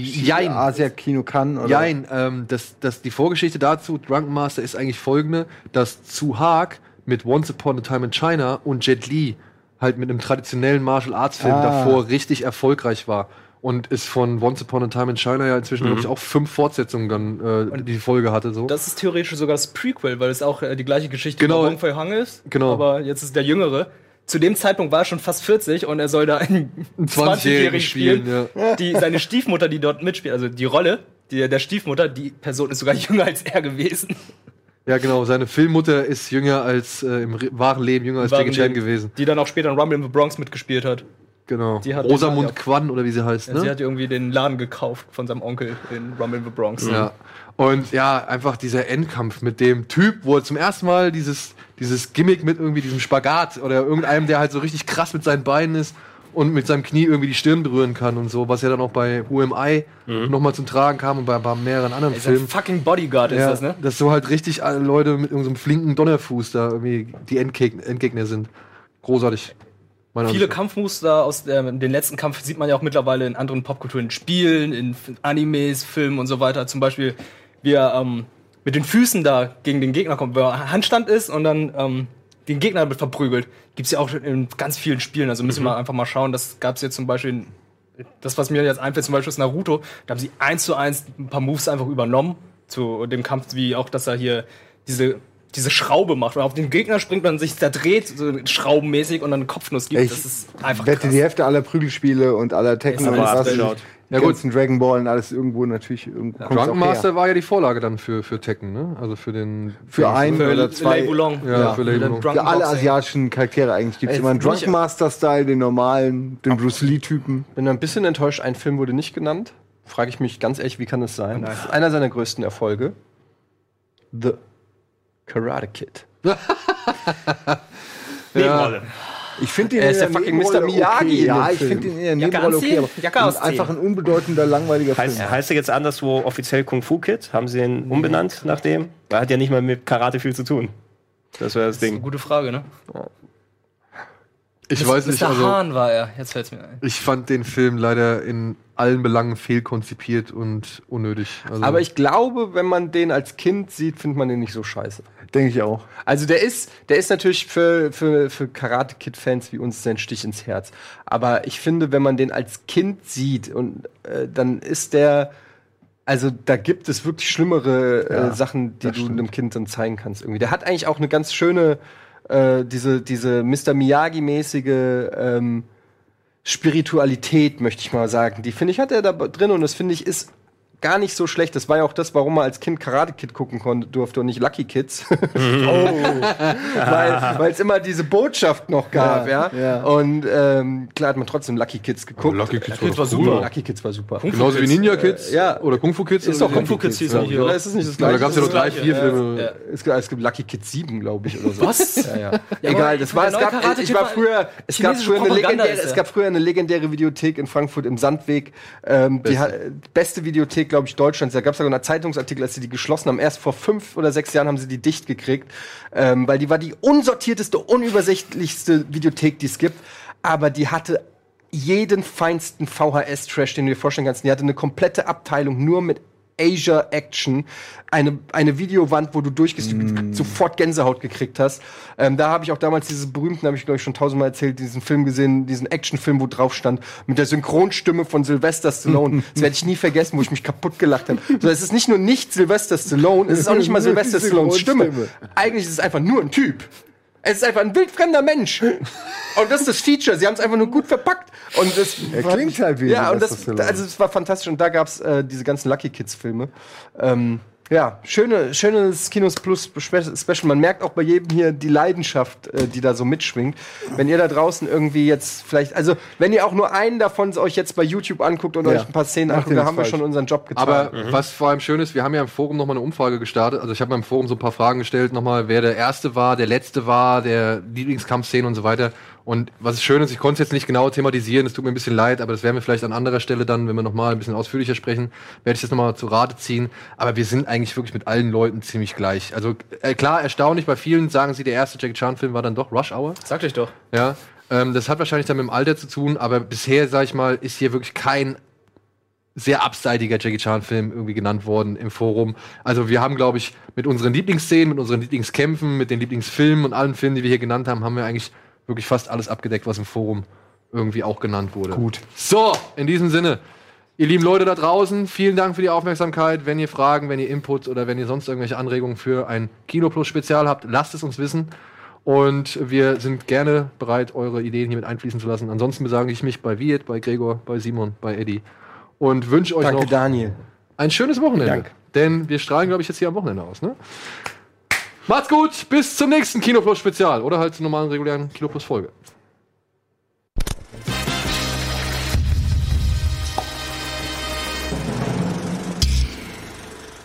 Asia-Kino kann. Oder? Jein, die Vorgeschichte dazu, Drunken Master, ist eigentlich folgende, dass Tzu Haag mit Once Upon a Time in China und Jet Li halt mit einem traditionellen Martial-Arts-Film davor richtig erfolgreich war. Und ist von Once Upon a Time in China ja inzwischen, glaube ich, auch 5 Fortsetzungen dann die Folge hatte. So. Das ist theoretisch sogar das Prequel, weil es auch die gleiche Geschichte über Wong Fei Hung ist. Genau. Aber jetzt ist der Jüngere. Zu dem Zeitpunkt war er schon fast 40 und er soll da einen 20-Jährigen spielen. Ja. Seine Stiefmutter, die dort mitspielt, also die Rolle der Stiefmutter, die Person ist sogar jünger als er gewesen. Ja, genau. Seine Filmmutter ist jünger als im wahren Leben jünger als Jackie Chan gewesen. Die dann auch später in Rumble in the Bronx mitgespielt hat. Genau. Rosamund Kwan oder wie sie heißt. Ja, sie hat irgendwie den Laden gekauft von seinem Onkel in Rumble in the Bronx. Ja. Und ja, einfach dieser Endkampf mit dem Typ, wo er zum ersten Mal dieses Gimmick mit irgendwie diesem Spagat oder irgendeinem, der halt so richtig krass mit seinen Beinen ist und mit seinem Knie irgendwie die Stirn berühren kann und so, was ja dann auch bei Who Am I nochmal zum Tragen kam und bei mehreren anderen Filmen. Ein fucking Bodyguard ist das, ne? Dass so halt richtig alle Leute mit irgendeinem flinken Donnerfuß da irgendwie die Endgegner sind. Großartig. Viele Kampfmuster aus den letzten Kampf sieht man ja auch mittlerweile in anderen Popkulturen, in Spielen, in Animes, Filmen und so weiter. Zum Beispiel, wie er mit den Füßen da gegen den Gegner kommt, weil er Handstand ist und dann den Gegner damit verprügelt. Gibt's ja auch in ganz vielen Spielen. Also müssen wir einfach mal schauen. Das gab's jetzt zum Beispiel, das, was mir jetzt einfällt, zum Beispiel ist Naruto. Da haben sie 1:1 ein paar Moves einfach übernommen zu dem Kampf, wie auch, dass er hier diese Schraube macht, weil auf den Gegner springt man sich da dreht, so schraubenmäßig und dann einen Kopfnuss gibt. Das ist einfach krass. Die Hälfte aller Prügelspiele und aller Tekken und was. Ja gut, Dragon Ball und alles irgendwo natürlich. Drunken Master war ja die Vorlage dann für Tekken, ne? Also für ein oder zwei. Lei Wulong. Ja, für Lei Wulong. Für alle asiatischen Charaktere eigentlich gibt es immer einen Drunken Master-Style, den normalen, den Bruce Lee-Typen. Bin ein bisschen enttäuscht, ein Film wurde nicht genannt. Frage ich mich ganz ehrlich, wie kann das sein? Das ist einer seiner größten Erfolge. The Karate Kid. Nebenrolle. Ich finde ihn in der fucking Mr. Miyagi. Okay. Ja, ich finde ihn in der Nebenrolle okay, aber einfach ein unbedeutender, langweiliger Film. Heißt er jetzt anderswo offiziell Kung Fu Kid? Haben sie ihn umbenannt nach dem? Er hat ja nicht mal mit Karate viel zu tun. Das wäre das Ding. Eine gute Frage, ne? Ja. Ich weiß nicht, also Hahn war er. Jetzt fällt's mir ein. Ich fand den Film leider in allen Belangen fehlkonzipiert und unnötig. Also aber ich glaube, wenn man den als Kind sieht, findet man den nicht so scheiße. Denke ich auch. Also der ist natürlich für Karate Kid Fans wie uns ein Stich ins Herz. Aber ich finde, wenn man den als Kind sieht und dann ist der, also da gibt es wirklich schlimmere Sachen, die du einem Kind dann zeigen kannst irgendwie. Der hat eigentlich auch eine ganz schöne diese Mr. Miyagi-mäßige Spiritualität, möchte ich mal sagen. Die, finde ich, hat er da drin und das, finde ich, ist gar nicht so schlecht. Das war ja auch das, warum man als Kind Karate Kid gucken durfte und nicht Lucky Kids. Weil es immer diese Botschaft noch gab, ja. Und klar hat man trotzdem Lucky Kids geguckt. Aber Lucky Kids war super. Lucky Kids war super. Genauso wie Ninja Kids oder Kung Fu Kids. Ist doch Kung Fu Kids hieß nicht, oder? Ist es nicht das Gleiche? Da gab es ja noch 3, 4 Filme. Ja. Es gibt Lucky Kids 7, glaube ich, oder so. Was? Ja. Egal, es gab früher eine legendäre Videothek in Frankfurt im Sandweg. Die beste Videothek, glaube ich, Deutschlands. Da gab es sogar einen Zeitungsartikel, als sie die geschlossen haben. Erst vor 5 oder 6 Jahren haben sie die dicht gekriegt. Weil die war die unsortierteste, unübersichtlichste Videothek, die es gibt. Aber die hatte jeden feinsten VHS-Trash, den du dir vorstellen kannst. Die hatte eine komplette Abteilung nur mit Asia Action, eine Videowand, wo du durchgehst, sofort Gänsehaut gekriegt hast. Da habe ich auch damals diesen berühmten, habe ich glaube ich schon 1000-mal erzählt, diesen Film gesehen, diesen Actionfilm, wo drauf stand, mit der Synchronstimme von Sylvester Stallone. Das werde ich nie vergessen, wo ich mich kaputt gelacht habe. So, es ist nicht nur nicht Sylvester Stallone, es ist auch nicht mal Sylvester Stallones Stimme. Eigentlich ist es einfach nur ein Typ. Es ist einfach ein wildfremder Mensch. Und das ist das Feature. Sie haben es einfach nur gut verpackt. Und das klingt halt wie. Ja, und es war fantastisch. Und da gab es diese ganzen Lucky Kids-Filme. Ja, schönes Kinos Plus Special. Man merkt auch bei jedem hier die Leidenschaft, die da so mitschwingt. Wenn ihr da draußen irgendwie jetzt vielleicht, also wenn ihr auch nur einen davon euch jetzt bei YouTube anguckt und euch ein paar Szenen anguckt, da haben wir schon unseren Job getan. Aber was vor allem schön ist, wir haben ja im Forum nochmal eine Umfrage gestartet. Also ich habe mal im Forum so ein paar Fragen gestellt, nochmal, wer der Erste war, der Letzte war, der Lieblingskampfszene und so weiter. Und was schön ist, ich konnte es jetzt nicht genau thematisieren, es tut mir ein bisschen leid, aber das werden wir vielleicht an anderer Stelle dann, wenn wir nochmal ein bisschen ausführlicher sprechen, werde ich das nochmal zu Rate ziehen. Aber wir sind eigentlich wirklich mit allen Leuten ziemlich gleich. Also klar, erstaunlich, bei vielen sagen sie, der erste Jackie Chan-Film war dann doch Rush Hour. Sagt euch doch. Ja, das hat wahrscheinlich dann mit dem Alter zu tun, aber bisher, sag ich mal, ist hier wirklich kein sehr abseitiger Jackie Chan-Film irgendwie genannt worden im Forum. Also wir haben, glaube ich, mit unseren Lieblingsszenen, mit unseren Lieblingskämpfen, mit den Lieblingsfilmen und allen Filmen, die wir hier genannt haben, haben wir eigentlich wirklich fast alles abgedeckt, was im Forum irgendwie auch genannt wurde. Gut. So, in diesem Sinne, ihr lieben Leute da draußen, vielen Dank für die Aufmerksamkeit. Wenn ihr Fragen, wenn ihr Inputs oder wenn ihr sonst irgendwelche Anregungen für ein Kino Plus Spezial habt, lasst es uns wissen. Und wir sind gerne bereit, eure Ideen hier mit einfließen zu lassen. Ansonsten bedanke ich mich bei Wirt, bei Gregor, bei Simon, bei Eddie und wünsche euch noch Daniel. Ein schönes Wochenende. Dank. Denn wir strahlen, glaube ich, jetzt hier am Wochenende aus, ne? Macht's gut, bis zum nächsten Kino Plus Spezial oder halt zur normalen regulären Kino Plus Folge.